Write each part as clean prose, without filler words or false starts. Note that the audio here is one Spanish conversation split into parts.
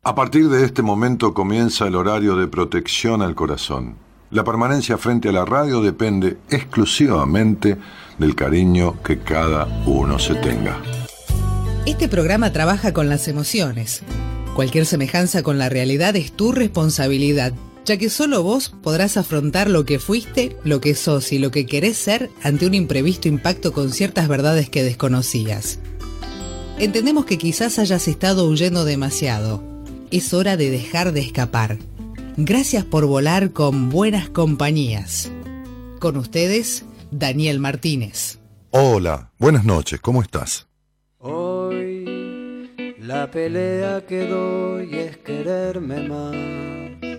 A partir de este momento comienza el horario de protección al corazón. La permanencia frente a la radio depende exclusivamente del cariño que cada uno se tenga. Este programa trabaja con las emociones. Cualquier semejanza con la realidad es tu responsabilidad, ya que solo vos podrás afrontar lo que fuiste, lo que sos y lo que querés ser ante un imprevisto impacto con ciertas verdades que desconocías. Entendemos que quizás hayas estado huyendo demasiado. Es hora de dejar de escapar. Gracias por volar con buenas compañías. Con ustedes, Daniel Martínez. Hola, buenas noches, ¿cómo estás? Hoy la pelea que doy es quererme más.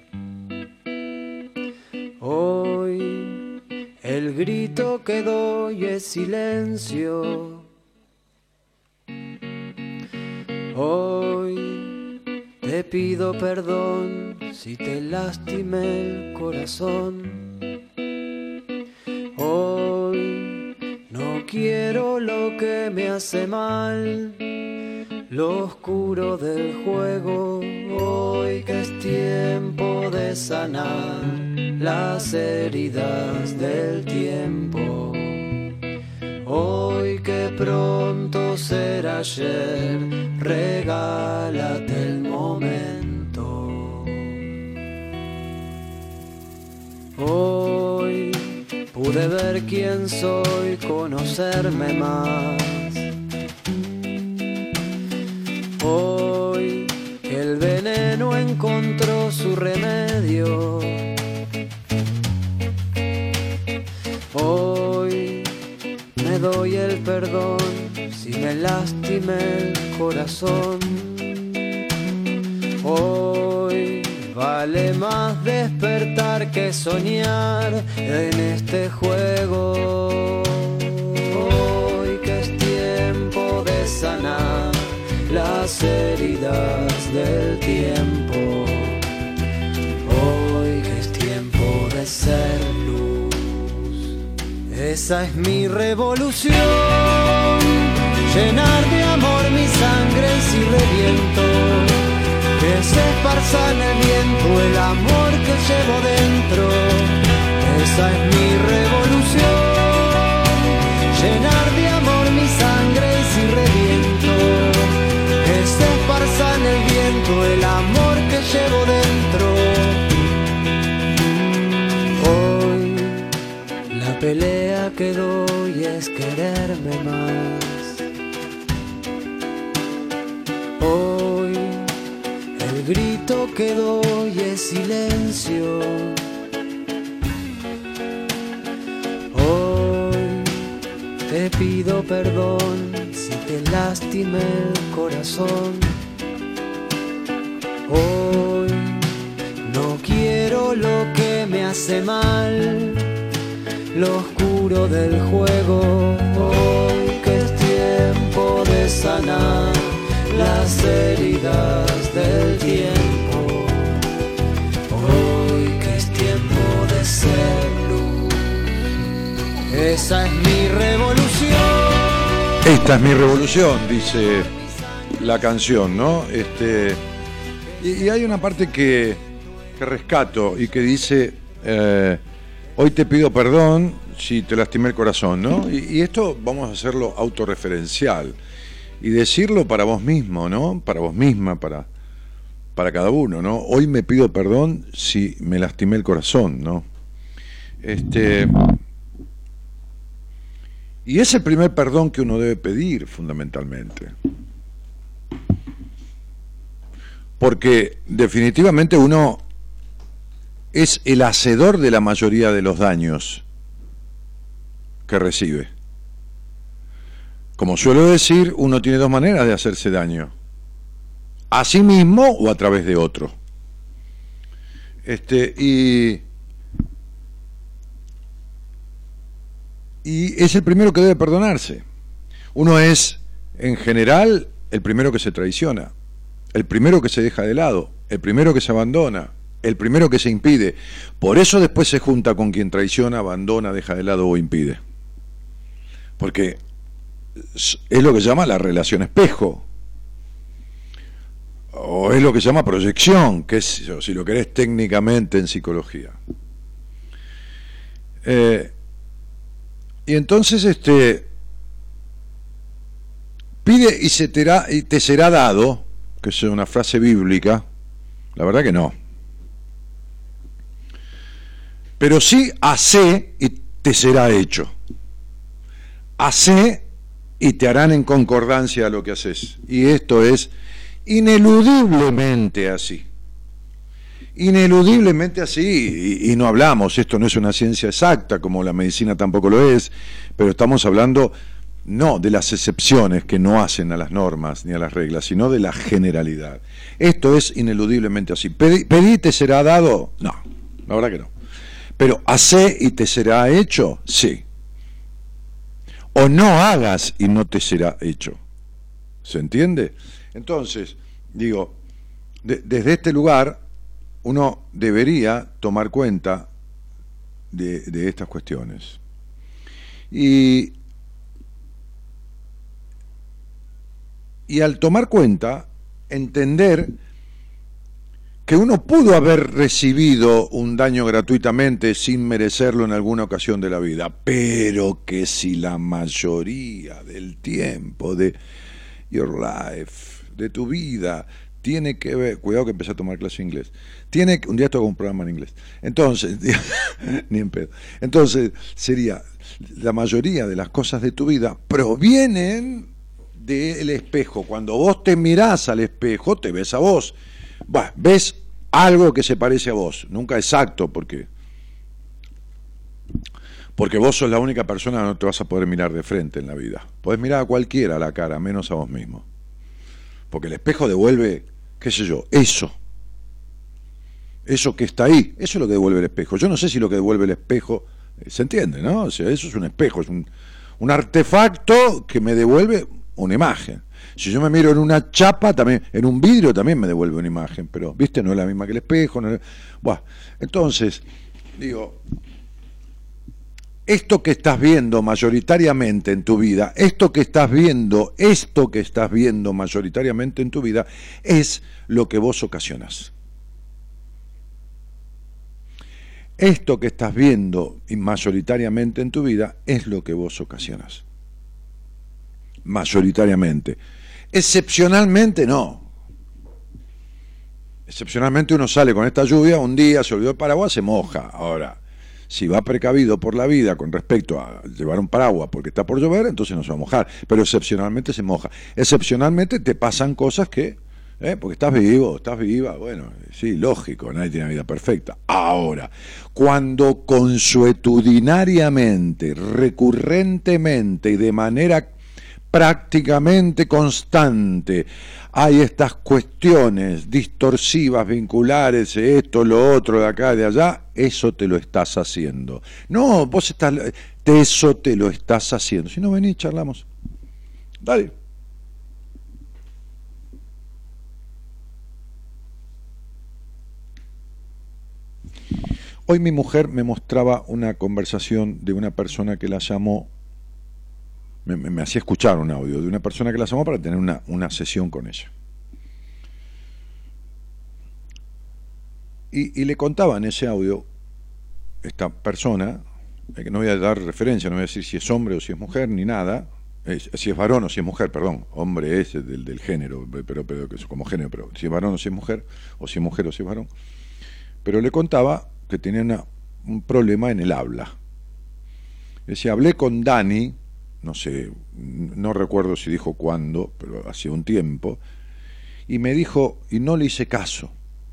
Hoy el grito que doy es silencio. Hoy te pido perdón si te lastimé el corazón. Hoy no quiero lo que me hace mal, lo oscuro del juego. Hoy que es tiempo de sanar las heridas del tiempo. Hoy que pronto será ayer, regálate el momento. Hoy pude ver quién soy, conocerme más. Hoy el veneno encontró su remedio. Hoy me doy el perdón si me lastimé el corazón. Hoy vale más despertar que soñar en este juego. Hoy que es tiempo de sanar las heridas del tiempo. Hoy que es tiempo de ser luz. Esa es mi revolución, llenar de amor mi sangre si reviento, que se esparza en el viento el amor que llevo dentro. Esa es mi revolución, llenar de amor mi sangre si reviento, que se esparza en el viento el amor que llevo dentro. Hoy la pelea que doy es quererme más. Hoy el grito que doy es silencio. Hoy te pido perdón si te lastimé el corazón. Hoy no quiero lo que me hace mal, lo oscuro del juego. Hoy que es tiempo de sanar las heridas del tiempo. Hoy que es tiempo de ser luz. Esa es mi revolución. Esta es mi revolución, dice la canción, ¿no? Y hay una parte que rescato y que dice... hoy te pido perdón si te lastimé el corazón, ¿no? Y esto vamos a hacerlo autorreferencial y decirlo para vos mismo, ¿no? Para vos misma, para cada uno, ¿no? Hoy me pido perdón si me lastimé el corazón, ¿no? Y es el primer perdón que uno debe pedir, fundamentalmente. Porque definitivamente uno es el hacedor de la mayoría de los daños que recibe. Como suelo decir, uno tiene dos maneras de hacerse daño: a sí mismo o a través de otro. Y es el primero que debe perdonarse. Uno es, en general, el primero que se traiciona, el primero que se deja de lado, el primero que se abandona, el primero que se impide. Por eso después se junta con quien traiciona, abandona, deja de lado o impide. Porque es lo que se llama la relación espejo. o es lo que se llama proyección, que es, si lo querés técnicamente en psicología. Y entonces pide y te será dado, que es una frase bíblica. La verdad que no. Pero sí, hacé y te será hecho. Hacé y te harán en concordancia a lo que haces. Y esto es ineludiblemente así. Ineludiblemente así. Y no hablamos, esto no es una ciencia exacta, como la medicina tampoco lo es, pero estamos hablando no de las excepciones que no hacen a las normas ni a las reglas, sino de la generalidad. Esto es ineludiblemente así. ¿Pedí y te será dado? No, la verdad que no. Pero hacé y te será hecho, sí. O no hagas y no te será hecho. ¿Se entiende? Entonces, digo, desde este lugar uno debería tomar cuenta de estas cuestiones. Y al tomar cuenta, entender que uno pudo haber recibido un daño gratuitamente sin merecerlo en alguna ocasión de la vida, pero que si la mayoría del tiempo de your life, de tu vida, tiene que ver, cuidado que empecé a tomar clase de inglés, un día tengo un programa en inglés, entonces, ni en pedo, entonces sería, la mayoría de las cosas de tu vida provienen del espejo. Cuando vos te mirás al espejo, te ves a vos. Bueno, ves algo que se parece a vos, nunca exacto, porque vos sos la única persona que no te vas a poder mirar de frente en la vida. Podés mirar a cualquiera a la cara, menos a vos mismo. Porque el espejo devuelve, qué sé yo, eso que está ahí, eso es lo que devuelve el espejo. Yo no sé si lo que devuelve el espejo, se entiende, ¿no? O sea, eso es un espejo, es un artefacto que me devuelve una imagen. Si yo me miro en una chapa, también, en un vidrio también me devuelve una imagen, pero, ¿viste? No es la misma que el espejo. No es... Bueno, entonces, digo, esto que estás viendo mayoritariamente en tu vida, esto que estás viendo mayoritariamente en tu vida, es lo que vos ocasionas. Esto que estás viendo mayoritariamente en tu vida es lo que vos ocasionas. Mayoritariamente. Excepcionalmente no. Excepcionalmente uno sale con esta lluvia, un día se olvidó el paraguas, se moja. Ahora, si va precavido por la vida con respecto a llevar un paraguas porque está por llover, entonces no se va a mojar. Pero excepcionalmente se moja. Excepcionalmente te pasan cosas que, porque estás vivo, estás viva, bueno, sí, lógico, nadie tiene vida perfecta. Ahora, cuando consuetudinariamente, recurrentemente y de manera prácticamente constante hay estas cuestiones distorsivas, vinculares, esto, lo otro, de acá, de allá, eso te lo estás haciendo. No, vos estás, eso te lo estás haciendo. Si no, vení, charlamos. Dale. Hoy mi mujer me mostraba una conversación de una persona que la llamó, me hacía escuchar un audio de una persona que la llamó para tener una sesión con ella. Y le contaba en ese audio, esta persona, que no voy a dar referencia, no voy a decir si es hombre o si es mujer, ni nada, si es varón o si es mujer, perdón, hombre es del género, pero que es como género, pero si es varón o si es mujer o si es varón, pero le contaba que tenía un problema en el habla. Decía, hablé con Dani, no sé, no recuerdo si dijo cuándo, pero hacía un tiempo, y me dijo, y no le hice caso.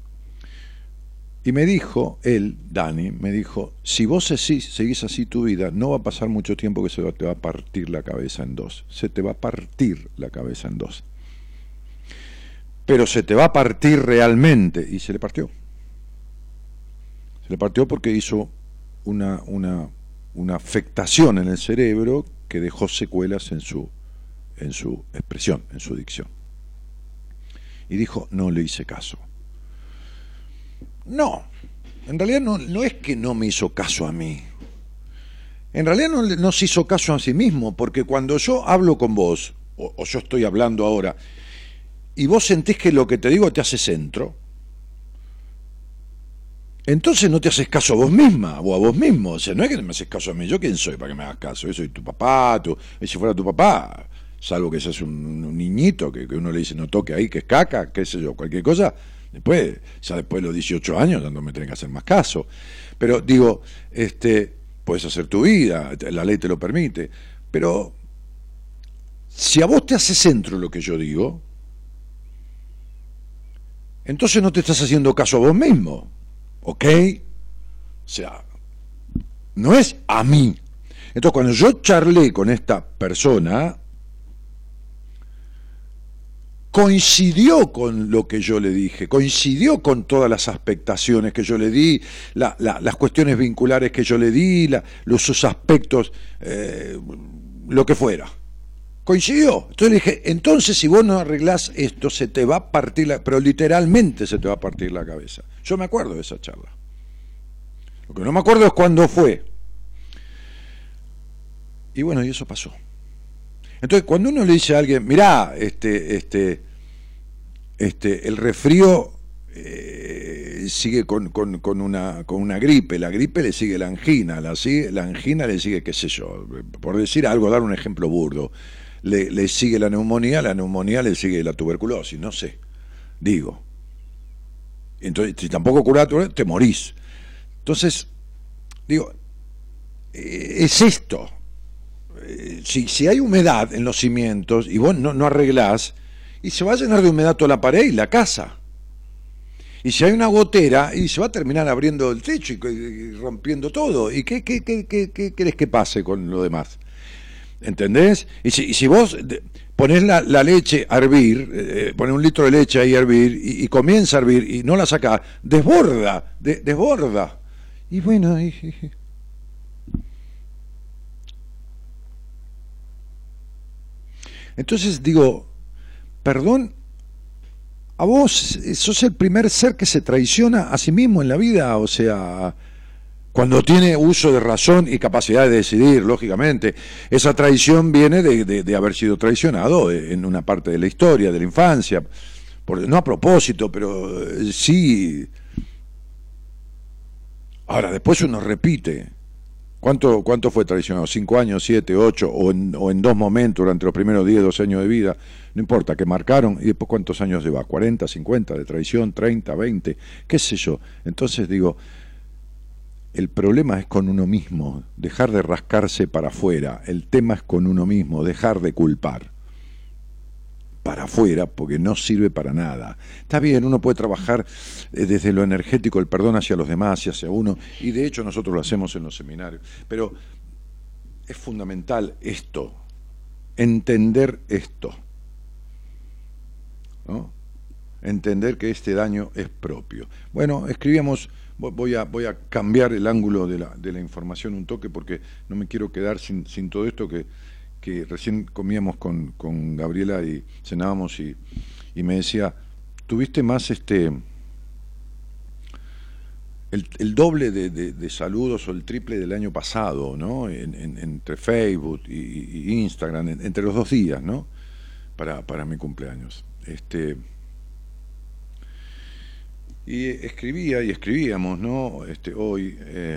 Y me dijo, él, Dani, me dijo, si vos seguís así tu vida, no va a pasar mucho tiempo que te va a partir la cabeza en dos. Se te va a partir la cabeza en dos. Pero se te va a partir realmente. Y se le partió. Se le partió porque hizo una afectación en el cerebro que dejó secuelas en su expresión, en su dicción. Y dijo, no le hice caso. No, en realidad no es que no me hizo caso a mí. En realidad no se hizo caso a sí mismo, porque cuando yo hablo con vos, o yo estoy hablando ahora, y vos sentís que lo que te digo te hace centro, entonces no te haces caso a vos misma o a vos mismo. O sea, no es que me haces caso a mí. ¿Yo quién soy para que me hagas caso? Yo soy tu papá, y si fuera tu papá, salvo que seas un niñito que uno le dice no toque ahí, que es caca, qué sé yo, cualquier cosa, después de los 18 años ya no me tenés que hacer más caso. Pero digo, puedes hacer tu vida, la ley te lo permite, pero si a vos te hace centro lo que yo digo, entonces no te estás haciendo caso a vos mismo. ¿Ok? O sea, no es a mí. Entonces, cuando yo charlé con esta persona, coincidió con lo que yo le dije, coincidió con todas las expectaciones que yo le di, las cuestiones vinculares que yo le di, sus aspectos, lo que fuera. Coincidió. Entonces le dije, entonces si vos no arreglás esto, se te va a partir pero literalmente se te va a partir la cabeza. Yo me acuerdo de esa charla. Lo que no me acuerdo es cuándo fue. Y bueno, y eso pasó. Entonces, cuando uno le dice a alguien, mirá, el resfrío sigue con una gripe, la gripe le sigue la angina, la angina le sigue, qué sé yo, por decir algo, dar un ejemplo burdo, le sigue la neumonía le sigue la tuberculosis, no sé, digo. Entonces, si tampoco curás, te morís. Entonces, digo, es esto. Si hay humedad en los cimientos y vos no arreglás, y se va a llenar de humedad toda la pared y la casa. Y si hay una gotera, y se va a terminar abriendo el techo y rompiendo todo. ¿Y qué querés que pase con lo demás? ¿Entendés? Y si vos ponés la leche a hervir, ponés 1 litro de leche ahí a hervir, y comienza a hervir, y no la sacás, desborda. Y bueno, entonces digo, perdón, a vos sos el primer ser que se traiciona a sí mismo en la vida, o sea, cuando tiene uso de razón y capacidad de decidir, lógicamente. Esa traición viene de haber sido traicionado en una parte de la historia, de la infancia, no a propósito, pero sí. Ahora, después uno repite. ¿Cuánto fue traicionado? 5 años, 7, 8, o en 2 momentos durante los primeros 10, 12 años de vida, no importa, que marcaron, y después cuántos años lleva, 40, 50 de traición, 30, 20, qué sé yo. Entonces digo, el problema es con uno mismo, dejar de rascarse para afuera, el tema es con uno mismo, dejar de culpar para afuera, porque no sirve para nada. Está bien, uno puede trabajar desde lo energético, el perdón hacia los demás y hacia uno, y de hecho nosotros lo hacemos en los seminarios, pero es fundamental esto, entender esto, ¿no? Entender que este daño es propio. Bueno, escribíamos, voy a cambiar el ángulo de la información un toque, porque no me quiero quedar sin todo esto que recién comíamos con Gabriela y cenábamos, y me decía, tuviste más el doble de saludos o el triple del año pasado, ¿no? Entre Facebook y Instagram, entre los 2 días, ¿no? Para mi cumpleaños. Y escribíamos, ¿no? Hoy,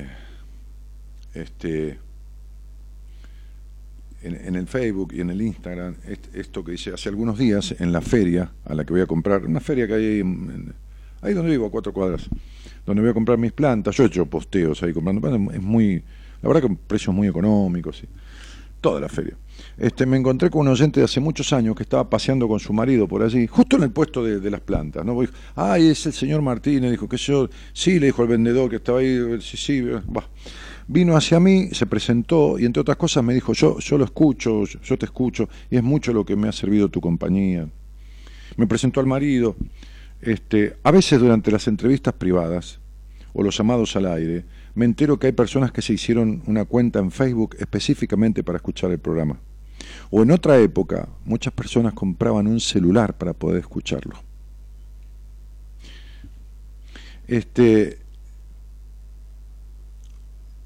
en el Facebook y en el Instagram, esto que dice, hace algunos días en la feria a la que voy a comprar, una feria que hay ahí donde vivo, a 4 cuadras, donde voy a comprar mis plantas. Yo he hecho posteos ahí comprando plantas, la verdad que precios muy económicos, ¿sí? Toda la feria. Me encontré con un oyente de hace muchos años que estaba paseando con su marido por allí, justo en el puesto de las plantas, ¿no? Es el señor Martínez, dijo que yo, sí, le dijo el vendedor que estaba ahí, sí, va. Vino hacia mí, se presentó y entre otras cosas me dijo, yo lo escucho, yo te escucho, y es mucho lo que me ha servido tu compañía. Me presentó al marido. A veces durante las entrevistas privadas o los llamados al aire, me entero que hay personas que se hicieron una cuenta en Facebook específicamente para escuchar el programa. O en otra época, muchas personas compraban un celular para poder escucharlo.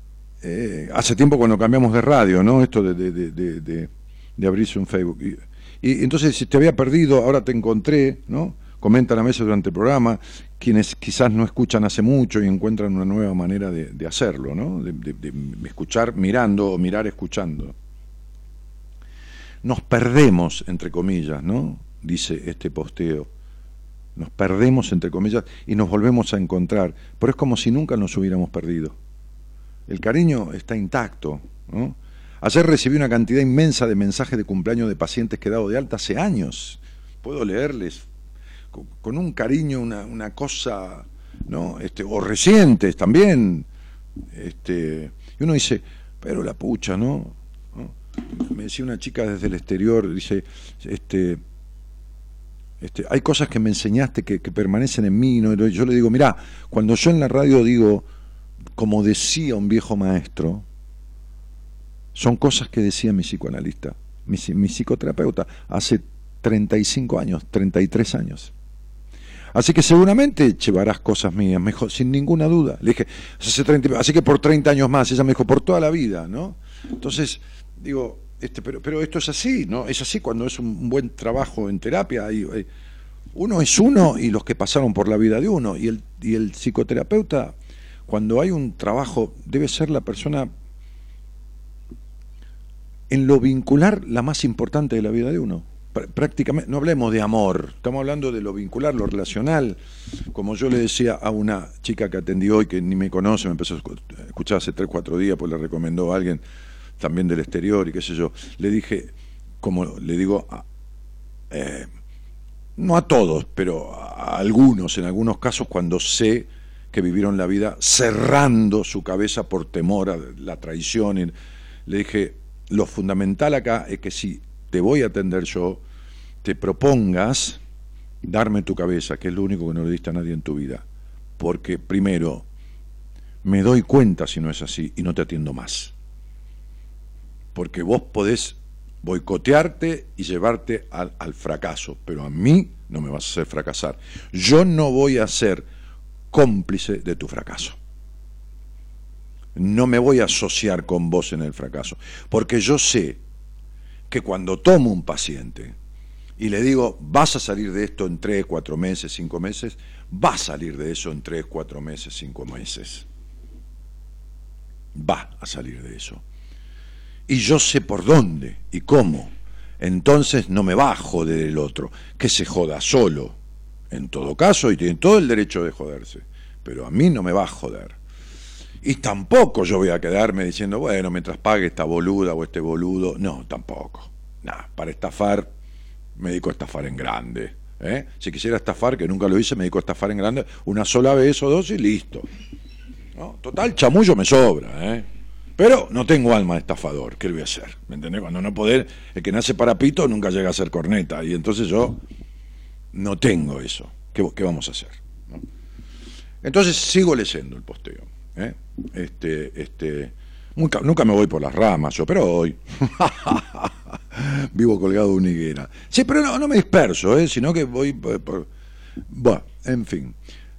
Hace tiempo cuando cambiamos de radio, ¿no? Esto de abrirse un Facebook. Y entonces, si te había perdido, ahora te encontré, ¿no? Comentan a veces durante el programa, quienes quizás no escuchan hace mucho y encuentran una nueva manera de hacerlo, ¿no? De escuchar mirando o mirar escuchando. Nos perdemos, entre comillas, ¿no? Dice este posteo. Nos perdemos, entre comillas, y nos volvemos a encontrar. Pero es como si nunca nos hubiéramos perdido. El cariño está intacto, ¿no? Ayer recibí una cantidad inmensa de mensajes de cumpleaños de pacientes que he dado de alta hace años. Puedo leerles con un cariño, una cosa, ¿no? O recientes también. Y uno dice, pero la pucha, ¿no? Me decía una chica desde el exterior, dice, hay cosas que me enseñaste que permanecen en mí, ¿no? Yo le digo, mirá, cuando yo en la radio digo, como decía un viejo maestro, son cosas que decía mi psicoanalista, mi psicoterapeuta, hace 35 años, 33 años. Así que seguramente llevarás cosas mías, me dijo, sin ninguna duda. Le dije, así que por 30 años más, ella me dijo, por toda la vida, ¿no? Entonces, digo, pero esto es así, ¿no? Es así cuando es un buen trabajo en terapia. Uno es uno y los que pasaron por la vida de uno. Y el psicoterapeuta, cuando hay un trabajo, debe ser la persona, en lo vincular, la más importante de la vida de uno. Prácticamente, no hablemos de amor, estamos hablando de lo vincular, lo relacional. Como yo le decía a una chica que atendí hoy, que ni me conoce, me empezó a escuchar hace 3-4 días, pues le recomendó a alguien también del exterior y qué sé yo, le dije, como le digo, no a todos, pero a algunos, en algunos casos, cuando sé que vivieron la vida cerrando su cabeza por temor a la traición, le dije, lo fundamental acá es que si te voy a atender yo, te propongas darme tu cabeza, que es lo único que no le diste a nadie en tu vida, porque primero me doy cuenta si no es así y no te atiendo más, porque vos podés boicotearte y llevarte al fracaso, pero a mí no me vas a hacer fracasar. Yo no voy a ser cómplice de tu fracaso. No me voy a asociar con vos en el fracaso, porque yo sé que cuando tomo un paciente y le digo, vas a salir de esto en 3, 4 meses, 5 meses, va a salir de eso en 3, 4 meses, 5 meses. Va a salir de eso. Y yo sé por dónde y cómo. Entonces no me va a joder el otro, que se joda solo, en todo caso, y tiene todo el derecho de joderse, pero a mí no me va a joder. Y tampoco yo voy a quedarme diciendo, bueno, mientras pague esta boluda o este boludo. No, tampoco. Nada, para estafar, me dedico a estafar en grande. Si quisiera estafar, que nunca lo hice, me dedico a estafar en grande una sola vez o dos y listo. ¿No? Total, chamullo me sobra, Pero no tengo alma de estafador, ¿qué le voy a hacer? ¿Me entendés? Cuando no poder, el que nace para pito nunca llega a ser corneta, y entonces yo no tengo eso. ¿Qué vamos a hacer? ¿No? Entonces sigo leyendo el posteo. Nunca me voy por las ramas yo, pero hoy vivo colgado de una higuera. Sí, pero no me disperso, sino que voy bueno, en fin.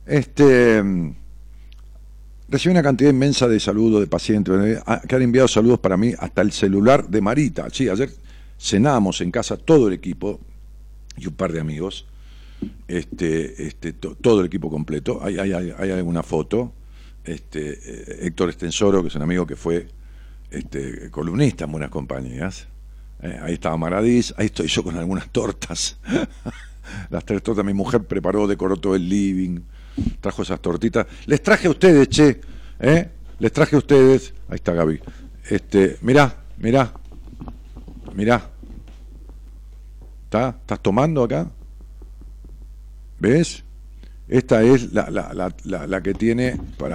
Recibí una cantidad inmensa de saludos de pacientes que han enviado saludos para mí hasta el celular de Marita. Sí, ayer cenamos en casa todo el equipo y un par de amigos, todo el equipo completo. Hay alguna foto. Héctor Estensoro, que es un amigo que fue columnista en Buenas Compañías. Ahí estaba Maradís, ahí estoy yo con algunas tortas. Las 3 tortas mi mujer preparó, decoró todo el living, trajo esas tortitas. Les traje a ustedes, che, les traje a ustedes. Ahí está Gaby. Mirá. ¿Estás tomando acá? ¿Ves? Esta es la que tiene,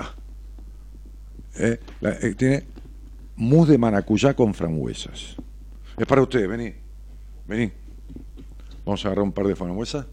tiene mousse de maracuyá con frambuesas. Es para ustedes, vení. Vamos a agarrar un par de frambuesas.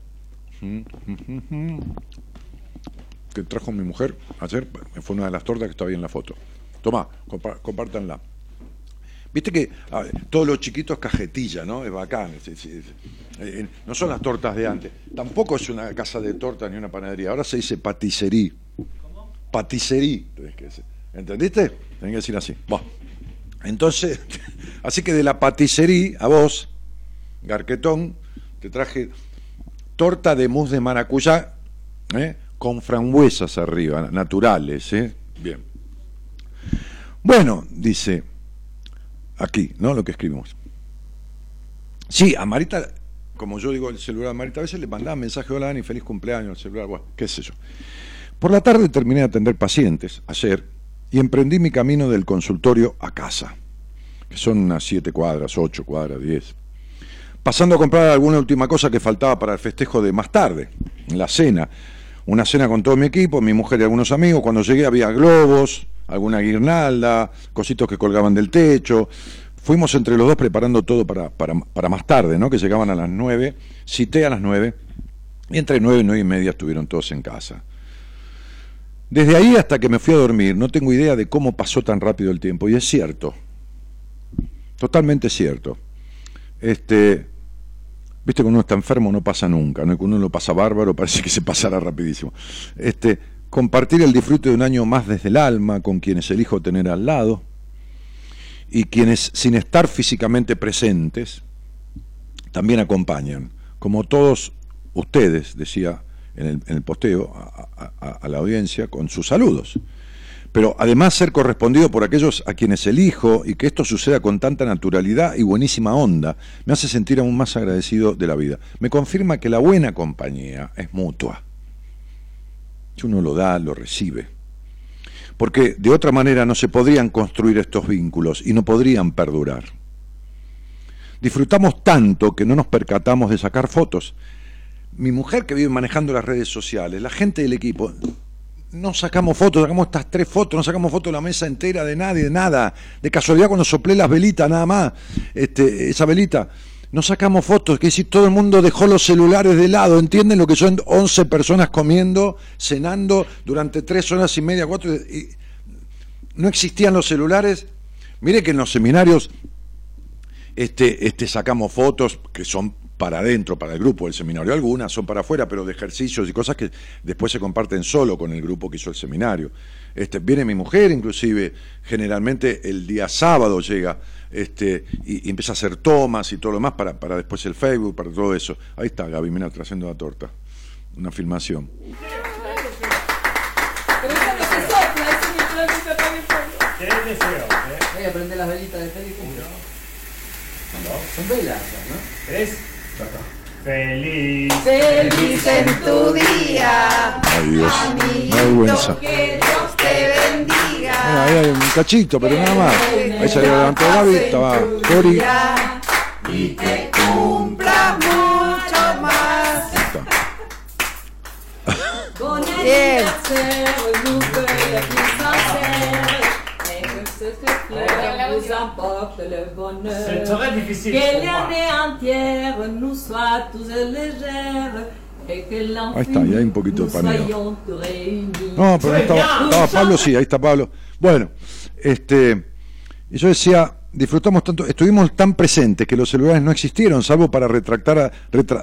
Que trajo mi mujer ayer, fue una de las tortas que está ahí en la foto. Tomá, compártanla. Viste que todo lo chiquito es cajetilla, ¿no? Es bacán. No son las tortas de antes. Tampoco es una casa de tortas ni una panadería. Ahora se dice patisserie. ¿Cómo? Patisserie. ¿Entendiste? Tenés que decir así. Bueno. Entonces, así que de la patisserie a vos, Garquetón, te traje torta de mousse de maracuyá, con frambuesas arriba, naturales, Bien. Bueno, dice aquí, ¿no? Lo que escribimos. Sí, a Marita, como yo digo el celular a Marita, a veces le mandaba mensaje, hola Dani, feliz cumpleaños, el celular, bueno, qué sé yo. Por la tarde terminé de atender pacientes, ayer, y emprendí mi camino del consultorio a casa, que son unas 7 cuadras, 8 cuadras, 10. Pasando a comprar alguna última cosa que faltaba para el festejo de más tarde, la cena. Una cena con todo mi equipo, mi mujer y algunos amigos. Cuando llegué había globos, alguna guirnalda, cositos que colgaban del techo. Fuimos entre los dos preparando todo para más tarde, ¿no? Que llegaban a las 9, cité a las 9, y entre 9 y 9 y media estuvieron todos en casa. Desde ahí hasta que me fui a dormir, no tengo idea de cómo pasó tan rápido el tiempo, y es cierto, totalmente cierto. Viste, cuando uno está enfermo no pasa nunca, ¿no? Cuando uno lo pasa bárbaro parece que se pasará rapidísimo. Compartir el disfrute de un año más desde el alma, con quienes elijo tener al lado, y quienes, sin estar físicamente presentes, también acompañan, como todos ustedes, decía en el posteo a la audiencia, con sus saludos. Pero además ser correspondido por aquellos a quienes elijo, y que esto suceda con tanta naturalidad y buenísima onda, me hace sentir aún más agradecido de la vida. Me confirma que la buena compañía es mutua. Si uno lo da, lo recibe. Porque de otra manera no se podrían construir estos vínculos y no podrían perdurar. Disfrutamos tanto que no nos percatamos de sacar fotos. Mi mujer, que vive manejando las redes sociales, la gente del equipo, no sacamos fotos, sacamos estas 3 fotos, no sacamos fotos de la mesa entera, de nadie, de nada. De casualidad cuando soplé las velitas, nada más, esa velita, no sacamos fotos, que decir, todo el mundo dejó los celulares de lado, ¿entienden lo que son 11 personas comiendo, cenando durante 3 horas y media, 4, y no existían los celulares? Mire que en los seminarios sacamos fotos que son para adentro, para el grupo del seminario, algunas son para afuera, pero de ejercicios y cosas que después se comparten solo con el grupo que hizo el seminario. Viene mi mujer, inclusive, generalmente el día sábado llega, y empieza a hacer tomas y todo lo demás para después el Facebook, para todo eso. Ahí está Gaby, mira, trayendo la torta, una filmación. Voy a prender las velitas de feliz cumpleaños. Son velas, ¿no? 3. Feliz en tu día. Ay, Dios, qué vergüenza. Que Dios te bendiga. Bueno, ahí hay un cachito, pero nada más. Ahí se levantó Gaby, estaba Cori. Y que cumpla mucho más. Bien. C'est très difficile. Que l'année entière nous soit tous légère. Ahí está, y hay un poquito de paneo. No, pero no estaba Pablo, sí, ahí está Pablo. Bueno, y yo decía, disfrutamos tanto, estuvimos tan presentes que los celulares no existieron, salvo para retractar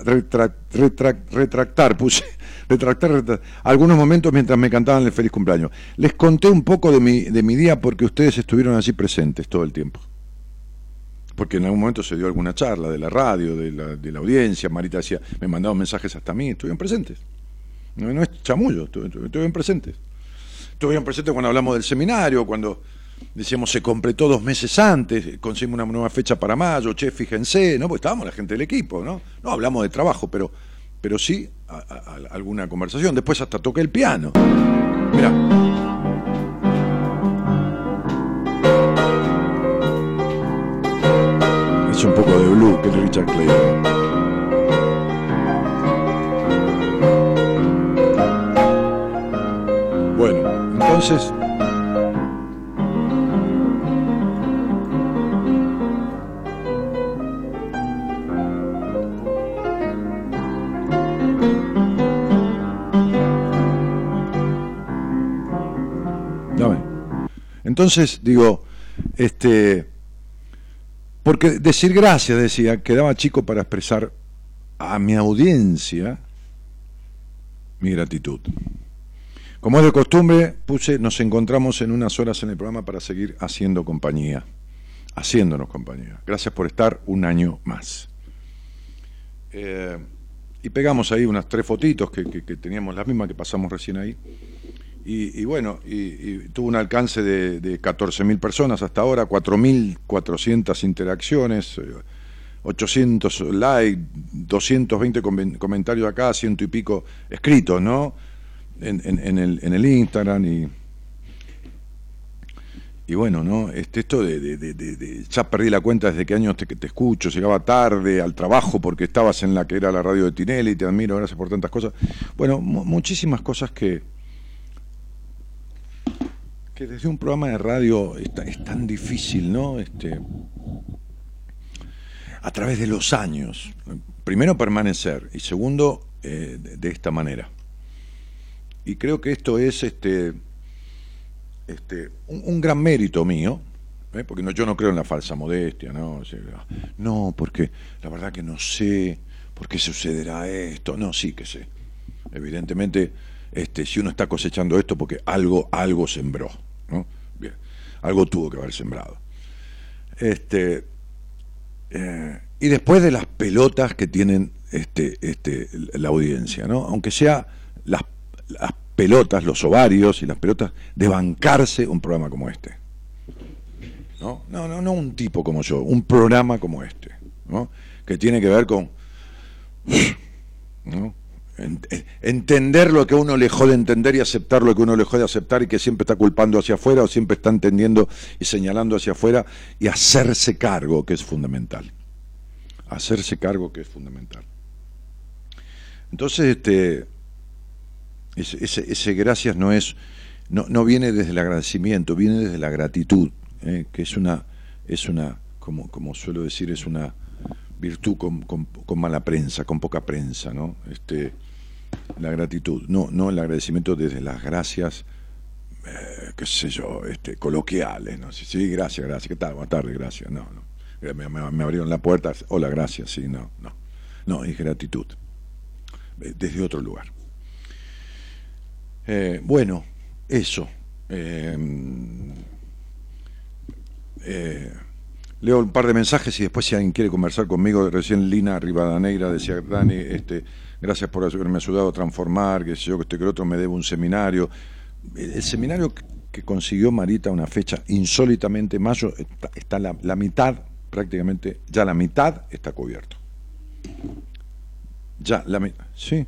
algunos momentos mientras me cantaban el feliz cumpleaños. Les conté un poco de mi día porque ustedes estuvieron así presentes todo el tiempo. Porque en algún momento se dio alguna charla de la radio, de la audiencia. Marita decía, me mandaban mensajes hasta a mí, estuvieron presentes. No es chamullo, estuvieron presentes. Estuvieron presentes cuando hablamos del seminario, cuando decíamos se completó 2 meses antes, conseguimos una nueva fecha para mayo, che, fíjense, ¿no? Porque estábamos la gente del equipo, ¿no? No hablamos de trabajo, pero sí alguna conversación. Después hasta toqué el piano. Mirá. Es un poco de blues, que es Richard Clayton. Bueno, entonces Entonces, digo, porque decir gracias, decía, quedaba chico para expresar a mi audiencia mi gratitud. Como es de costumbre, puse, nos encontramos en unas horas en el programa para seguir haciéndonos compañía. Gracias por estar un año más. y pegamos ahí unas 3 fotitos que teníamos las mismas que pasamos recién ahí. Y bueno, y tuvo un alcance de 14.000 personas hasta ahora, 4.400 interacciones, 800 likes, 220 comentarios acá, 100 y pico escritos, ¿no? En el Instagram y bueno, ¿no? Esto de ya perdí la cuenta desde qué años te escucho, llegaba tarde al trabajo porque estabas en la que era la radio de Tinelli, te admiro, gracias por tantas cosas. Bueno, muchísimas cosas que desde un programa de radio es tan difícil, ¿no? A través de los años, primero permanecer y segundo de esta manera. Y creo que esto es un gran mérito mío, porque yo no creo en la falsa modestia, ¿no? O sea, no, porque la verdad que no sé por qué sucederá esto. No, sí que sé. Evidentemente, si uno está cosechando esto porque algo sembró, ¿no? Bien, algo tuvo que haber sembrado. Y después de las pelotas que tienen la audiencia, ¿no? Aunque sea las pelotas, los ovarios y las pelotas de bancarse un programa como este. No un tipo como yo, un programa como este, ¿no? Que tiene que ver con, ¿no? Entender lo que uno le jode entender y aceptar lo que uno le jode aceptar y que siempre está culpando hacia afuera o siempre está entendiendo y señalando hacia afuera y hacerse cargo, que es fundamental. Hacerse cargo, que es fundamental. Entonces, ese gracias no viene desde el agradecimiento, viene desde la gratitud, que es una como suelo decir, es una virtud con mala prensa, con poca prensa, ¿no? La gratitud, no el agradecimiento desde las gracias, qué sé yo, coloquiales, ¿no? Sí, gracias, ¿qué tal? Buenas tardes, gracias, no. Me abrieron la puerta, hola, gracias, sí, no, es gratitud, desde otro lugar. Bueno, eso. Leo un par de mensajes y después si alguien quiere conversar conmigo. Recién Lina Rivadeneira decía, Dani, gracias por haberme ayudado a transformar, que sé yo, que esto que el otro me debe un seminario. El seminario que consiguió Marita, una fecha insólitamente mayo, está la mitad, prácticamente, ya la mitad está cubierto. Ya, la mitad, sí.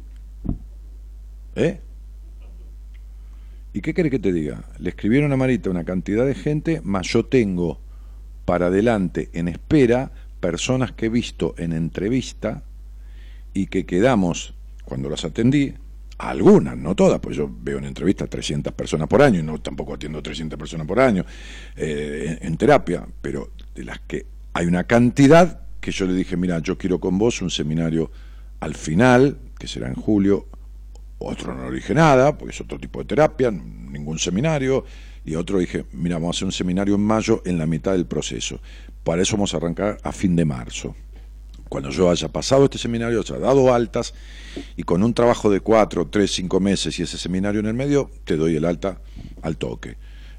¿Y qué querés que te diga? Le escribieron a Marita una cantidad de gente, más yo tengo para adelante en espera personas que he visto en entrevista y que quedamos, cuando las atendí, algunas, no todas, pues yo veo en entrevista 300 personas por año y no tampoco atiendo 300 personas por año en terapia, pero de las que hay una cantidad que yo le dije, mira, yo quiero con vos un seminario al final, que será en julio. Otro no le dije nada, porque es otro tipo de terapia, ningún seminario. Y otro dije, mira, vamos a hacer un seminario en mayo en la mitad del proceso. Para eso vamos a arrancar a fin de marzo. Cuando yo haya pasado este seminario, haya dado altas, y con un trabajo de 4, 3, 5 meses y ese seminario en el medio, te doy el alta al toque.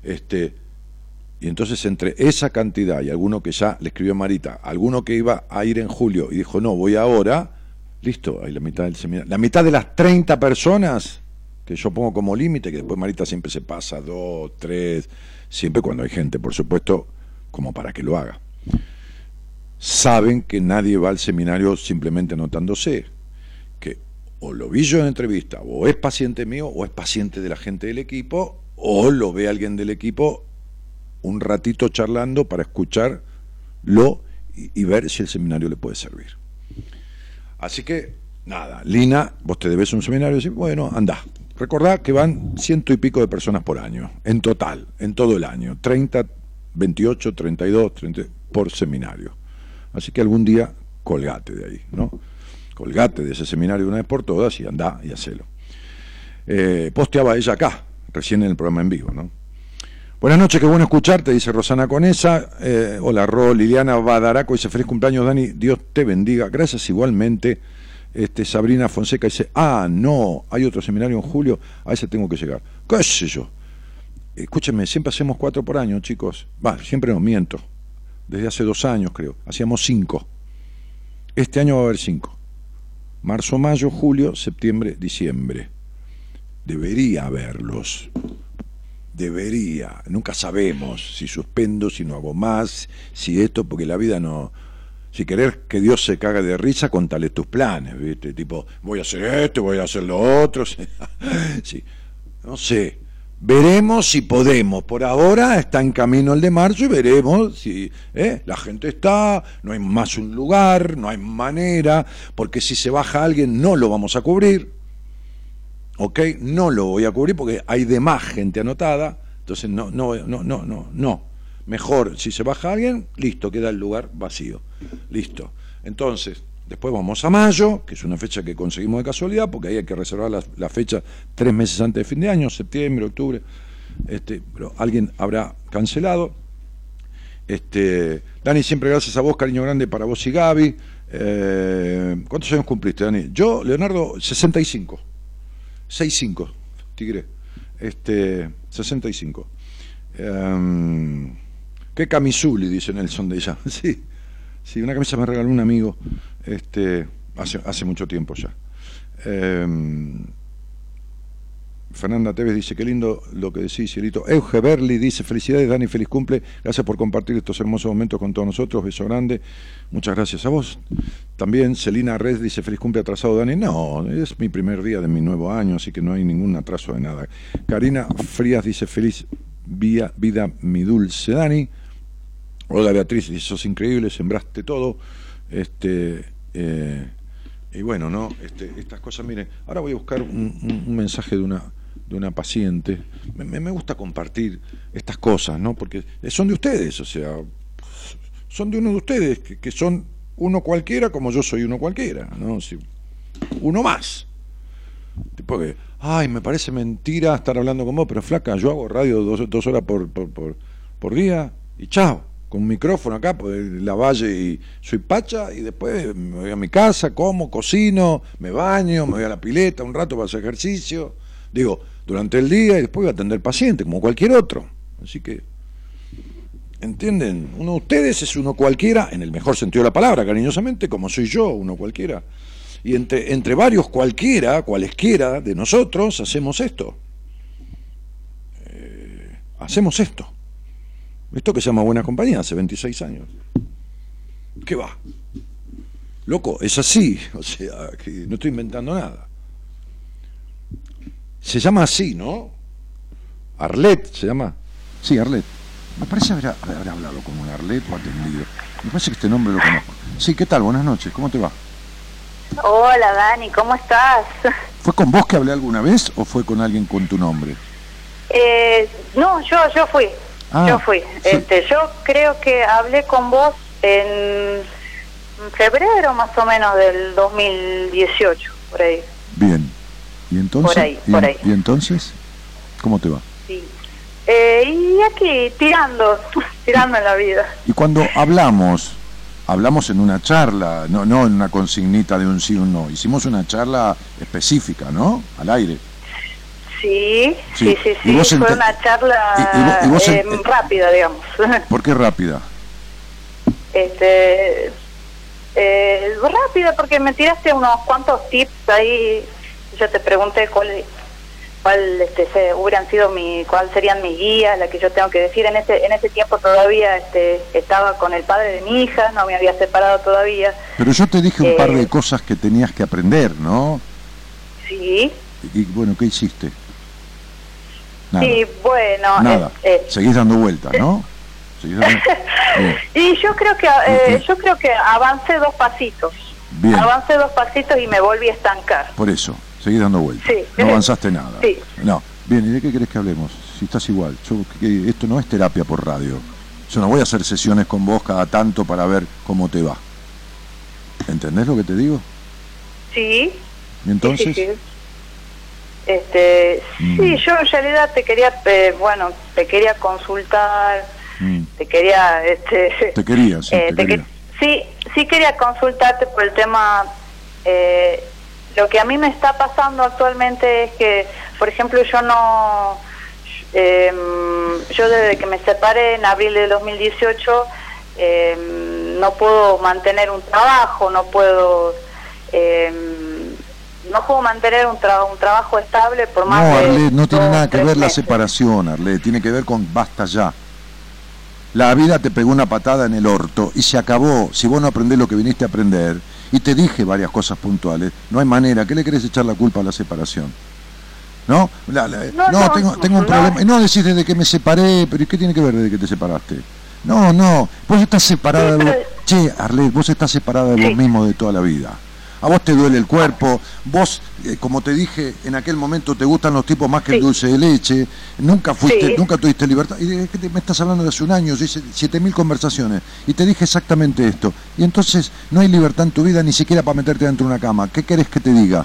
Y entonces entre esa cantidad y alguno que ya le escribió a Marita, alguno que iba a ir en julio y dijo, no, voy ahora... Listo, hay la mitad del seminario. La mitad de las 30 personas que yo pongo como límite, que después Marita siempre se pasa 2, 3, siempre cuando hay gente, por supuesto, como para que lo haga. Saben que nadie va al seminario simplemente anotándose, que o lo vi yo en entrevista, o es paciente mío, o es paciente de la gente del equipo, o lo ve alguien del equipo un ratito charlando para escucharlo y ver si el seminario le puede servir. Así que, nada, Lina, vos te debes un seminario y decís, bueno, andá. Recordá que van 100 y pico de personas por año, en total, en todo el año. 30, 28, 32, 30 por seminario. Así que algún día colgate de ahí, ¿no? Colgate de ese seminario de una vez por todas y andá y hacelo. Posteaba ella acá, recién en el programa en vivo, ¿no? Buenas noches, qué bueno escucharte, dice Rosana Conesa. Hola, Liliana Badaraco dice, feliz cumpleaños, Dani, Dios te bendiga. Gracias igualmente. Sabrina Fonseca dice, no, hay otro seminario en julio, a ese tengo que llegar. ¿Qué sé yo? Escúchenme, siempre hacemos 4 por año, chicos. Siempre no, miento. Desde hace 2 años, creo. Hacíamos 5. Este año va a haber 5. marzo, mayo, julio, septiembre, diciembre. Debería haberlos. Debería. Nunca sabemos si suspendo, si no hago más, si esto, porque la vida no... Si querés que Dios se caga de risa, contale tus planes, ¿viste? Tipo, voy a hacer esto, voy a hacer lo otro. Sí. No sé. Veremos si podemos. Por ahora está en camino el de marzo y veremos si la gente está, no hay más un lugar, no hay manera, porque si se baja alguien no lo vamos a cubrir. ¿Ok? No lo voy a cubrir porque hay de más gente anotada. Entonces no. Mejor, si se baja alguien, listo, queda el lugar vacío. Listo. Entonces, después vamos a mayo, que es una fecha que conseguimos de casualidad, porque ahí hay que reservar la fecha 3 meses antes de fin de año, septiembre, octubre. Pero alguien habrá cancelado. Dani, siempre gracias a vos, cariño grande para vos y Gaby. ¿Cuántos años cumpliste, Dani? Yo, Leonardo, 65. 6'5", tigre. 65. ¿Qué camisuli? Dice Nelson de ella. Sí, una camisa me regaló un amigo hace mucho tiempo ya. Fernanda Tevez dice, qué lindo lo que decís, cielito. Euge Berli dice, felicidades Dani, feliz cumple, gracias por compartir estos hermosos momentos con todos nosotros, beso grande, muchas gracias a vos. También Celina Red dice, feliz cumple atrasado Dani, no, es mi primer día de mi nuevo año, así que no hay ningún atraso de nada. Karina Frías dice, feliz vida mi dulce Dani. Hola Beatriz, dice, sos increíble, sembraste todo. Y bueno, ¿no? Estas cosas, miren, ahora voy a buscar un mensaje de una paciente. Me gusta compartir estas cosas, ¿no? Porque son de ustedes, o sea, son de uno de ustedes, que son uno cualquiera como yo soy uno cualquiera, ¿no? Si, uno más. Tipo que, ay, me parece mentira estar hablando con vos, pero flaca, yo hago radio 2 horas por día y chao. Con un micrófono acá, por la Valle y soy Pacha, y después me voy a mi casa, como, cocino, me baño, me voy a la pileta un rato para hacer ejercicio, digo, durante el día, y después voy a atender paciente, como cualquier otro. Así que, ¿entienden? Uno de ustedes es uno cualquiera, en el mejor sentido de la palabra, cariñosamente, como soy yo, uno cualquiera. Y entre varios cualesquiera de nosotros, hacemos esto. Hacemos esto. Esto que se llama Buena Compañía, hace 26 años. ¿Qué va? Loco, es así, o sea, que no estoy inventando nada. Se llama así, ¿no? Arlet, se llama. Sí, Arlet. Me parece haber hablado con un Arlet o atendido. Me parece que este nombre lo conozco. Sí, ¿qué tal? Buenas noches, ¿cómo te va? Hola Dani, ¿cómo estás? ¿Fue con vos que hablé alguna vez o fue con alguien con tu nombre? No, yo fui. Yo fui. Sí. Yo creo que hablé con vos en febrero más o menos del 2018, por ahí. Bien. ¿Y entonces? Por ahí. ¿Y entonces? ¿Cómo te va? Sí. Y aquí, tirando en la vida. Y cuando hablamos en una charla, no en una consignita de un sí o un no, hicimos una charla específica, ¿no? Al aire. Sí. Fue una charla rápida, digamos. ¿Por qué rápida? Rápida porque me tiraste unos cuantos tips ahí. Yo te pregunté cuál serían mis guías, la que yo tengo que decir. En ese tiempo todavía estaba con el padre de mi hija, no me había separado todavía. Pero yo te dije un par de cosas que tenías que aprender, ¿no? Sí. Y bueno, ¿qué hiciste? Nada. Sí, bueno. Nada. Seguís dando vueltas, ¿no? Y yo creo que avancé 2 pasitos. Bien. Avancé 2 pasitos y me volví a estancar. Por eso, seguís dando vueltas. Sí. No avanzaste nada. Sí. No. Bien, ¿y de qué querés que hablemos? Si estás igual. Esto no es terapia por radio. Yo no voy a hacer sesiones con vos cada tanto para ver cómo te va. ¿Entendés lo que te digo? Sí. ¿Y entonces? Sí. Sí, yo en realidad te quería consultar, te quería sí quería consultarte por el tema. Lo que a mí me está pasando actualmente es que, por ejemplo, yo desde que me separé en abril de 2018 no puedo mantener un trabajo, no puedo no puedo mantener un trabajo estable por más No, de Arlet, no tiene 2, nada que 3 ver la meses. separación, Arlet, tiene que ver con basta ya. La vida te pegó una patada en el orto y se acabó. Si vos no aprendés lo que viniste a aprender, y te dije varias cosas puntuales, no hay manera. ¿Qué le querés echar la culpa a la separación? ¿No? Tengo un problema. Y no decís desde que me separé, pero ¿y qué tiene que ver desde que te separaste? No, vos estás separada de vos. Che, Arlet, vos estás separada de vos mismo de toda la vida. A vos te duele el cuerpo, vos, como te dije, en aquel momento te gustan los tipos más que el dulce de leche, nunca tuviste libertad. ¿Y de qué me estás hablando de hace un año? Yo hice 7.000 conversaciones y te dije exactamente esto. Y entonces no hay libertad en tu vida ni siquiera para meterte dentro de una cama. ¿Qué querés que te diga?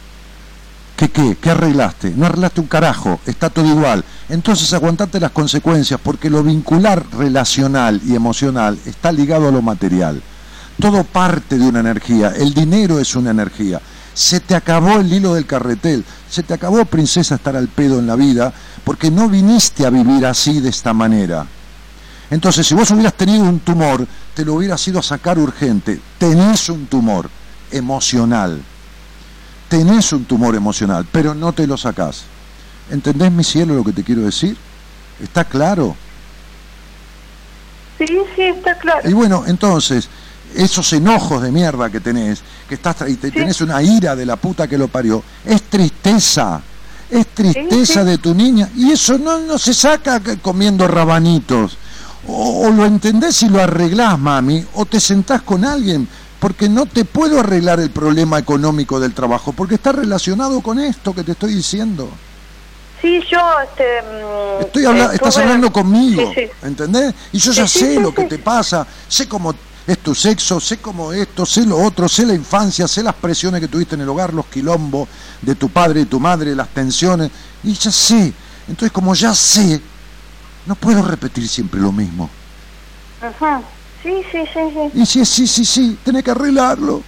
¿Qué arreglaste? No arreglaste un carajo, está todo igual. Entonces aguantate las consecuencias, porque lo vincular relacional y emocional está ligado a lo material. Todo parte de una energía, el dinero es una energía. Se te acabó el hilo del carretel, se te acabó, princesa, estar al pedo en la vida, porque no viniste a vivir así, de esta manera. Entonces, si vos hubieras tenido un tumor, te lo hubieras ido a sacar urgente. Tenés un tumor emocional. Tenés un tumor emocional, pero no te lo sacás. ¿Entendés, mi cielo, lo que te quiero decir? ¿Está claro? Sí, está claro. Y bueno, entonces, esos enojos de mierda que tenés, tenés una ira de la puta que lo parió, es tristeza de tu niña, y eso no se saca comiendo rabanitos. O lo entendés y lo arreglás, mami, o te sentás con alguien, porque no te puedo arreglar el problema económico del trabajo, porque está relacionado con esto que te estoy diciendo. Sí, yo estás hablando conmigo, ¿entendés? Y yo ya sé lo que sí. te pasa, sé cómo es tu sexo, sé cómo esto, sé lo otro, sé la infancia, sé las presiones que tuviste en el hogar, los quilombos de tu padre y tu madre, las tensiones, y ya sé. Entonces, como ya sé, no puedo repetir siempre lo mismo. Ajá. Sí. Y sí, tenés que arreglarlo,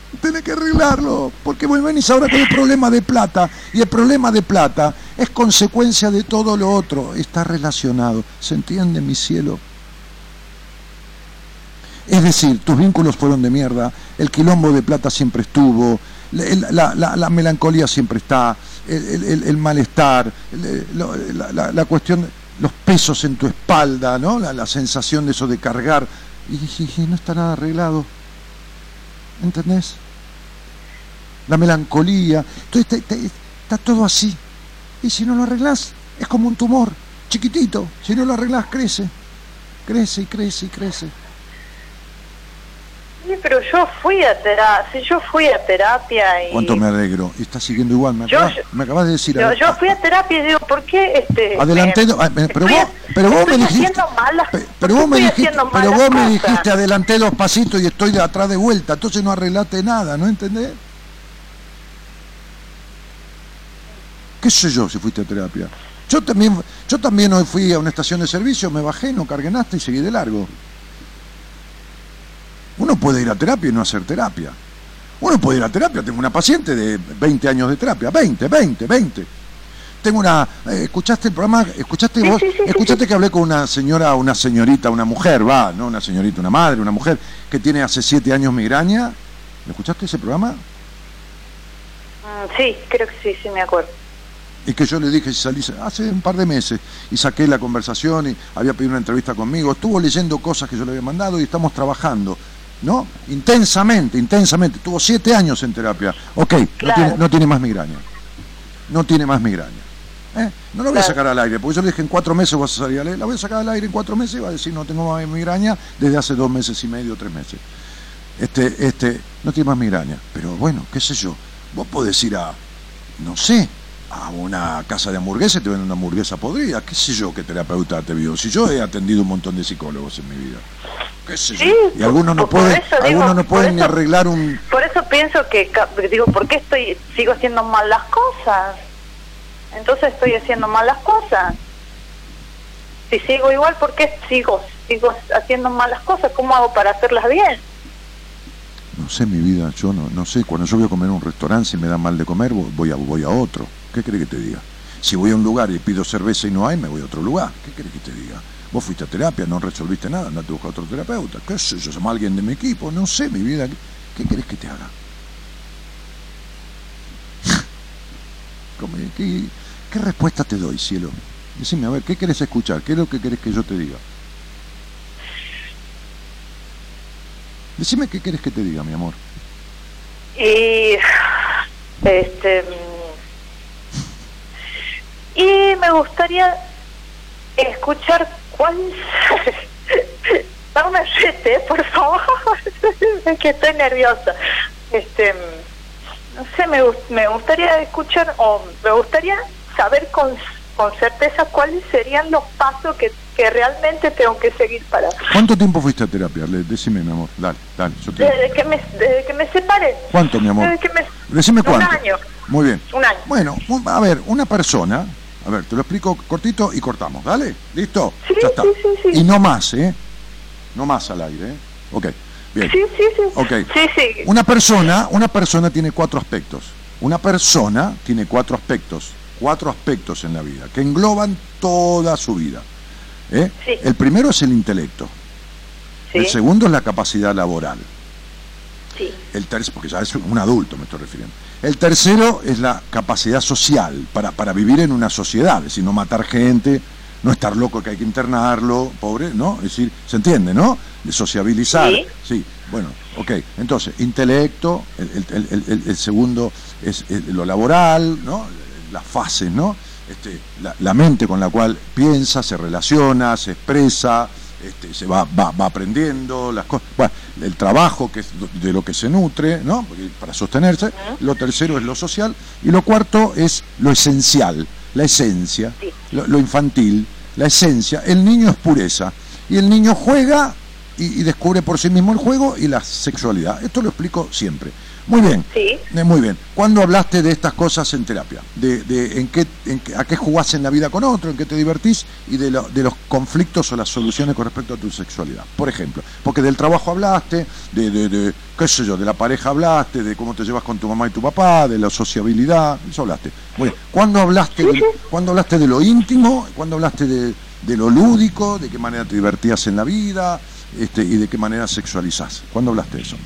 porque vos venís ahora con el problema de plata, y el problema de plata es consecuencia de todo lo otro, está relacionado, ¿se entiende, mi cielo? Es decir, tus vínculos fueron de mierda, el quilombo de plata siempre estuvo, la melancolía siempre está, el malestar, la cuestión, los pesos en tu espalda, ¿no? La sensación de eso de cargar, y no está nada arreglado, ¿entendés? La melancolía, entonces está todo así, y si no lo arreglás, es como un tumor, chiquitito, si no lo arreglás crece y crece. Sí, pero yo fui a terapia y... ¿Cuánto me alegro? Y está siguiendo igual, me acabas de decir... Yo fui a terapia y digo, ¿por qué pero vos me dijiste... Pero vos me dijiste, adelanté 2 pasitos y estoy de atrás de vuelta, entonces no arreglaste nada, ¿no entendés? ¿Qué sé yo si fuiste a terapia? Yo también hoy fui a una estación de servicio, me bajé, no cargué nada y seguí de largo. Uno puede ir a terapia y no hacer terapia. Uno puede ir a terapia, tengo una paciente de 20 años de terapia, 20. Tengo una... ¿escuchaste el programa? ¿Escuchaste vos? ¿Escuchaste que hablé con una señorita, una mujer, no una señorita, una madre, una mujer, que tiene hace 7 años migraña? ¿Lo escuchaste ese programa? Sí, creo que sí, me acuerdo. Y que yo le dije, si salí hace un par de meses, y saqué la conversación, y había pedido una entrevista conmigo, estuvo leyendo cosas que yo le había mandado y estamos trabajando, ¿no? Intensamente, tuvo 7 años en terapia. Ok, claro. No tiene más migraña. No lo voy a sacar al aire, porque yo le dije, en 4 meses vas a salir al aire, la voy a sacar al aire en 4 meses y va a decir, no tengo más migraña desde hace 2 meses y medio, 3 meses. No tiene más migraña, pero bueno, qué sé yo, vos podés ir a una casa de hamburguesas y te venden una hamburguesa podrida, qué sé yo qué terapeuta te vio, si yo he atendido un montón de psicólogos en mi vida, qué sé yo, y algunos no pueden ni arreglar un... Por eso pienso que, ¿por qué sigo haciendo mal las cosas? Entonces estoy haciendo mal las cosas. Si sigo igual, ¿por qué sigo haciendo mal las cosas? ¿Cómo hago para hacerlas bien? No sé, mi vida, yo no sé. Cuando yo voy a comer en un restaurante, si me da mal de comer, voy a otro. ¿Qué querés que te diga? Si voy a un lugar y pido cerveza y no hay, me voy a otro lugar. ¿Qué querés que te diga? Vos fuiste a terapia, no resolviste nada, andate a buscar otro terapeuta. ¿Qué sé yo? Llama a alguien de mi equipo. No sé, mi vida. ¿Qué querés que te haga? ¿Qué respuesta te doy, cielo? Decime, a ver, ¿qué querés escuchar? ¿Qué es lo que querés que yo te diga? Decime qué querés que te diga, mi amor. Y me gustaría escuchar cuál... Dame rete, por favor, es que estoy nerviosa. No sé, me gustaría escuchar, o me gustaría saber con certeza cuáles serían los pasos que realmente tengo que seguir para... ¿Cuánto tiempo fuiste a terapia? Decime, mi amor, dale. Yo te... desde que me separé. ¿Cuánto, mi amor? Decime cuánto. Un año. Muy bien. Un año. Bueno, a ver, una persona... A ver, te lo explico cortito y cortamos, ¿dale? ¿Listo? Sí, ya está. Sí. Y no más, No más al aire, Ok, bien. Sí. Ok. Sí. Una persona tiene 4 aspectos. Una persona tiene 4 aspectos en la vida, que engloban toda su vida. Sí. El primero es el intelecto. Sí. El segundo es la capacidad laboral. Sí. Porque ya es un adulto, me estoy refiriendo. El tercero es la capacidad social, para vivir en una sociedad, es decir, no matar gente, no estar loco que hay que internarlo, pobre, ¿no? Es decir, se entiende, ¿no? De sociabilizar. Sí, bueno, ok. Entonces, intelecto, el segundo es lo laboral, ¿no? Las fases, ¿no? La mente con la cual piensa, se relaciona, se expresa, se va aprendiendo las cosas, bueno, el trabajo, que es de lo que se nutre, ¿no? Para sostenerse. Lo tercero es lo social, y lo cuarto es lo esencial, la esencia, lo infantil, la esencia. El niño es pureza, y el niño juega y descubre por sí mismo el juego y la sexualidad. Esto lo explico siempre. Muy bien. Sí. Muy bien. ¿Cuándo hablaste de estas cosas en terapia? ¿A qué jugás en la vida con otro? ¿En qué te divertís? Y de los conflictos o las soluciones con respecto a tu sexualidad. Por ejemplo, porque del trabajo hablaste, qué sé yo, de la pareja hablaste, de cómo te llevas con tu mamá y tu papá, de la sociabilidad, eso hablaste. Muy bien. ¿Cuándo hablaste de lo íntimo? ¿Cuándo hablaste de lo lúdico? ¿De qué manera te divertías en la vida? ¿Y de qué manera sexualizás? ¿Cuándo hablaste de eso?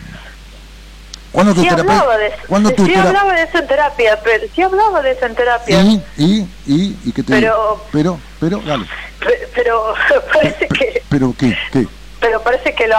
Sí hablaba de eso en terapia, ¿Y qué te digo? Pero, dale. Pero parece que... ¿Pero qué? Pero parece que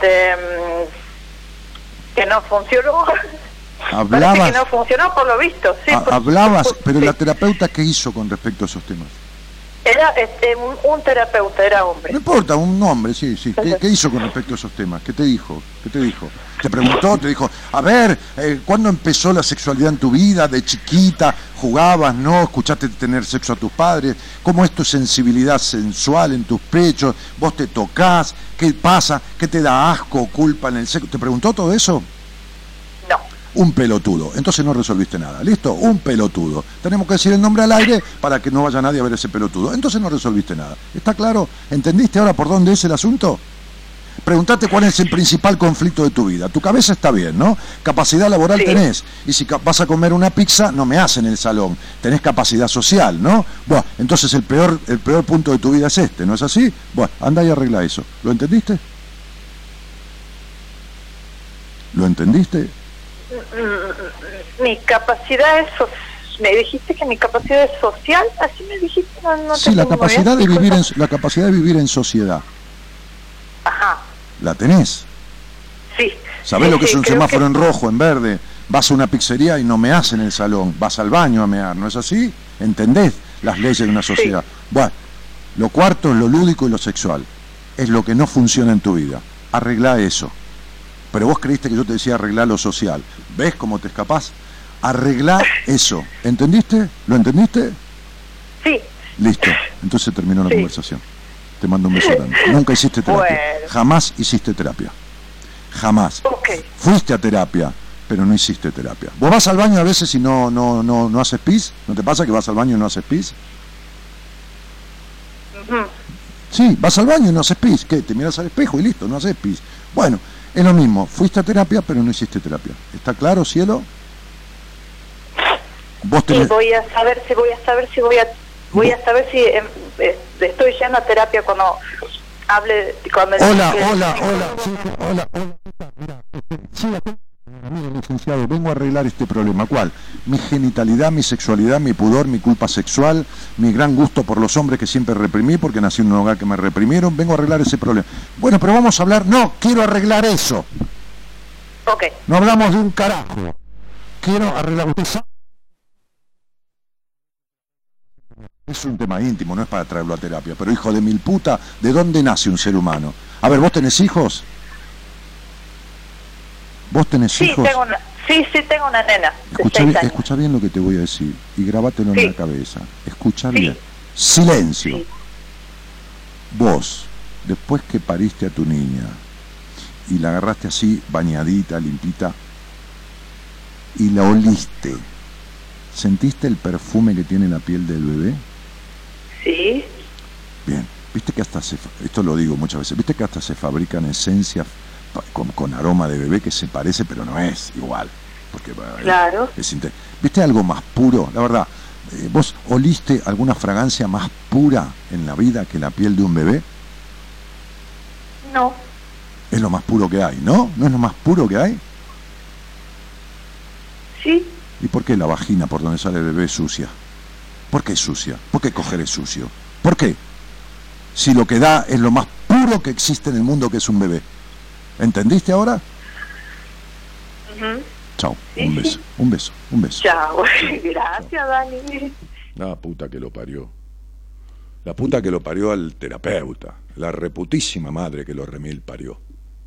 que no funcionó. Hablabas... Parece que no funcionó por lo visto. Sí, hablabas, pero la terapeuta, ¿qué hizo con respecto a esos temas? Era un terapeuta, era hombre. No importa, un hombre, sí. ¿Qué hizo con respecto a esos temas? ¿Qué te dijo? ¿Te preguntó? ¿Te dijo, a ver, cuándo empezó la sexualidad en tu vida? ¿De chiquita? ¿Jugabas? ¿No? ¿Escuchaste tener sexo a tus padres? ¿Cómo es tu sensibilidad sensual en tus pechos? ¿Vos te tocás? ¿Qué pasa? ¿Qué te da asco o culpa en el sexo? ¿Te preguntó todo eso? No. Un pelotudo. Entonces no resolviste nada. ¿Listo? Un pelotudo. Tenemos que decir el nombre al aire para que no vaya nadie a ver ese pelotudo. Entonces no resolviste nada. ¿Está claro? ¿Entendiste ahora por dónde es el asunto? Preguntate cuál es el principal conflicto de tu vida. Tu cabeza está bien, ¿no? Capacidad laboral tenés. Y si vas a comer una pizza, no me hacen en el salón. Tenés capacidad social, ¿no? Bueno, entonces el peor punto de tu vida es ¿no es así? Bueno, anda y arregla eso. ¿Lo entendiste? ¿Lo entendiste? Mi capacidad es... ¿Me dijiste que mi capacidad es social? ¿Así me dijiste? No sí, la capacidad de vivir en sociedad. Ajá. ¿La tenés? Sí. ¿Sabés lo que es un semáforo en rojo, en verde? Vas a una pizzería y no meás en el salón. Vas al baño a mear, ¿no es así? ¿Entendés las leyes de una sociedad? Sí. Bueno, lo cuarto es lo lúdico y lo sexual. Es lo que no funciona en tu vida. Arreglá eso. Pero vos creíste que yo te decía arreglar lo social. ¿Ves cómo te escapás? Arreglá eso. ¿Entendiste? ¿Lo entendiste? Sí. Listo. Entonces terminó la conversación. Te mando un beso grande. Nunca hiciste terapia. Bueno. Jamás hiciste terapia. Jamás. Okay. Fuiste a terapia, pero no hiciste terapia. ¿Vos vas al baño a veces y no haces pis? ¿No te pasa que vas al baño y no haces pis? Sí, vas al baño y no haces pis. ¿Qué? Te miras al espejo y listo, no haces pis. Bueno, es lo mismo. Fuiste a terapia, pero no hiciste terapia. ¿Está claro, cielo? Vos sí, voy a saber si estoy yendo a terapia cuando hable, cuando hola. Sí, mira, Mire, licenciado, vengo a arreglar este problema. ¿Cuál? Mi genitalidad, mi sexualidad, mi pudor, mi culpa sexual, mi gran gusto por los hombres que siempre reprimí porque nací en un hogar que me reprimieron. Vengo a arreglar ese problema. Bueno, pero vamos a hablar... No, quiero arreglar eso. Ok. No hablamos de un carajo. Quiero arreglar... Usted sabe... Es un tema íntimo, no es para traerlo a terapia. Pero hijo de mil puta, ¿de dónde nace un ser humano? A ver, ¿vos tenés hijos? ¿Vos tenés hijos? Sí, tengo una nena de 6 años. Escucha bien lo que te voy a decir y grabátelo en la cabeza. Escucha Sí. bien. Silencio. Sí. Vos, después que pariste a tu niña y la agarraste así, bañadita, limpita, y la oliste, ¿sentiste el perfume que tiene la piel del bebé? Sí. Bien. Viste que hasta esto lo digo muchas veces, viste que hasta se fabrican esencias con aroma de bebé que se parece, pero no es igual. Porque Claro. ¿Viste algo más puro? La verdad, ¿vos oliste alguna fragancia más pura en la vida que la piel de un bebé? No. Es lo más puro que hay, ¿no? ¿No es lo más puro que hay? Sí. ¿Y por qué la vagina por donde sale el bebé es sucia? ¿Por qué es sucia? ¿Por qué coger es sucio? ¿Por qué? Si lo que da es lo más puro que existe en el mundo, que es un bebé. ¿Entendiste ahora? Uh-huh. Chao, Sí, un beso, sí. un beso, un beso. Chao. Gracias, Dani. La puta que lo parió. La puta que lo parió al terapeuta. La reputísima madre que lo remil parió.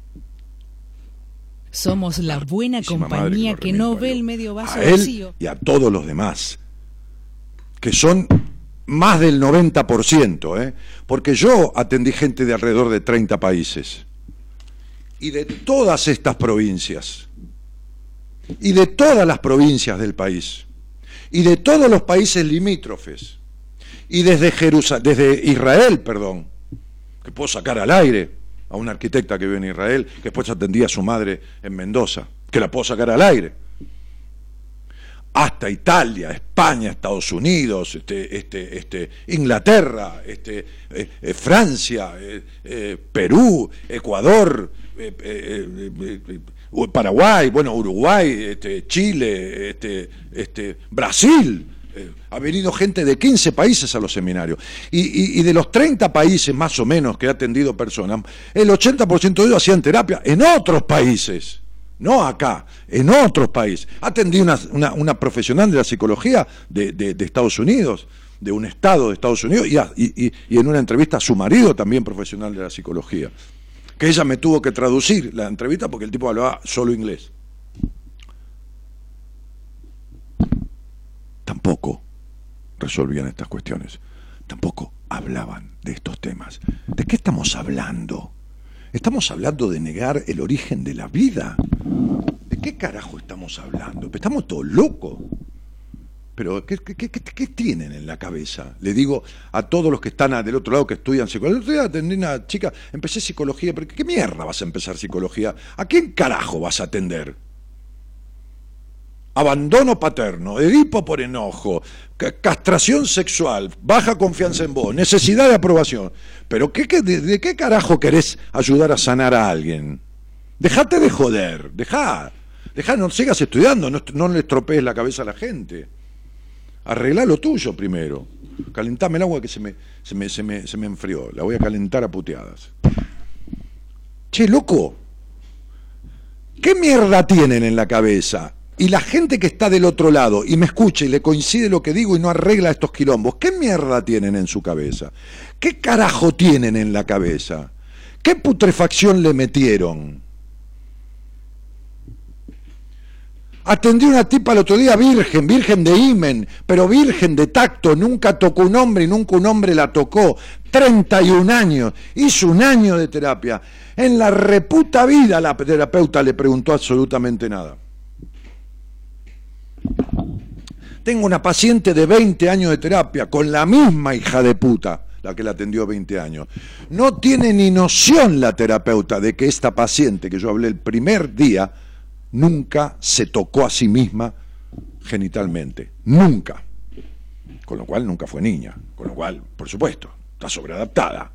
Somos la buena Reputísima compañía madre que lo no remil ve parió. el medio vaso A él vacío. y a todos los demás, que son más del 90%, porque yo atendí gente de alrededor de 30 países, y de todas estas provincias, y de todas las provincias del país, y de todos los países limítrofes, y desde Israel, que puedo sacar al aire a una arquitecta que vive en Israel, que después atendía a su madre en Mendoza, que la puedo sacar al aire, hasta Italia, España, Estados Unidos, Inglaterra, Francia, Perú, Ecuador, Paraguay, bueno, Uruguay, Chile, Brasil. Ha venido gente de 15 países a los seminarios. Y de los 30 países más o menos que ha atendido personas, el 80% de ellos hacían terapia en otros países. No acá, en otros países. Atendí una profesional de la psicología de Estados Unidos, de un estado de Estados Unidos, y en una entrevista a su marido, también profesional de la psicología, que ella me tuvo que traducir la entrevista porque el tipo hablaba solo inglés. Tampoco resolvían estas cuestiones, tampoco hablaban de estos temas. ¿De qué estamos hablando? Estamos hablando de negar el origen de la vida. ¿De qué carajo estamos hablando? Estamos todos locos. Pero, ¿qué tienen en la cabeza? Le digo a todos los que están del otro lado que estudian psicología. El otro día atendí a una chica, empecé psicología, pero ¿qué mierda vas a empezar psicología? ¿A quién carajo vas a atender? Abandono paterno, Edipo por enojo, castración sexual, baja confianza en vos, necesidad de aprobación. Pero ¿de qué carajo querés ayudar a sanar a alguien? Dejate de joder, dejá, no sigas estudiando, no le estropees la cabeza a la gente. Arreglá lo tuyo primero. Calentame el agua que se me enfrió, la voy a calentar a puteadas. Che, loco, ¿qué mierda tienen en la cabeza? Y la gente que está del otro lado y me escucha y le coincide lo que digo y no arregla estos quilombos, ¿qué mierda tienen en su cabeza? ¿Qué carajo tienen en la cabeza? ¿Qué putrefacción le metieron? Atendí una tipa el otro día virgen de himen, pero virgen de tacto, nunca tocó un hombre y nunca un hombre la tocó. 31 años, hizo un año de terapia. En la reputa vida la terapeuta le preguntó absolutamente nada. Tengo una paciente de 20 años de terapia con la misma hija de puta, la que la atendió 20 años. No tiene ni noción la terapeuta de que esta paciente que yo hablé el primer día nunca se tocó a sí misma genitalmente. Nunca. Con lo cual nunca fue niña. Con lo cual, por supuesto, está sobreadaptada.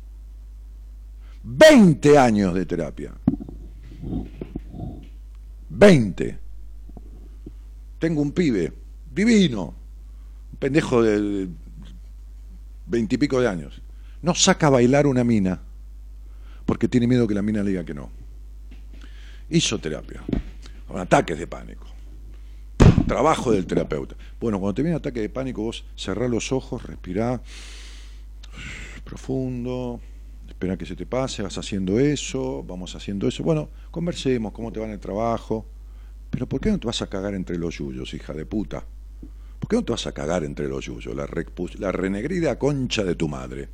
20 años de terapia. 20. Tengo un pibe, divino, un pendejo de 20 y pico de años. No saca a bailar una mina porque tiene miedo que la mina le diga que no. Hizo terapia, con ataques de pánico. Trabajo del terapeuta. Bueno, cuando te viene ataque de pánico, vos cerrá los ojos, respirá profundo, espera que se te pase, vas haciendo eso, vamos haciendo eso. Bueno, conversemos, cómo te va en el trabajo. Pero ¿por qué no te vas a cagar entre los yuyos, hija de puta? ¿Por qué no te vas a cagar entre los yuyos, la renegrida concha de tu madre?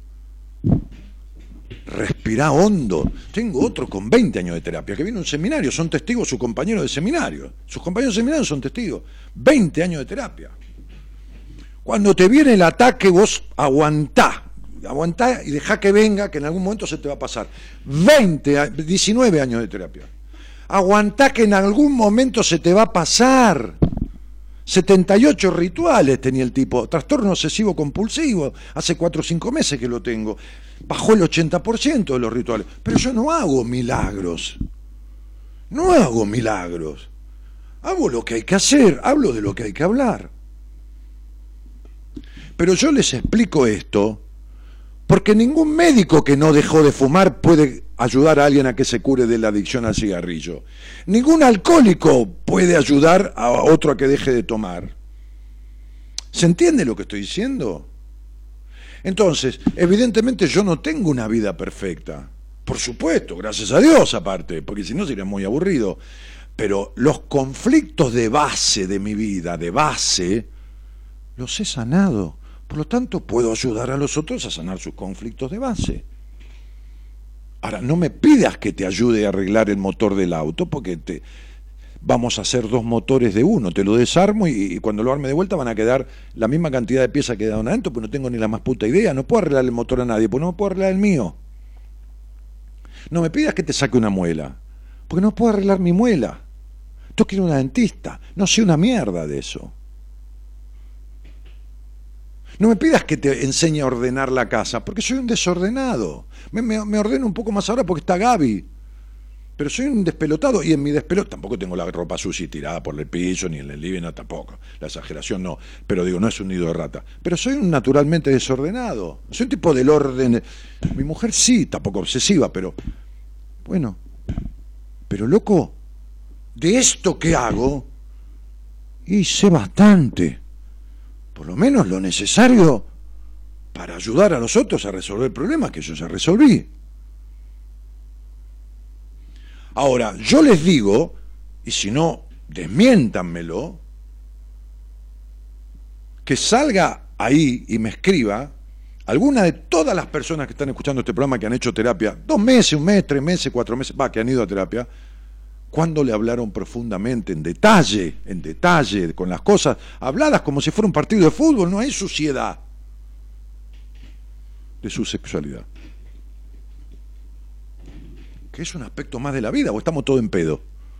Respirá hondo. Tengo otro con 20 años de terapia que viene a un seminario, son testigos sus compañeros de seminario. Sus compañeros de seminario son testigos. 20 años de terapia. Cuando te viene el ataque, vos aguantá y dejá que venga, que en algún momento se te va a pasar. 19 años de terapia. Aguantá que en algún momento se te va a pasar. 78 rituales tenía el tipo, trastorno obsesivo compulsivo, hace 4 o 5 meses que lo tengo. Bajó el 80% de los rituales. Pero yo no hago milagros. No hago milagros. Hago lo que hay que hacer, hablo de lo que hay que hablar. Pero yo les explico esto porque ningún médico que no dejó de fumar puede ayudar a alguien a que se cure de la adicción al cigarrillo. Ningún alcohólico puede ayudar a otro a que deje de tomar. ¿Se entiende lo que estoy diciendo? Entonces, evidentemente yo no tengo una vida perfecta. Por supuesto, gracias a Dios aparte, porque si no sería muy aburrido. Pero los conflictos de base de mi vida, de base, los he sanado. Por lo tanto, puedo ayudar a los otros a sanar sus conflictos de base. Ahora, no me pidas que te ayude a arreglar el motor del auto, porque vamos a hacer 2 motores de uno. Te lo desarmo y cuando lo arme de vuelta van a quedar la misma cantidad de piezas que quedaron adentro, porque no tengo ni la más puta idea. No puedo arreglar el motor a nadie, porque no puedo arreglar el mío. No me pidas que te saque una muela, porque no puedo arreglar mi muela. Yo quiero una dentista, no sé una mierda de eso. No me pidas que te enseñe a ordenar la casa, porque soy un desordenado. Me ordeno un poco más ahora porque está Gaby. Pero soy un despelotado y en mi despelote tampoco tengo la ropa sucia y tirada por el piso, ni en el living, no, tampoco. La exageración no. Pero digo, no es un nido de rata. Pero soy un naturalmente desordenado. Soy un tipo del orden. Mi mujer sí, tampoco obsesiva, pero... Bueno, pero loco, de esto que hago, hice bastante. Por lo menos lo necesario para ayudar a los otros a resolver problemas que yo ya resolví. Ahora, yo les digo, y si no, desmiéntanmelo, que salga ahí y me escriba alguna de todas las personas que están escuchando este programa que han hecho terapia 2 meses, 1 mes, 3 meses, 4 meses, que han ido a terapia, cuando le hablaron profundamente, en detalle, con las cosas habladas como si fuera un partido de fútbol, no hay suciedad de su sexualidad. Que es un aspecto más de la vida, o estamos todos en pedo.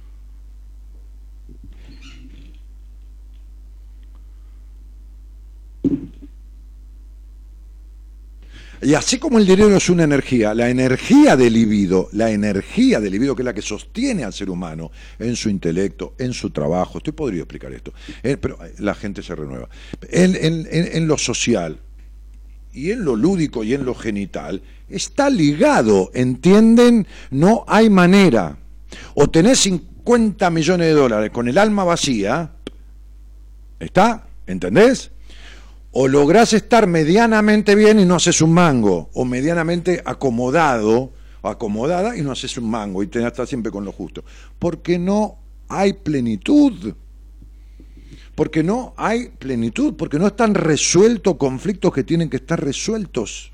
Y así como el dinero es una energía, la energía del libido, que es la que sostiene al ser humano en su intelecto, en su trabajo, estoy podrido explicar esto, pero la gente se renueva. En lo social y en lo lúdico y en lo genital, está ligado, ¿entienden? No hay manera. O tenés 50 millones de dólares con el alma vacía, ¿está? ¿Entendés? O lográs estar medianamente bien y no haces un mango, o medianamente acomodado o acomodada y no haces un mango y tenés que estar siempre con lo justo. Porque no hay plenitud. Porque no hay plenitud, porque no están resueltos conflictos que tienen que estar resueltos.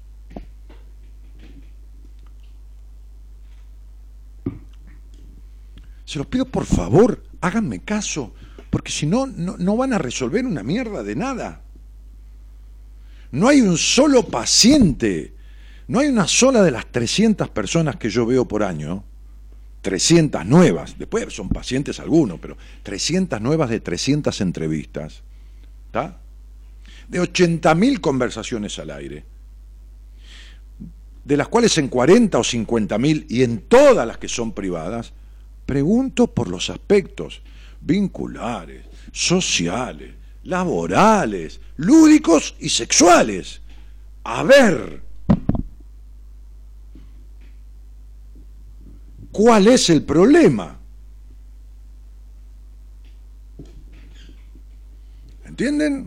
Se los pido por favor, háganme caso, porque si no, no van a resolver una mierda de nada. No hay un solo paciente, no hay una sola de las 300 personas que yo veo por año, 300 nuevas, después son pacientes algunos, pero 300 nuevas de 300 entrevistas, ¿está? De 80.000 conversaciones al aire, de las cuales en 40 o 50.000 y en todas las que son privadas, pregunto por los aspectos vinculares, sociales, laborales, lúdicos y sexuales. A ver, ¿cuál es el problema? ¿Entienden?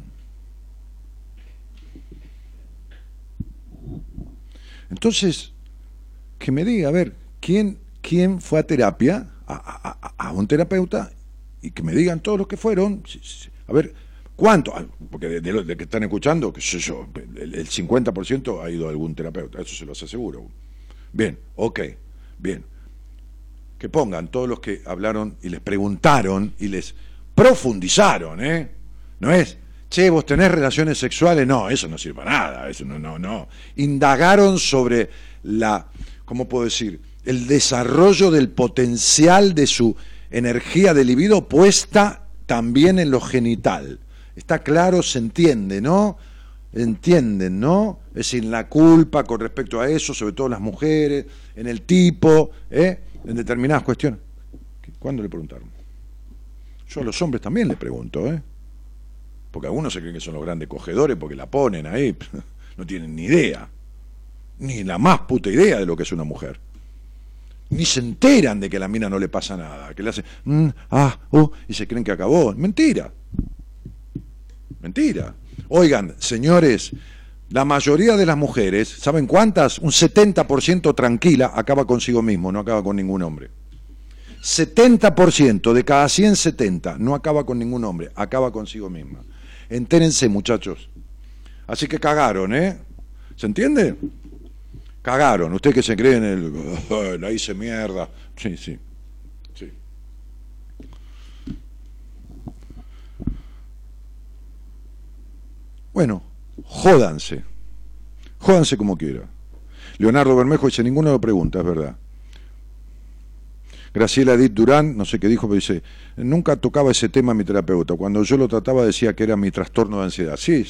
Entonces, que me diga, a ver, ¿quién fue a terapia, a un terapeuta, y que me digan todos los que fueron, a ver, ¿cuánto? Porque de los que están escuchando, qué sé yo, el 50% ha ido a algún terapeuta, eso se los aseguro. Bien, ok, bien. Que pongan todos los que hablaron y les preguntaron y les profundizaron, No es, che, vos tenés relaciones sexuales, no, eso no sirve para nada, eso no. Indagaron sobre ¿cómo puedo decir? El desarrollo del potencial de su energía de libido puesta también en lo genital. Está claro, se entiende, ¿no? Entienden, ¿no? Es decir, la culpa con respecto a eso, sobre todo las mujeres, en el tipo, en determinadas cuestiones. ¿Cuándo le preguntaron? Yo a los hombres también le pregunto, porque algunos se creen que son los grandes cogedores porque la ponen ahí, no tienen ni idea, ni la más puta idea de lo que es una mujer. Ni se enteran de que a la mina no le pasa nada, que le hacen y se creen que acabó. Mentira. Mentira. Oigan, señores, la mayoría de las mujeres, ¿saben cuántas? Un 70% tranquila acaba consigo mismo, no acaba con ningún hombre. 70% de cada 170 no acaba con ningún hombre, acaba consigo misma. Entérense, muchachos. Así que cagaron, ¿se entiende? Cagaron. Ustedes que se creen la hice mierda. Sí. Bueno, jódanse como quiera. Leonardo Bermejo dice, ninguno lo pregunta, es verdad. Graciela Edith Durán, no sé qué dijo, pero dice, nunca tocaba ese tema mi terapeuta. Cuando yo lo trataba decía que era mi trastorno de ansiedad. Sí.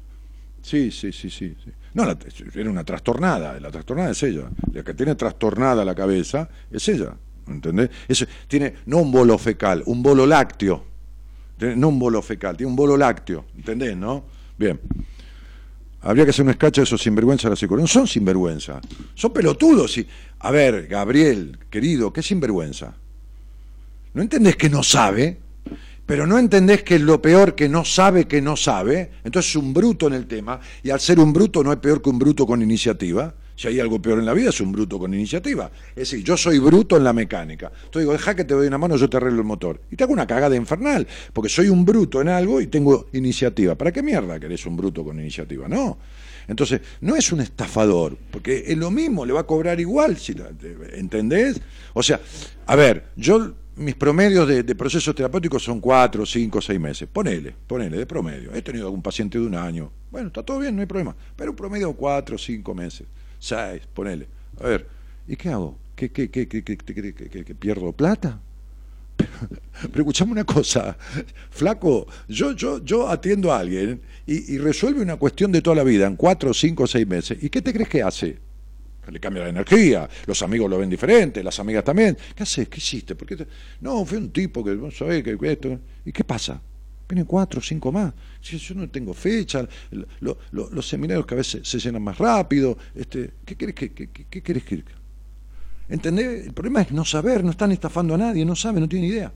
No, era una trastornada, la trastornada es ella. La que tiene trastornada la cabeza es ella, ¿entendés? Tiene no un bolo fecal, un bolo lácteo. No un bolo fecal, tiene un bolo lácteo, ¿entendés, no? Bien. Habría que hacer un sketch de esos sinvergüenza de la psicología. No son sinvergüenza, son pelotudos. A ver, Gabriel, querido, ¿qué sinvergüenza? ¿No entendés que no sabe? Pero no entendés que es lo peor que no sabe, entonces es un bruto en el tema, y al ser un bruto no es peor que un bruto con iniciativa. Si hay algo peor en la vida es un bruto con iniciativa. Es decir, yo soy bruto en la mecánica. Entonces digo, deja que te doy una mano, yo te arreglo el motor. Y te hago una cagada infernal, porque soy un bruto en algo y tengo iniciativa. ¿Para qué mierda querés un bruto con iniciativa? No. Entonces, no es un estafador, porque es lo mismo, le va a cobrar igual, ¿entendés? O sea, a ver, mis promedios de procesos terapéuticos son 4, 5, 6 meses. Ponele, de promedio. He tenido algún paciente de 1 año. Bueno, está todo bien, no hay problema. Pero un promedio de 4, 5 meses. 6, ponele. A ver, ¿y qué hago? ¿Que pierdo plata? Pero escuchame una cosa, flaco, yo atiendo a alguien y resuelve una cuestión de toda la vida en 4, 5, 6 meses. ¿Y qué te crees que hace? Le cambia la energía, los amigos lo ven diferente, las amigas también. ¿Qué haces? ¿Qué hiciste? ¿Por qué No, fue un tipo que no sabés que esto. ¿Y qué pasa? Vienen 4, 5 más. Si yo no tengo fecha, los seminarios que a veces se llenan más rápido. ¿Qué querés que? ¿Entendés? El problema es no saber, no están estafando a nadie, no saben, no tienen idea.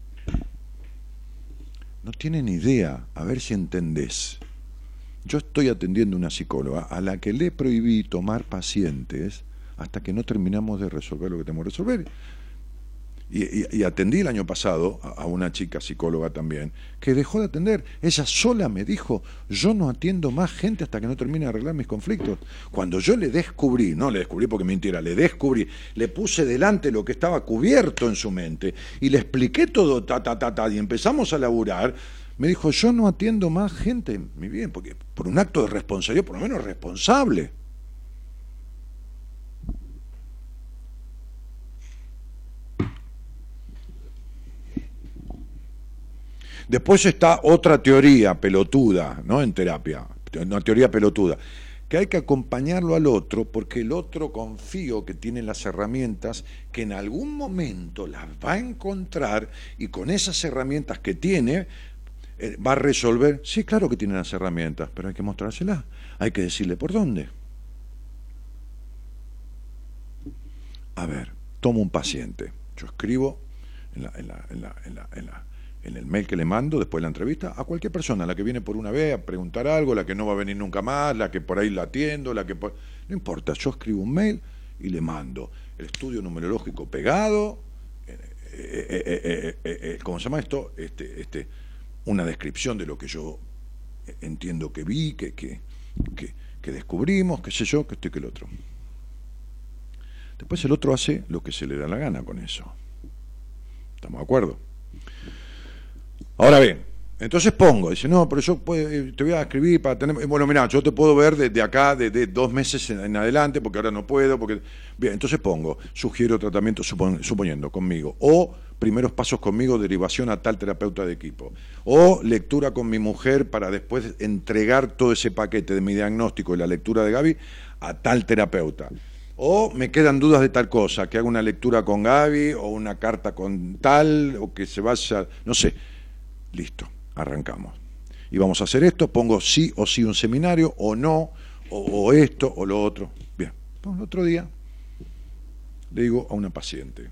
No tienen idea, a ver si entendés. Yo estoy atendiendo a una psicóloga a la que le prohibí tomar pacientes hasta que no terminamos de resolver lo que tenemos que resolver. Y atendí el año pasado a una chica psicóloga también, que dejó de atender. Ella sola me dijo, yo no atiendo más gente hasta que no termine de arreglar mis conflictos. Cuando yo le descubrí, no le descubrí porque mentira, le puse delante lo que estaba cubierto en su mente y le expliqué todo, y empezamos a laburar, me dijo, yo no atiendo más gente, mi bien, porque por un acto de responsabilidad, por lo menos responsable. Después está otra teoría pelotuda, ¿no? En terapia, una teoría pelotuda, que hay que acompañarlo al otro, porque el otro confío que tiene las herramientas, que en algún momento las va a encontrar y con esas herramientas que tiene va a resolver. Sí, claro que tiene las herramientas, pero hay que mostrárselas, hay que decirle por dónde. A ver, tomo un paciente, yo escribo en el mail que le mando después de la entrevista a cualquier persona, la que viene por una vez a preguntar algo, la que no va a venir nunca más, la que por ahí la atiendo, no importa, yo escribo un mail y le mando el estudio numerológico pegado, ¿cómo se llama esto? Una descripción de lo que yo entiendo que vi, que descubrimos, qué sé yo, que esto y que el otro. Después el otro hace lo que se le da la gana con eso. ¿Estamos de acuerdo? Ahora bien, entonces dice, no, pero yo te voy a escribir para tener... Bueno, mirá, yo te puedo ver desde acá, desde 2 meses en adelante, porque ahora no puedo, porque... Bien, entonces sugiero tratamiento, suponiendo, conmigo, o primeros pasos conmigo, derivación a tal terapeuta de equipo, o lectura con mi mujer para después entregar todo ese paquete de mi diagnóstico y la lectura de Gaby a tal terapeuta. O me quedan dudas de tal cosa, que haga una lectura con Gaby, o una carta con tal, o que se vaya, no sé. Listo, arrancamos. Y vamos a hacer esto, pongo sí o sí un seminario, o no, o esto, o lo otro. Bien, pues el otro día le digo a una paciente,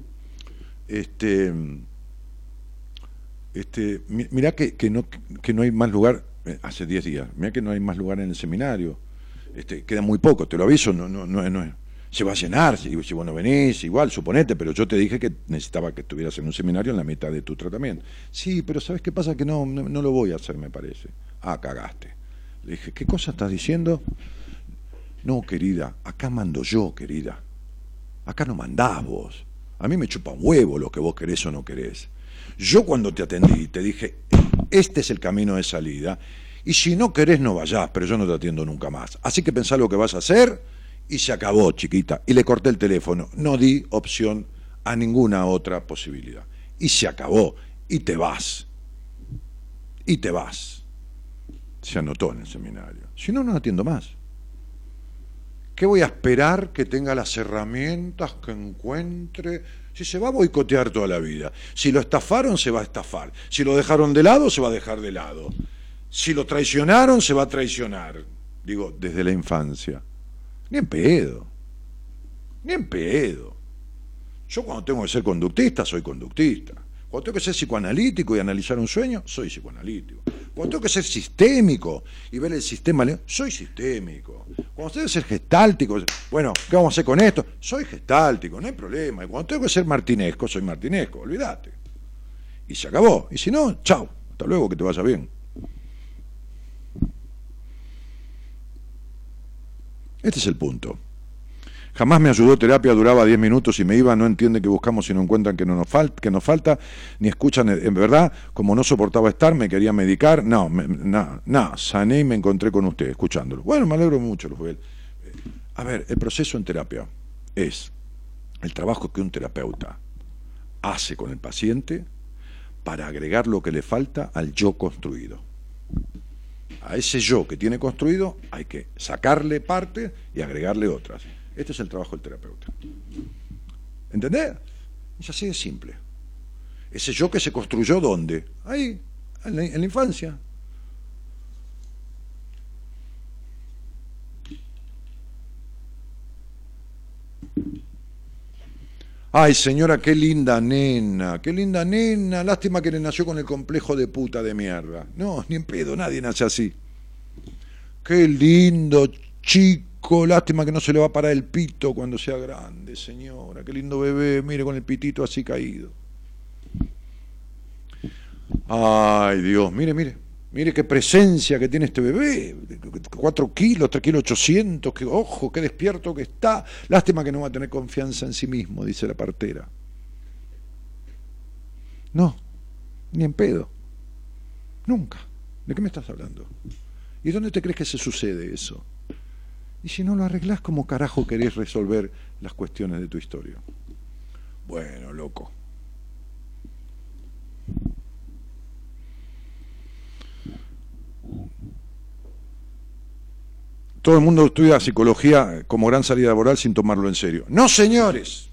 mirá que no hay más lugar, hace 10 días, mirá que no hay más lugar en el seminario. Queda muy poco, te lo aviso, no se va a llenar, si vos no venís, igual, suponete, pero yo te dije que necesitaba que estuvieras en un seminario en la mitad de tu tratamiento. Sí, pero ¿sabes qué pasa? Que no lo voy a hacer, me parece. Ah, cagaste. Le dije, ¿qué cosa estás diciendo? No, querida, acá mando yo, querida. Acá no mandás vos. A mí me chupa un huevo lo que vos querés o no querés. Yo cuando te atendí te dije, este es el camino de salida, y si no querés no vayás, pero yo no te atiendo nunca más. Así que pensá lo que vas a hacer y se acabó, chiquita. Y le corté el teléfono. No di opción a ninguna otra posibilidad. Y se acabó. Y te vas. Y te vas. Se anotó en el seminario. Si no, no atiendo más. ¿Qué voy a esperar que tenga las herramientas que encuentre? Si se va a boicotear toda la vida. Si lo estafaron, se va a estafar. Si lo dejaron de lado, se va a dejar de lado. Si lo traicionaron, se va a traicionar. Digo, desde la infancia. Ni en pedo. Ni en pedo. Yo cuando tengo que ser conductista, soy conductista. Cuando tengo que ser psicoanalítico y analizar un sueño, soy psicoanalítico. Cuando tengo que ser sistémico y ver el sistema, soy sistémico. Cuando tengo que ser gestáltico, bueno, ¿qué vamos a hacer con esto? Soy gestáltico, no hay problema. Y cuando tengo que ser martinesco, soy martinesco, olvídate. Y se acabó. Y si no, chau, hasta luego, que te vaya bien. Este es el punto. Jamás me ayudó terapia, duraba 10 minutos y me iba, no entienden que buscamos y no encuentran que nos falta, ni escuchan, en verdad, como no soportaba estar, me quería medicar, sané y me encontré con usted, escuchándolo. Bueno, me alegro mucho, Luzbel. A ver, el proceso en terapia es el trabajo que un terapeuta hace con el paciente para agregar lo que le falta al yo construido. A ese yo que tiene construido hay que sacarle parte y agregarle otras. Este es el trabajo del terapeuta. ¿Entendés? Es así de simple. Ese yo que se construyó, ¿dónde? Ahí, en la infancia. Ay, señora, qué linda nena, lástima que le nació con el complejo de puta de mierda. No, ni en pedo, nadie nace así. Qué lindo chico, lástima que no se le va a parar el pito cuando sea grande, señora. Qué lindo bebé, mire con el pitito así caído. Ay, Dios, mire qué presencia que tiene este bebé. 4 kilos, 3 kilos 800, que, ojo, qué despierto que está. Lástima que no va a tener confianza en sí mismo, dice la partera. No, ni en pedo. Nunca. ¿De qué me estás hablando? ¿Y dónde te crees que se sucede eso? Y si no lo arreglás, ¿cómo carajo querés resolver las cuestiones de tu historia? Bueno, loco. todo el mundo estudia psicología como gran salida laboral sin tomarlo en serio. No, señores.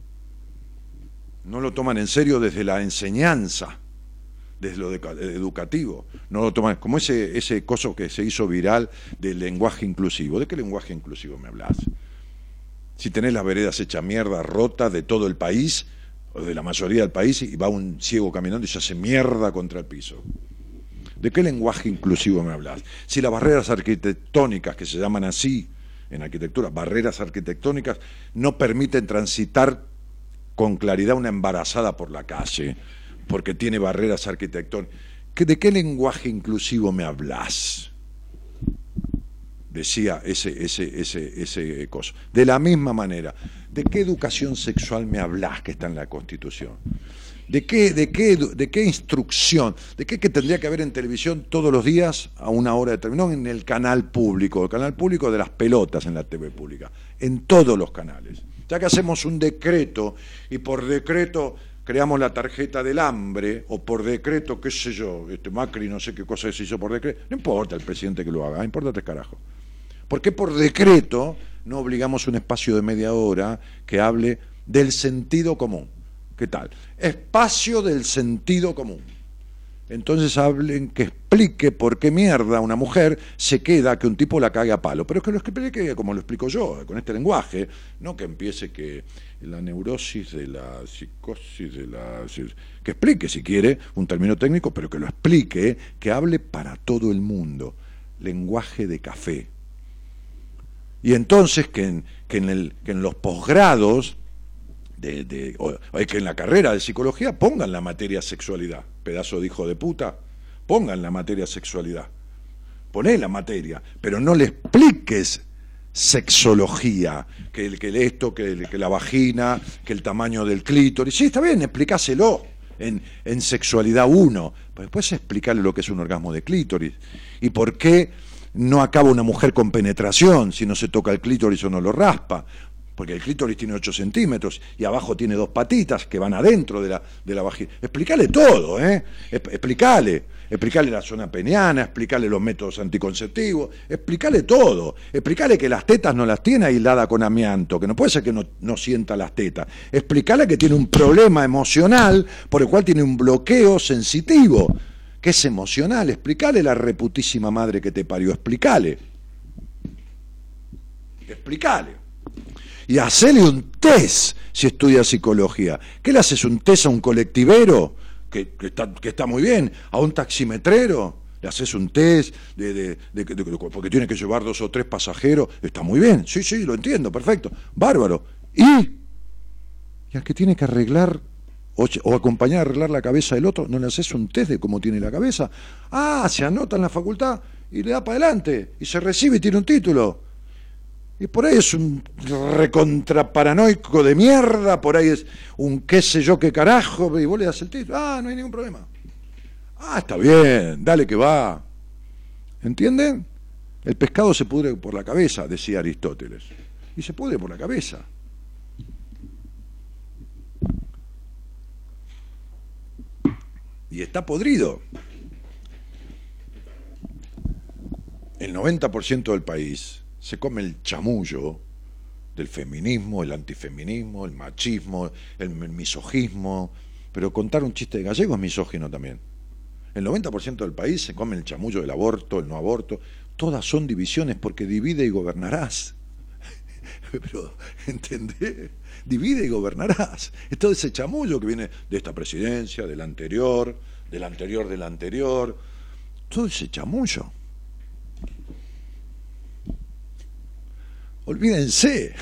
No lo toman en serio desde la enseñanza, desde lo educativo. No lo toman, como ese coso que se hizo viral del lenguaje inclusivo. ¿De qué lenguaje inclusivo me hablas? Si tenés las veredas hechas mierda, rotas de todo el país, o de la mayoría del país, y va un ciego caminando y se hace mierda contra el piso. ¿De qué lenguaje inclusivo me hablas? Si las barreras arquitectónicas, que se llaman así en arquitectura, barreras arquitectónicas, no permiten transitar con claridad una embarazada por la calle, porque tiene barreras arquitectónicas. ¿De qué lenguaje inclusivo me hablas? Decía ese coso. De la misma manera, ¿de qué educación sexual me hablas que está en la Constitución? ¿De qué instrucción? ¿De qué que tendría que haber en televisión todos los días a una hora determinada? No en el canal público de las pelotas en la TV pública, en todos los canales. Ya que hacemos un decreto y por decreto creamos la tarjeta del hambre, o por decreto, qué sé yo, Macri no sé qué cosa se hizo por decreto, no importa el presidente que lo haga, importa tres carajos. ¿Por qué por decreto no obligamos un espacio de media hora que hable del sentido común? ¿Qué tal? Espacio del sentido común. Entonces hablen, que explique por qué mierda una mujer se queda que un tipo la cague a palo. Pero es que lo explique como lo explico yo, con este lenguaje, no que empiece que la neurosis de la psicosis de la... Que explique, si quiere, un término técnico, pero que lo explique, que hable para todo el mundo. Lenguaje de café. Y entonces que en los posgrados, que en la carrera de psicología pongan la materia sexualidad, pedazo de hijo de puta, pongan la materia sexualidad, poné la materia, pero no le expliques sexología, que esto, que la vagina, que el tamaño del clítoris. Sí, está bien, explícaselo en sexualidad 1, pero después explicarle lo que es un orgasmo de clítoris y por qué no acaba una mujer con penetración si no se toca el clítoris o no lo raspa. Porque el clítoris tiene 8 centímetros y abajo tiene 2 patitas que van adentro de la vagina. Explícale todo, explícale la zona peniana, explícale los métodos anticonceptivos, explícale todo. Explícale que las tetas no las tiene aislada con amianto, que no puede ser que no sienta las tetas. Explícale que tiene un problema emocional por el cual tiene un bloqueo sensitivo, que es emocional. Explícale la reputísima madre que te parió, explícale. Y hacele un test si estudia psicología. ¿Qué le haces un test a un colectivero? Que está muy bien. ¿A un taximetrero? ¿Le haces un test porque tiene que llevar 2 o 3 pasajeros? Está muy bien. Sí, lo entiendo, perfecto. Bárbaro. ¿Y al que tiene que arreglar o acompañar a arreglar la cabeza del otro, no le haces un test de cómo tiene la cabeza? Se anota en la facultad y le da para adelante. Y se recibe y tiene un título. Y por ahí es un recontraparanoico de mierda, por ahí es un qué sé yo qué carajo, y vos le das el título. No hay ningún problema. Está bien, dale que va. ¿Entienden? El pescado se pudre por la cabeza, decía Aristóteles. Y se pudre por la cabeza. Y está podrido. El 90% del país se come el chamullo del feminismo, el antifeminismo, el machismo, el misogismo, pero contar un chiste de gallego es misógino también. El 90% del país se come el chamullo del aborto, el no aborto, todas son divisiones porque divide y gobernarás. Pero, ¿entendés? Divide y gobernarás. Es todo ese chamullo que viene de esta presidencia, del anterior, todo ese chamullo. Olvídense.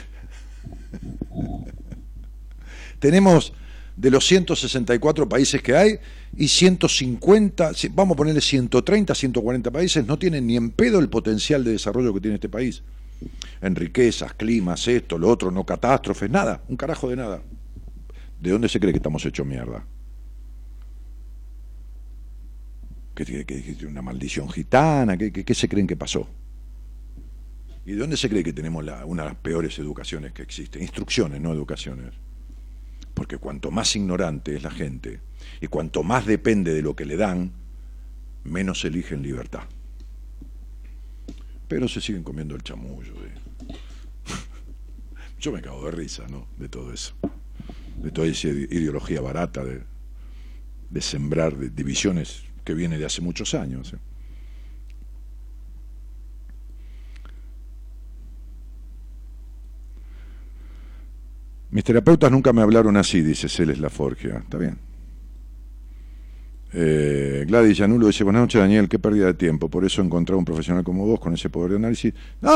Tenemos de los 164 países que hay y 150, vamos a ponerle 130, 140 países, no tienen ni en pedo el potencial de desarrollo que tiene este país. En riquezas, climas, esto, lo otro, no catástrofes, nada, un carajo de nada. ¿De dónde se cree que estamos hechos mierda? ¿Que tiene una maldición gitana? ¿Qué se creen que pasó? ¿Y de dónde se cree que tenemos una de las peores educaciones que existen? Instrucciones, no educaciones. Porque cuanto más ignorante es la gente y cuanto más depende de lo que le dan, menos eligen libertad. pero se siguen comiendo el chamullo. Yo me cago de risa, ¿no? De todo eso. De toda esa ideología barata de sembrar de divisiones que viene de hace muchos años. Mis terapeutas nunca me hablaron así, dice Celes Laforgia. Está bien. Gladys Llanulo dice: buenas noches, Daniel, qué pérdida de tiempo. Por eso encontrar un profesional como vos con ese poder de análisis. No,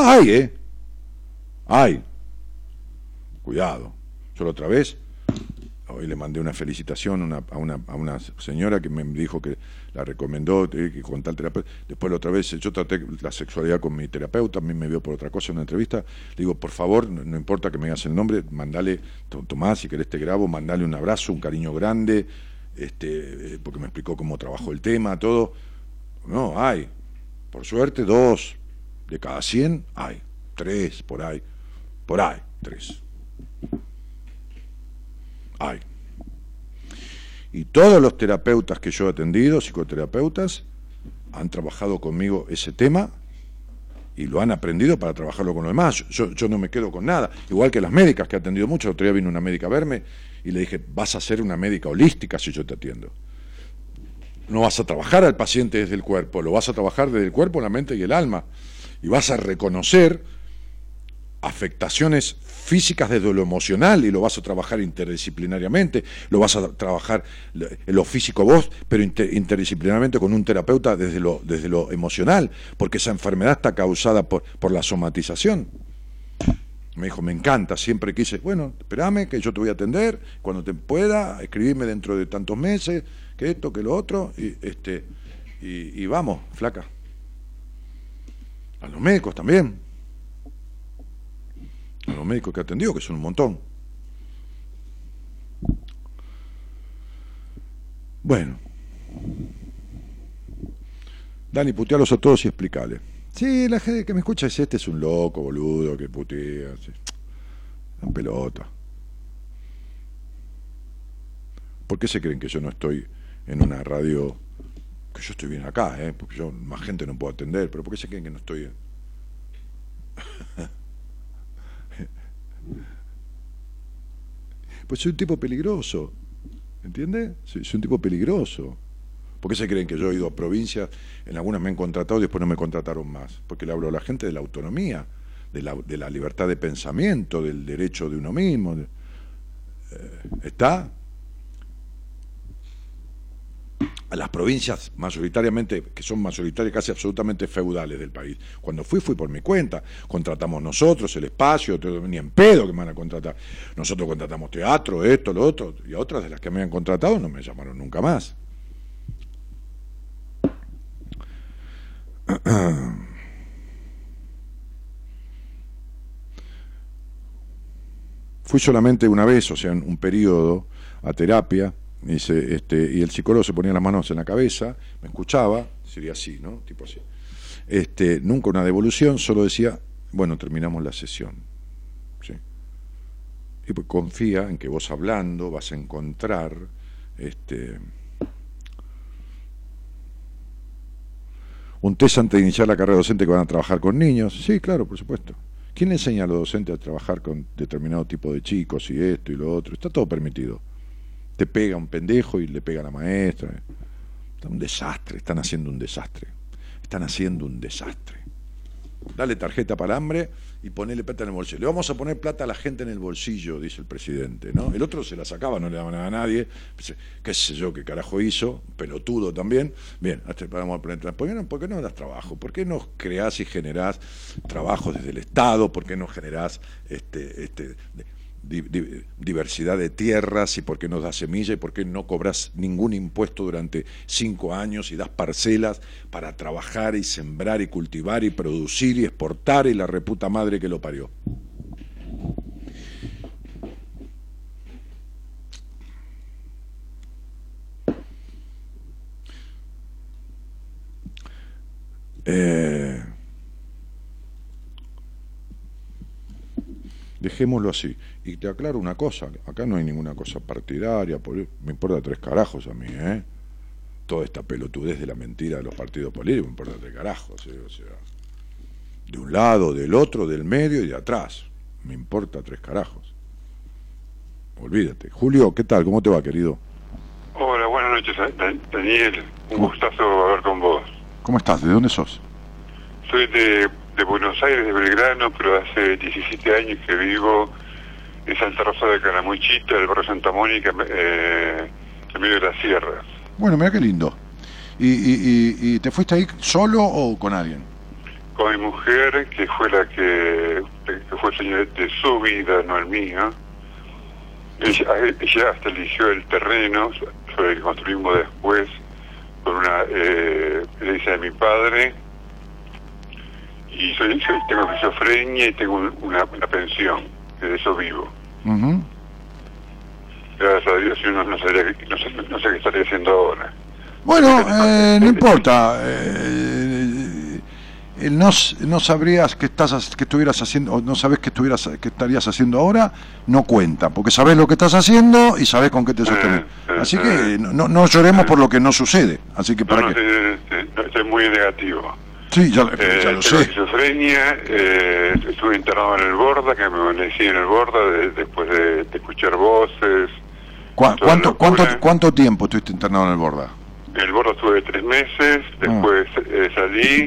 hay. Cuidado. Yo la otra vez, hoy le mandé una felicitación a una señora que me dijo que la recomendó con tal terapeuta. Después la otra vez yo traté la sexualidad con mi terapeuta, a mí me vio por otra cosa en una entrevista. Le digo, por favor, no importa que me digas el nombre, mandale, Tomás, si querés te grabo, mandale un abrazo, un cariño grande, porque me explicó cómo trabajó el tema, todo. No, hay. Por suerte, 2 de cada 100 hay. 3 por ahí. 3. Hay. Y todos los terapeutas que yo he atendido, psicoterapeutas, han trabajado conmigo ese tema y lo han aprendido para trabajarlo con los demás. Yo no me quedo con nada. Igual que las médicas que he atendido mucho. El otro día vino una médica a verme y le dije, vas a ser una médica holística si yo te atiendo. No vas a trabajar al paciente desde el cuerpo, lo vas a trabajar desde el cuerpo, la mente y el alma. Y vas a reconocer afectaciones físicas desde lo emocional y lo vas a trabajar interdisciplinariamente, lo vas a trabajar lo físico vos, pero interdisciplinariamente con un terapeuta desde lo emocional, porque esa enfermedad está causada por la somatización. Me dijo, me encanta, siempre quise, bueno, espérame que yo te voy a atender, cuando te pueda, escribirme dentro de tantos meses, que esto, que lo otro, y vamos, flaca. A los médicos también. A los médicos que he atendido, que son un montón. Bueno. Dani, putealos a todos y explicale. Sí, la gente que me escucha dice, este es un loco, boludo, que putea. Sí. Una pelota. ¿Por qué se creen que yo no estoy en una radio, que yo estoy bien acá, porque yo más gente no puedo atender, pero ¿por qué se creen que no estoy Pues soy un tipo peligroso, ¿entiendes? Soy un tipo peligroso. ¿Por qué se creen que yo he ido a provincias, en algunas me han contratado y después no me contrataron más? Porque le hablo a la gente de la autonomía, de la libertad de pensamiento, del derecho de uno mismo. ¿Está? A las provincias mayoritariamente, que son mayoritarias casi absolutamente feudales del país. Cuando fui por mi cuenta, contratamos nosotros el espacio, ni en pedo que me van a contratar. Nosotros contratamos teatro, esto, lo otro, y a otras de las que me han contratado no me llamaron nunca más. Fui solamente una vez, o sea, en un periodo, a terapia. Dice, y el psicólogo se ponía las manos en la cabeza, me escuchaba, sería así, ¿no? Tipo así. Nunca una devolución, solo decía, bueno, terminamos la sesión. ¿Sí? Y pues confía en que vos hablando vas a encontrar un test antes de iniciar la carrera docente que van a trabajar con niños. Sí, claro, por supuesto. ¿Quién le enseña a los docentes a trabajar con determinado tipo de chicos y esto y lo otro? Está todo permitido. Te pega un pendejo y le pega a la maestra. Está un desastre, están haciendo un desastre. Dale tarjeta para hambre y ponele plata en el bolsillo. Le vamos a poner plata a la gente en el bolsillo, dice el presidente, ¿no? El otro se la sacaba, no le daba nada a nadie. Qué sé yo, qué carajo hizo, pelotudo también. Bien, vamos a poner, ¿por qué no das trabajo? ¿Por qué no creás y generás trabajos desde el Estado? ¿Por qué no generás diversidad de tierras? ¿Y por qué no das semilla? ¿Y por qué no cobras ningún impuesto durante 5 años y das parcelas para trabajar y sembrar y cultivar y producir y exportar y la reputa madre que lo parió? Dejémoslo así. Y te aclaro una cosa, acá no hay ninguna cosa partidaria, me importa 3 carajos a mí, Toda esta pelotudez de la mentira de los partidos políticos, me importa 3 carajos, o sea, de un lado, del otro, del medio y de atrás. Me importa 3 carajos. Olvídate. Julio, ¿qué tal? ¿Cómo te va, querido? Hola, buenas noches, Daniel. Un gustazo hablar con vos. ¿Cómo estás? ¿De dónde sos? Soy de Buenos Aires, de Belgrano, pero hace 17 años que vivo en Santa Rosa de Calamuchita, del barrio Santa Mónica, en medio de las sierras. Bueno, mira qué lindo. ¿Y te fuiste ahí solo o con alguien? Con mi mujer, que fue la que fue el señor de su vida, no el mío. Ella hasta eligió el terreno sobre el que construimos después por una herencia de mi padre. Y tengo esquizofrenia y tengo una pensión, que de eso vivo. Gracias a Dios, yo no sé qué estaría haciendo ahora. Bueno, no importa. No sabrías que estuvieras haciendo, o no sabes que estarías haciendo ahora, no cuenta, porque sabes lo que estás haciendo y sabes con qué te sostenes. Así que no lloremos por lo que no sucede. Así que para qué. Estoy muy negativo. Sí, ya lo sé. Esquizofrenia, estuve internado en el Borda, que me amanecí en el Borda después de escuchar voces. ¿Cuánto tiempo estuviste internado en el Borda? En el Borda estuve 3 meses, después salí.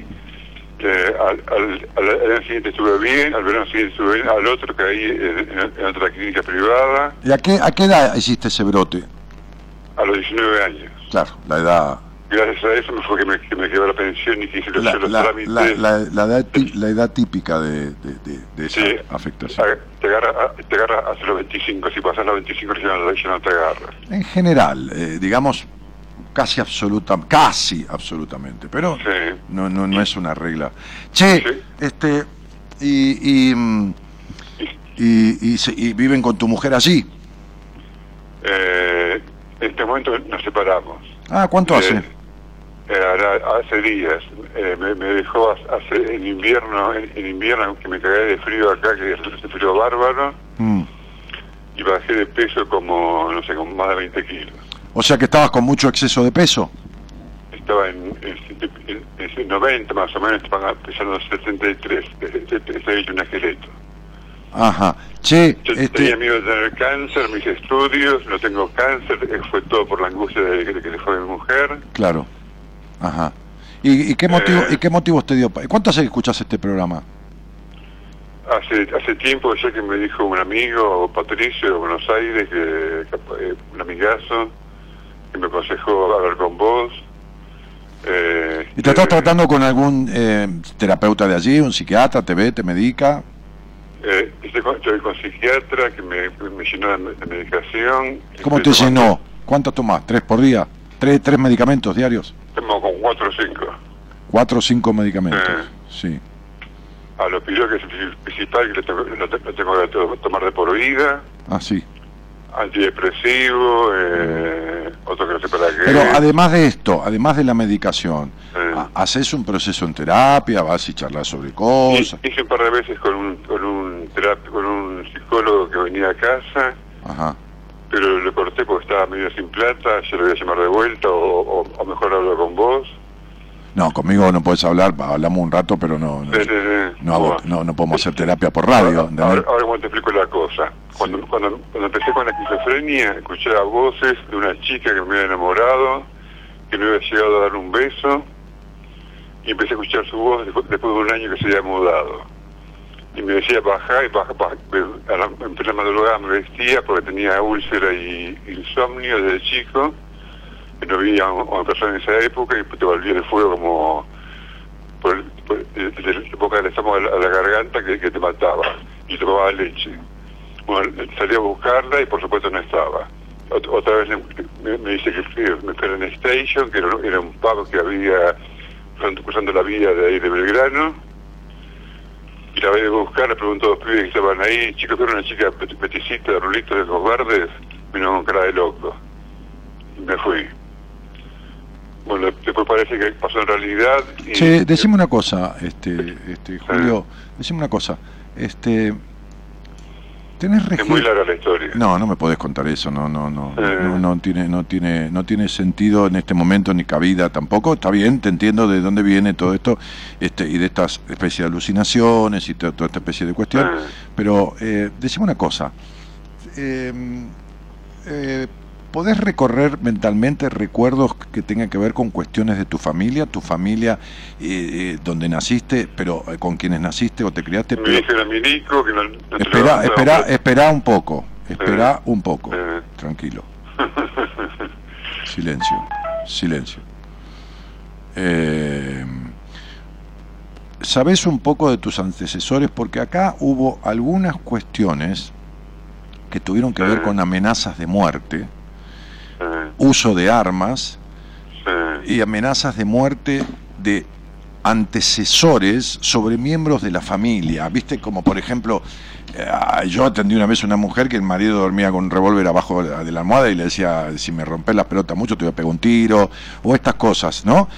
Al año siguiente estuve bien, al verano siguiente estuve bien, al otro caí en otra clínica privada. ¿Y a qué edad hiciste ese brote? A los 19 años. Claro, la edad. Gracias a eso me fue que me quedó la pensión y que hice los trámites. La edad típica de esa afectación. Te agarra hasta los 25, si pasas los 25 ya no te agarra. En general, digamos, casi absolutamente, pero sí. no es una regla. Che, sí. Y viven con tu mujer allí. En este momento nos separamos. ¿Cuánto hace? Hace días. Me dejó en invierno que me cagué de frío acá, que es frío bárbaro, y bajé de peso como, no sé, con más de 20 kilos. O sea que estabas con mucho exceso de peso. Estaba en 90 más o menos, estaba pesando 73, estoy hecho un esqueleto. Ajá. Che, yo tenía miedo de tener cáncer, mis estudios, no tengo cáncer, fue todo por la angustia de que le fue a mi mujer. Claro. Ajá. ¿Y qué motivos te dio? ¿Cuánto hace que escuchas este programa? Hace tiempo, ya que me dijo un amigo, Patricio, de Buenos Aires, un amigazo, que me aconsejó hablar con vos. ¿Y te estás tratando con algún terapeuta de allí, un psiquiatra, te medica? Estoy con psiquiatra que me llenó de medicación. ¿Cómo te llenó? ¿Cuánto tomás? ¿3 por día? ¿3 medicamentos diarios? Tomo con 4 o 5. 4 o 5 medicamentos, sí. A lo pidió que es el principal, que lo tengo que tomar de por vida. Sí. Antidepresivo, otro que no sé para qué. Pero además de esto, además de la medicación, ¿haces un proceso en terapia? ¿Vas y charlas sobre cosas? Hice un par de veces con un psicólogo que venía a casa. Ajá. Pero lo corté porque estaba medio sin plata, yo lo voy a llamar de vuelta o mejor hablo con vos. No, conmigo no puedes hablar, hablamos un rato, pero no podemos hacer terapia por radio. Ahora como te explico la cosa. Cuando empecé con la esquizofrenia, escuchaba voces de una chica que me había enamorado, que me había llegado a dar un beso, y empecé a escuchar su voz después de un año que se había mudado. Y me decía baja, en plena madrugada me vestía porque tenía úlcera y insomnio desde chico, que no había una persona en esa época, y te volvía el fuego como desde la boca del estómago a la garganta que te mataba, y tomaba leche. Bueno, salí a buscarla y por supuesto no estaba. Otra vez me dice que me espera en Station, que era un pub que había cruzando la vía de ahí de Belgrano. Y la voy a buscar, le pregunto a 2 pibes que estaban ahí, chicos, pero una chica peticita de rulitos de ojos verdes, vino con cara de loco. Y me fui. Bueno, después parece que pasó en realidad. Che, decime una cosa, Julio, decime una cosa. ¿Tenés Es muy larga la historia. No, no me podés contar eso, no tiene sentido en este momento ni cabida tampoco. Está bien, te entiendo de dónde viene todo esto, y de estas especies de alucinaciones y toda esta especie de cuestión, pero decime una cosa, ¿podés recorrer mentalmente recuerdos que tengan que ver con cuestiones de tu familia donde naciste, pero con quienes naciste o te criaste? Mi hijo era milico, que no Espera un poco, tranquilo. Silencio. ¿Sabés un poco de tus antecesores? Porque acá hubo algunas cuestiones que tuvieron que ver con amenazas de muerte, uso de armas y amenazas de muerte de antecesores sobre miembros de la familia. Viste, como por ejemplo, yo atendí una vez a una mujer que el marido dormía con un revólver abajo de la almohada y le decía: si me rompes las pelotas mucho te voy a pegar un tiro, o estas cosas, ¿no?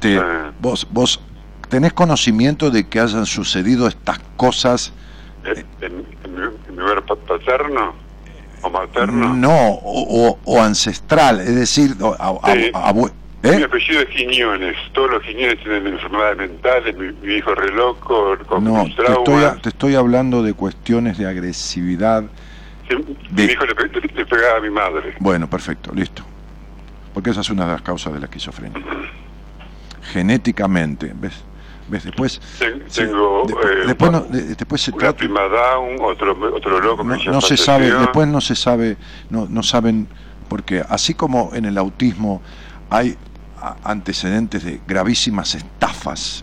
Vos tenés conocimiento de que hayan sucedido estas cosas en mi hogar paterno o materno. No, o ancestral, es decir, Mi apellido es Quiñones. Todos los Quiñones tienen enfermedades mentales. Mi hijo es re loco, con traumas. Te estoy hablando de cuestiones de agresividad. Sí, mi hijo le pegaba a mi madre. Bueno, perfecto, listo. Porque esa es una de las causas de la esquizofrenia. Genéticamente, ¿ves? Después tengo después se una trata, prima Down, otro loco que no se sabe, después no se sabe, no saben, porque así como en el autismo hay antecedentes de gravísimas estafas,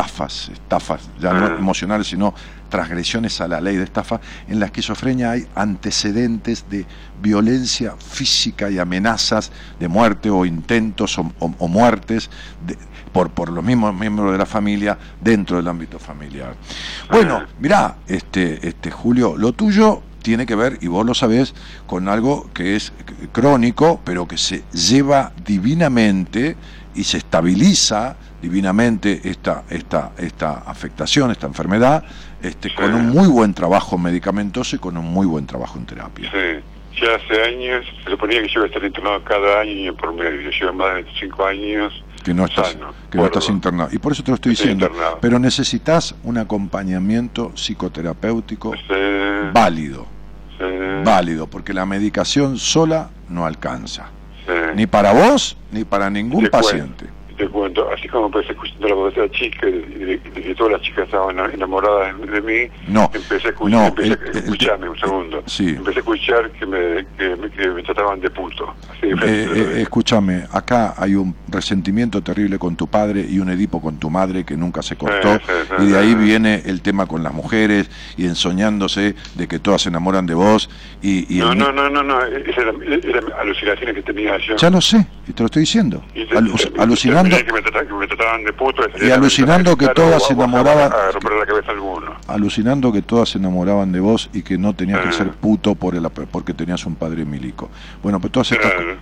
ya no emocionales, sino transgresiones a la ley de estafa, en la esquizofrenia hay antecedentes de violencia física y amenazas de muerte o intentos o muertes por los mismos miembros de la familia dentro del ámbito familiar. Bueno, mirá, Julio, lo tuyo tiene que ver, y vos lo sabés, con algo que es crónico, pero que se lleva divinamente y se estabiliza divinamente esta afectación, esta enfermedad, con un muy buen trabajo medicamentoso y con un muy buen trabajo en terapia. Sí, ya hace años, se suponía que yo iba a estar internado cada año por medio. Llevo más de 25 años que no estás internado. Y por eso te lo estoy diciendo. Internado. Pero necesitas un acompañamiento psicoterapéutico válido. Válido, porque la medicación sola no alcanza. Ni para vos, ni para ningún paciente. Te cuento, así como empecé escuchando la voz de la chica, y que todas las chicas estaban enamoradas de mí, empecé a escuchar, escucharme un segundo. Empecé a escuchar que me trataban de puto. Escúchame, acá hay un resentimiento terrible con tu padre y un Edipo con tu madre que nunca se cortó, y de ahí viene el tema con las mujeres y ensoñándose de que todas se enamoran de vos. No, esas eran alucinaciones que tenía yo. Ya lo sé, y te lo estoy diciendo. Alucinando que me trataban de puto, y alucinando que todas se enamoraban, a romper la cabeza a alguno. Alucinando que todas se enamoraban de vos y que no tenías que ser puto porque tenías un padre milico. Bueno, pues todas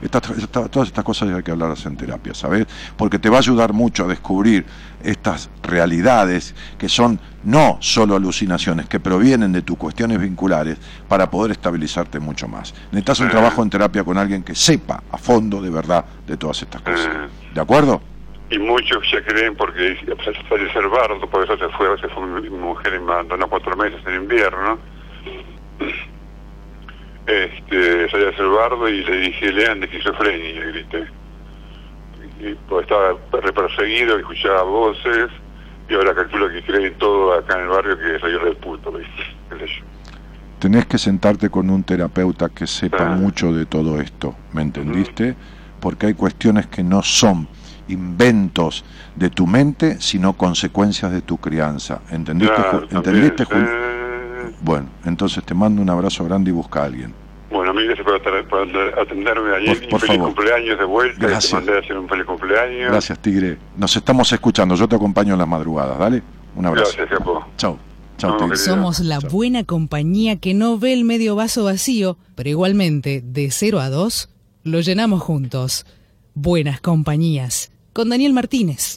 estas cosas hay que hablarlas en terapia, ¿sabes? Porque te va a ayudar mucho a descubrir estas realidades que son no solo alucinaciones, que provienen de tus cuestiones vinculares, para poder estabilizarte mucho más. Necesitas un trabajo en terapia con alguien que sepa a fondo de verdad de todas estas cosas. ¿De acuerdo? Y muchos ya creen, porque salió ser bardo, por eso se fue mi mujer y me abandonó 4 meses en invierno. Salí a ser bardo y le dije: lean de esquizofrenia, y le grité. Pues estaba reperseguido, escuchaba voces, y ahora calculo que creen todo acá en el barrio que soy yo del puto, ¿viste? Tenés que sentarte con un terapeuta que sepa mucho de todo esto, ¿me entendiste? Porque hay cuestiones que no son inventos de tu mente, sino consecuencias de tu crianza. ¿Entendiste, ¿Entendiste, Julio? Bueno, entonces te mando un abrazo grande y busca a alguien. Bueno, mil gracias por atenderme ayer. Por feliz favor. Cumpleaños de vuelta. Gracias. Te mandé a hacer un feliz cumpleaños. Gracias, Tigre. Nos estamos escuchando. Yo te acompaño en las madrugadas. Dale, un abrazo. Gracias, capo. Chau. Chau, Tigre. Somos la buena compañía que no ve el medio vaso vacío, pero igualmente, de 0 a 2, lo llenamos juntos. Buenas compañías. Con Daniel Martínez.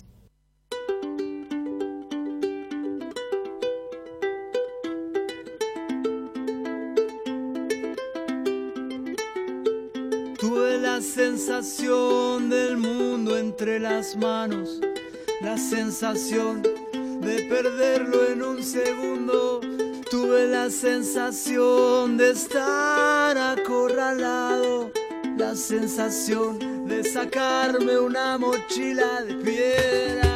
la sensación del mundo entre las manos, la sensación de perderlo en un segundo. Tuve la sensación de estar acorralado, la sensación de sacarme una mochila de piedra.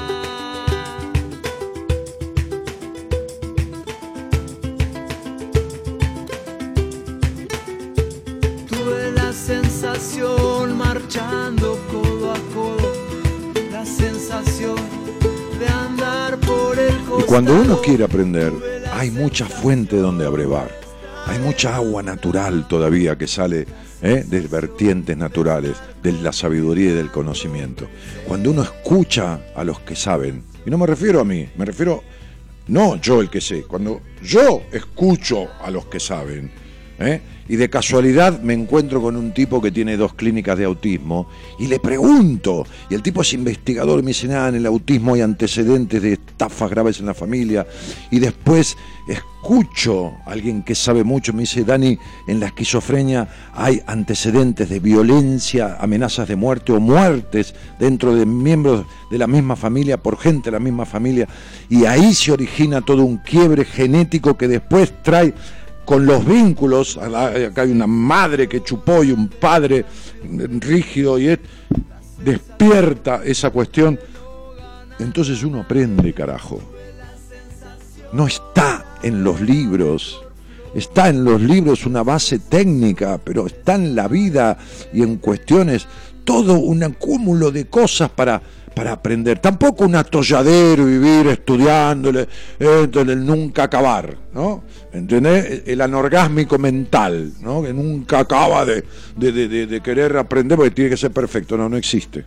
Tuve la sensación marchando codo a codo, la sensación de andar por el costado. Y cuando uno quiere aprender, hay mucha fuente donde abrevar. Hay mucha agua natural todavía que sale de vertientes naturales, de la sabiduría y del conocimiento. Cuando uno escucha a los que saben, y no me refiero a mí, me refiero, no yo el que sé, cuando yo escucho a los que saben, y de casualidad me encuentro con un tipo que tiene 2 clínicas de autismo y le pregunto, y el tipo es investigador, me dice, nada, en el autismo hay antecedentes de estafas graves en la familia, y después escucho a alguien que sabe mucho, me dice, Dani, en la esquizofrenia hay antecedentes de violencia, amenazas de muerte o muertes dentro de miembros de la misma familia, por gente de la misma familia, y ahí se origina todo un quiebre genético que después trae con los vínculos, acá hay una madre que chupó y un padre rígido y despierta esa cuestión. Entonces uno aprende, carajo. No está en los libros, está en los libros una base técnica, pero está en la vida y en cuestiones, todo un acúmulo de cosas para aprender. Tampoco un atolladero y vivir estudiándole, el nunca acabar, ¿no? ¿Entendés? El anorgásmico mental, ¿no? Que nunca acaba de querer aprender porque tiene que ser perfecto. No existe,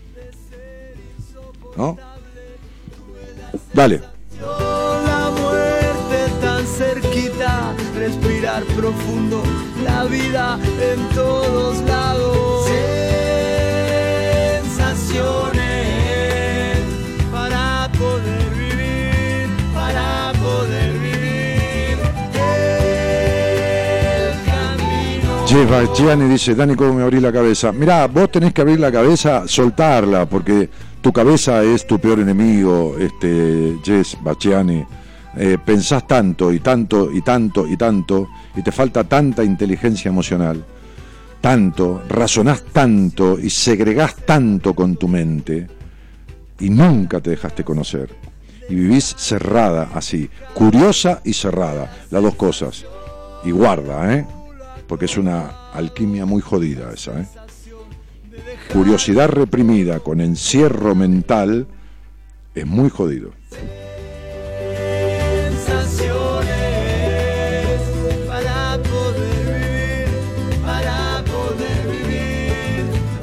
¿no? Dale. La muerte tan cerquita, respirar profundo, la vida en todos lados. Sensaciones para poder vivir, para poder vivir el camino. Jess Gianni dice, Dani, ¿cómo me abrí la cabeza? Mirá, vos tenés que abrir la cabeza, soltarla, porque tu cabeza es tu peor enemigo, Jess Bacciani. Pensás tanto y tanto y tanto y tanto, y te falta tanta inteligencia emocional, tanto, razonás tanto y segregás tanto con tu mente, y nunca te dejaste conocer. Y vivís cerrada así, curiosa y cerrada, las dos cosas. Y guarda, porque es una alquimia muy jodida esa, Curiosidad reprimida con encierro mental es muy jodido. Para poder vivir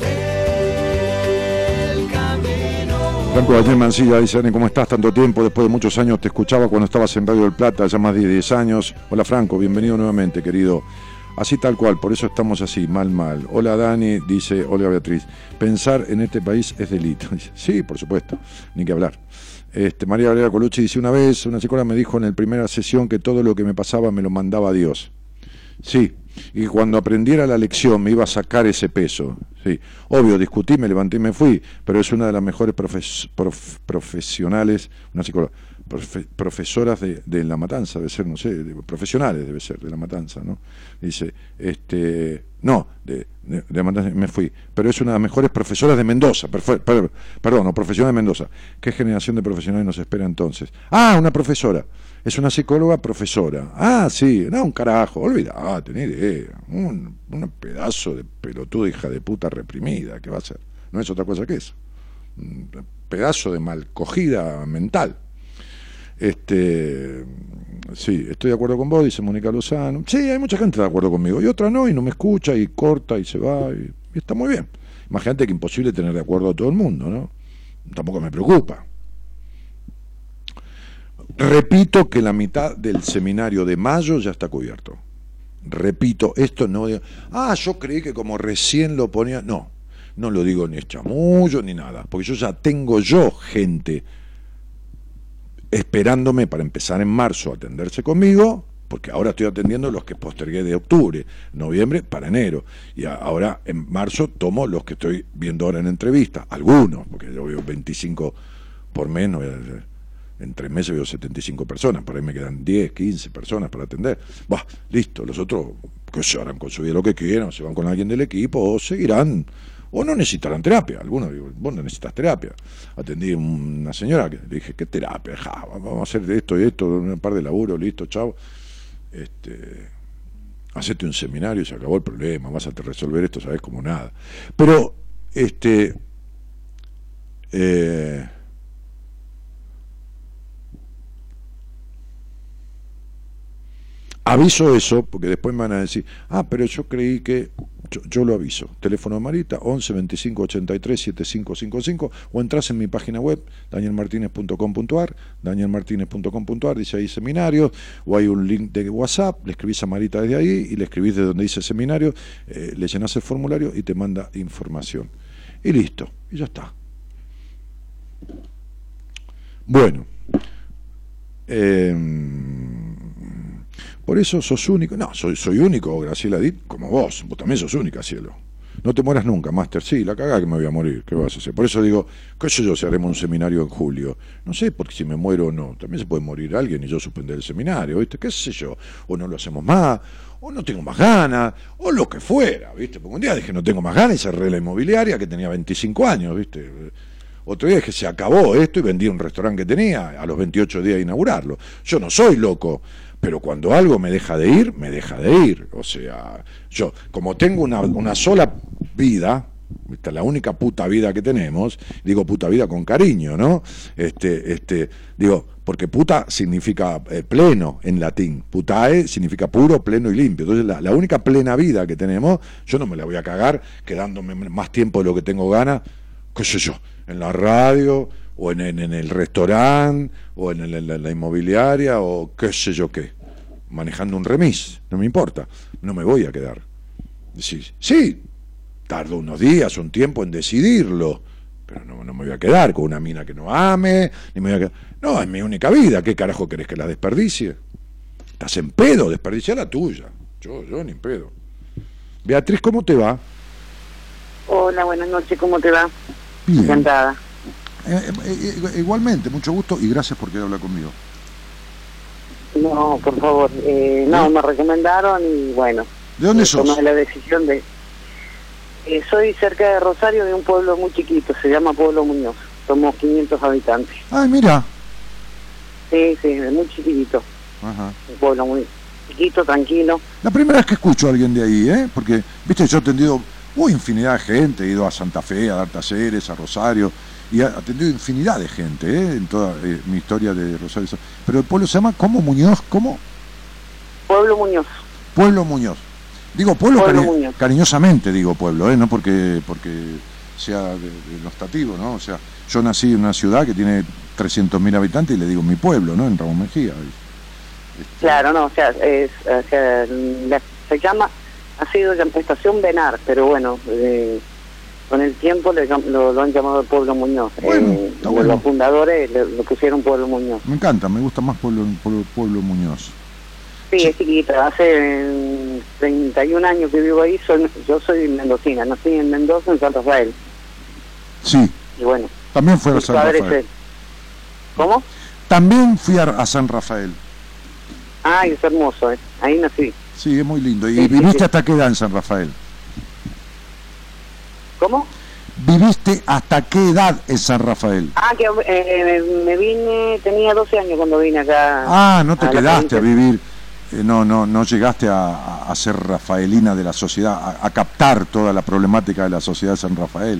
el camino. Franco Daniel Mancilla dice, Dani, ¿cómo estás? Tanto tiempo, después de muchos años te escuchaba cuando estabas en Radio del Plata, ya más de 10 años. Hola Franco, bienvenido nuevamente, querido. Así tal cual, por eso estamos así, mal. Hola Dani, dice Olga Beatriz, pensar en este país es delito. Sí, por supuesto, ni que hablar. María Valera Colucci dice, una vez una psicóloga me dijo en la primera sesión que todo lo que me pasaba me lo mandaba Dios. Sí, y cuando aprendiera la lección me iba a sacar ese peso. Sí, obvio, discutí, me levanté y me fui, pero es una de las mejores profesionales, una psicóloga, profesoras de La Matanza, debe ser, no sé, profesionales debe ser, de La Matanza, ¿no? Dice, no, de La Matanza me fui, pero es una de las mejores profesoras de Mendoza, profesional de Mendoza. ¿Qué generación de profesionales nos espera entonces? Ah, una profesora, es una psicóloga profesora. Ah, sí, no, un carajo, olvidá, tenés idea, un pedazo de pelotuda hija de puta reprimida, ¿qué va a ser? No es otra cosa que eso, un pedazo de malcogida mental. Sí, estoy de acuerdo con vos, dice Mónica Lozano. Sí, hay mucha gente de acuerdo conmigo, y otra no, y no me escucha, y corta, y se va, y está muy bien. Imagínate que imposible tener de acuerdo a todo el mundo, ¿no? Tampoco me preocupa. Repito que la mitad del seminario de mayo ya está cubierto. Repito, esto no... yo creí que como recién lo ponía... No lo digo ni es chamullo ni nada, porque yo ya tengo gente esperándome para empezar en marzo a atenderse conmigo, porque ahora estoy atendiendo los que postergué de octubre, noviembre para enero, y ahora en marzo tomo los que estoy viendo ahora en entrevista, algunos, porque yo veo 25 por menos, en 3 meses veo 75 personas, por ahí me quedan 10, 15 personas para atender. Bah, listo, los otros que se harán con su vida lo que quieran, o se van con alguien del equipo, o seguirán, o no necesitarán terapia. Algunos digo, vos no necesitas terapia. Atendí a una señora que le dije, ¿qué terapia? Ja, vamos a hacer esto y esto, un par de laburo, listo, chao. Hacete un seminario y se acabó el problema, vas a resolver esto, sabes, como nada. Pero, aviso eso, porque después me van a decir, pero yo creí que... Yo lo aviso. Teléfono de Marita, 11 25 83 7555, o entras en mi página web, danielmartinez.com.ar, dice ahí seminarios, o hay un link de WhatsApp, le escribís a Marita desde ahí, y le escribís de donde dice seminario, le llenás el formulario y te manda información. Y listo, y ya está. Bueno. Por eso sos único. No, soy único, Graciela Dit, como vos. Vos también sos única, cielo. No te mueras nunca, máster. Sí, la cagada que me voy a morir. ¿Qué vas a hacer? Por eso digo, qué sé yo, si haremos un seminario en julio. No sé, porque si me muero o no. También se puede morir alguien y yo suspender el seminario, ¿viste? ¿Qué sé yo? O no lo hacemos más, o no tengo más ganas, o lo que fuera, ¿viste? Porque un día dije, no tengo más ganas y cerré la inmobiliaria que tenía 25 años, ¿viste? Otro día dije, se acabó esto y vendí un restaurante que tenía a los 28 días de inaugurarlo. Yo no soy loco. Pero cuando algo me deja de ir, me deja de ir. O sea, yo, como tengo una sola vida, esta es la única puta vida que tenemos, digo puta vida con cariño, ¿no? Digo, porque puta significa pleno en latín, putae significa puro, pleno y limpio. Entonces la única plena vida que tenemos, yo no me la voy a cagar quedándome más tiempo de lo que tengo ganas, qué sé yo, en la radio, o en el restaurante, o en la inmobiliaria, o qué sé yo qué, manejando un remis, no me importa, no me voy a quedar. Sí, tardo unos días, un tiempo en decidirlo, pero no me voy a quedar con una mina que no ame, ni me voy a quedar... No, es mi única vida, ¿qué carajo querés que la desperdicie? Estás en pedo, desperdicia la tuya, yo ni en pedo. Beatriz, ¿cómo te va? Hola, buenas noches, ¿cómo te va? Bien. Encantada. Igualmente, mucho gusto y gracias por querer hablar conmigo. No, por favor, no, me recomendaron y bueno. ¿De dónde sos? Tomé la decisión de... soy cerca de Rosario, de un pueblo muy chiquito, se llama Pueblo Muñoz, somos 500 habitantes. Ay, mira. Sí, es muy chiquitito. Ajá. Un pueblo muy chiquito, tranquilo. La primera vez que escucho a alguien de ahí, porque, viste, yo he atendido infinidad de gente, he ido a Santa Fe, a dar talleres, a Rosario, y he atendido infinidad de gente, en toda mi historia de Rosario. Pero el pueblo se llama, ¿cómo? Muñoz, ¿cómo? Pueblo Muñoz. Pueblo Muñoz. Digo pueblo, Muñoz. Cariñosamente digo pueblo, no porque sea denostativo, ¿no? O sea, yo nací en una ciudad que tiene 300.000 habitantes y le digo mi pueblo, ¿no? En Ramón Mejía. Claro, no, se llama, ha sido Estación Benar, pero bueno, con el tiempo lo han llamado el Pueblo Muñoz. Bueno, está bueno. Los fundadores lo pusieron Pueblo Muñoz. Me encanta, me gusta más Pueblo Muñoz. Sí, es chiquita, hace 31 años que vivo ahí, yo soy mendocina, nací en Mendoza, en San Rafael. Sí. Y bueno. También fui a San Rafael. ¿Cómo? También fui a San Rafael. Ay, es hermoso, ahí nací. Sí, es muy lindo. ¿Y viviste hasta qué edad en San Rafael? ¿Cómo? ¿Viviste hasta qué edad en San Rafael? Que me vine, tenía 12 años cuando vine acá. No te quedaste a vivir, no llegaste a ser rafaelina de la sociedad, a captar toda la problemática de la sociedad de San Rafael.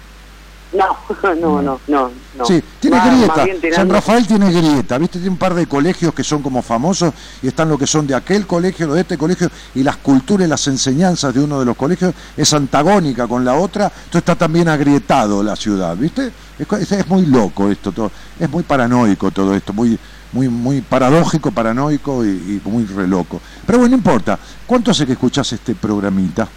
No. Sí, tiene grieta. San Rafael tiene grieta, ¿viste? Tiene un par de colegios que son como famosos y están lo que son de aquel colegio, de este colegio, y las culturas y las enseñanzas de uno de los colegios es antagónica con la otra, entonces está también agrietado la ciudad, ¿viste? Es muy loco esto, todo, es muy paranoico todo esto, muy paradójico, paranoico y muy re loco. Pero bueno, no importa. ¿Cuánto hace que escuchás este programita?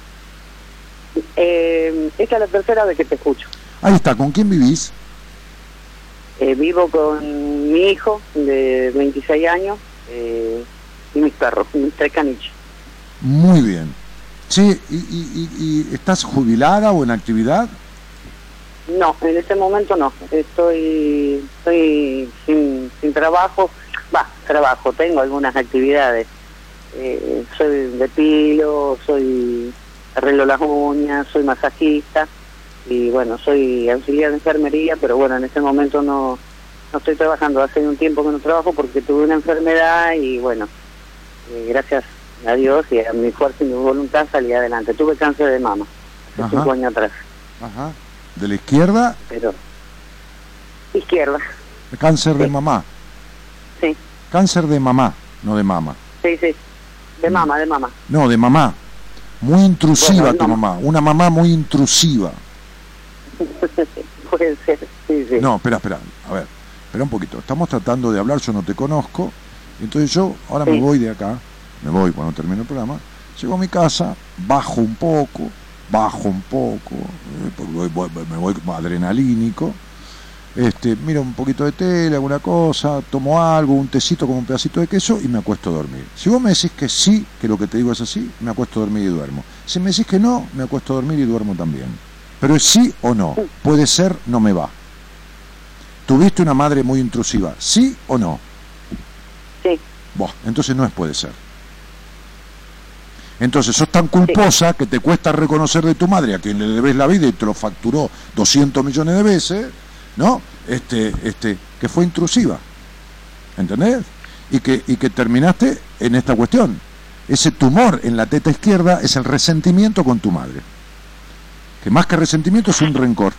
Esta es la tercera vez que te escucho. Ahí está, ¿con quién vivís? Vivo con mi hijo de 26 años, y mis perros, mis 3 caniches. Muy bien. Sí, ¿y estás jubilada o en actividad? No, en este momento no. Estoy sin trabajo. Trabajo, tengo algunas actividades. Soy depilo, arreglo las uñas, soy masajista y bueno, soy auxiliar de enfermería, pero bueno, en este momento no estoy trabajando. Hace un tiempo que no trabajo porque tuve una enfermedad y bueno, gracias a Dios y a mi fuerza y mi voluntad salí adelante. Tuve cáncer de mama hace 5 años atrás. Ajá. ¿De la izquierda? Pero izquierda. ¿Cáncer de mamá? Sí. Cáncer de mamá, no de mama. Sí. De mama. No, de mamá. Muy intrusiva, bueno, tu mamá. Una mamá muy intrusiva. Puede ser, sí. No, espera. A ver, espera un poquito. Estamos tratando de hablar, yo no te conozco. Entonces yo ahora me voy de acá. Me voy cuando termine el programa. Llego a mi casa, bajo un poco, me voy adrenalínico. Miro un poquito de tele, alguna cosa, tomo algo, un tecito con un pedacito de queso y me acuesto a dormir. Si vos me decís que sí, que lo que te digo es así, me acuesto a dormir y duermo. Si me decís que no, me acuesto a dormir y duermo también. Pero es sí o no. Puede ser, no me va. ¿Tuviste una madre muy intrusiva? ¿Sí o no? Sí. Entonces no es puede ser. Entonces sos tan culposa que te cuesta reconocer de tu madre, a quien le debes la vida y te lo facturó 200 millones de veces, ¿no? Que fue intrusiva, ¿entendés? Y que terminaste en esta cuestión. Ese tumor en la teta izquierda es el resentimiento con tu madre, que más que resentimiento es un rencor.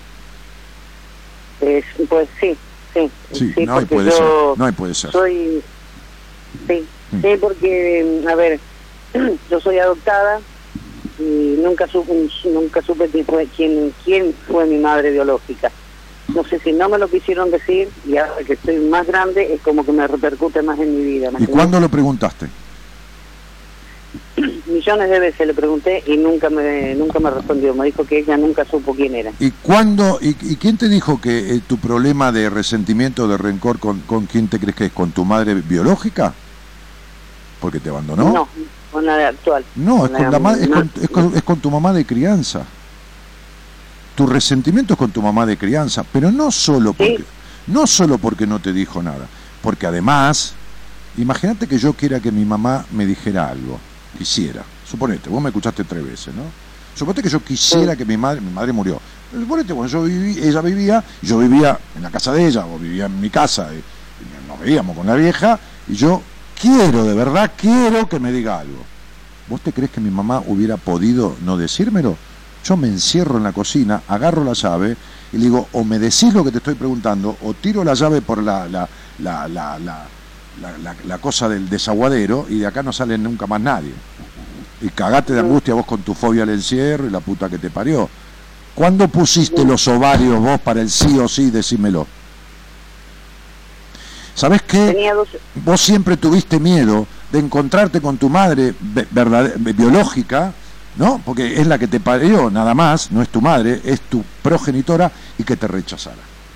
Pues sí, no hay puede ser, no hay puede ser. Sí, porque, a ver, yo soy adoptada y nunca supe quién fue mi madre biológica. No sé si no me lo quisieron decir y ahora que estoy más grande es como que me repercute más en mi vida. ¿Y cuándo lo preguntaste? Millones de veces le pregunté y nunca me respondió. Me dijo que ella nunca supo quién era. ¿Y cuándo? ¿Y quién te dijo que tu problema de resentimiento, de rencor, con quién te crees que es? ¿Con tu madre biológica? ¿Porque te abandonó? No, con la actual. No, es con tu mamá de crianza. Tu resentimiento es con tu mamá de crianza, pero no solo porque no te dijo nada, porque además, imagínate que yo quiera que mi mamá me dijera algo, quisiera, suponete, vos me escuchaste 3 veces, ¿no? Suponete que yo quisiera que mi madre murió, suponete, bueno, ella vivía, yo vivía en la casa de ella, o vivía en mi casa, y nos veíamos con la vieja, y yo de verdad quiero que me diga algo. ¿Vos te crees que mi mamá hubiera podido no decírmelo? Yo me encierro en la cocina, agarro la llave y le digo, o me decís lo que te estoy preguntando, o tiro la llave por la cosa del desaguadero y de acá no sale nunca más nadie. Y cagate de angustia vos con tu fobia al encierro y la puta que te parió. ¿Cuándo pusiste los ovarios vos para el sí o sí? Decímelo. ¿Sabés qué? Vos siempre tuviste miedo de encontrarte con tu madre biológica, ¿no? Porque es la que te parió, nada más, no es tu madre, es tu progenitora, y que te rechazara.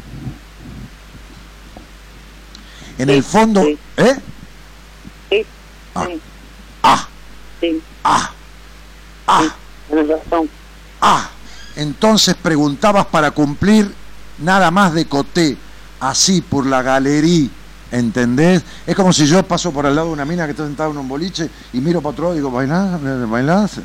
En el fondo, sí. ¿eh? Sí. Entonces preguntabas para cumplir nada más de coté, así por la galería, ¿entendés? Es como si yo paso por al lado de una mina que está sentada en un boliche y miro para otro lado y digo, ¿bailás?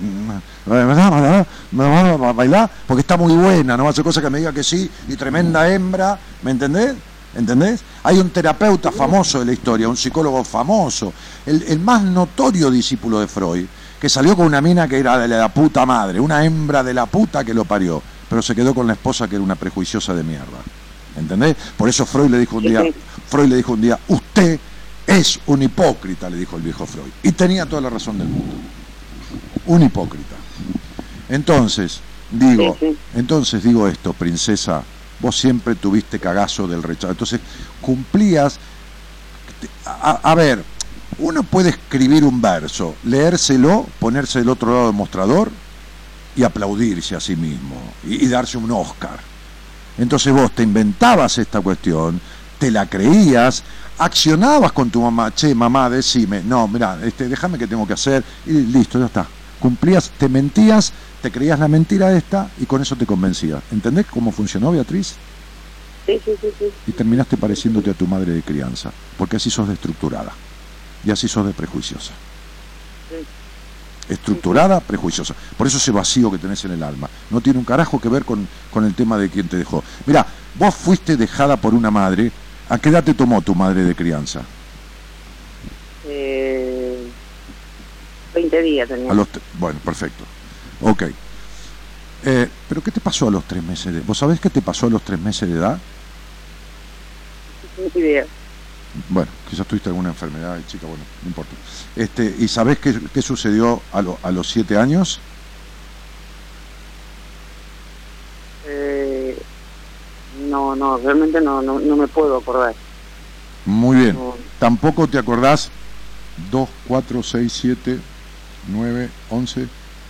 Porque está muy buena, no va a hacer cosa que me diga que sí, y tremenda hembra, ¿me entendés? Hay un terapeuta famoso de la historia, un psicólogo famoso, el más notorio discípulo de Freud, que salió con una mina que era de la puta madre, una hembra de la puta que lo parió, pero se quedó con la esposa que era una prejuiciosa de mierda. ¿Entendés? Por eso Freud le dijo un día, usted es un hipócrita, le dijo el viejo Freud. Y tenía toda la razón del mundo. Un hipócrita. Entonces, digo esto, princesa, vos siempre tuviste cagazo del rechazo. Entonces, cumplías. A ver, uno puede escribir un verso, leérselo, ponerse del otro lado del mostrador y aplaudirse a sí mismo y darse un Oscar. Entonces vos te inventabas esta cuestión, te la creías, accionabas con tu mamá, che, mamá, decime, no, mirá, déjame que tengo que hacer, y listo, ya está. Cumplías, te mentías, te creías la mentira esta y con eso te convencías. ¿Entendés cómo funcionó, Beatriz? Sí. Y terminaste pareciéndote a tu madre de crianza, porque así sos de estructurada y así sos de prejuiciosa. Estructurada, prejuiciosa. Por eso ese vacío que tenés en el alma no tiene un carajo que ver con el tema de quién te dejó. Mirá, vos fuiste dejada por una madre. ¿A qué edad te tomó tu madre de crianza? 20 días tenía. Bueno, perfecto. Ok. ¿Pero qué te pasó a los 3 meses de... ¿Vos sabés qué te pasó a los 3 meses de edad? Ni idea. Bueno, quizás tuviste alguna enfermedad, chica, bueno, no importa. ¿Y sabés qué sucedió a los 7 años? No, realmente no me puedo acordar. Muy bien. No. ¿Tampoco te acordás 2, 4, 6, 7, 9, 11,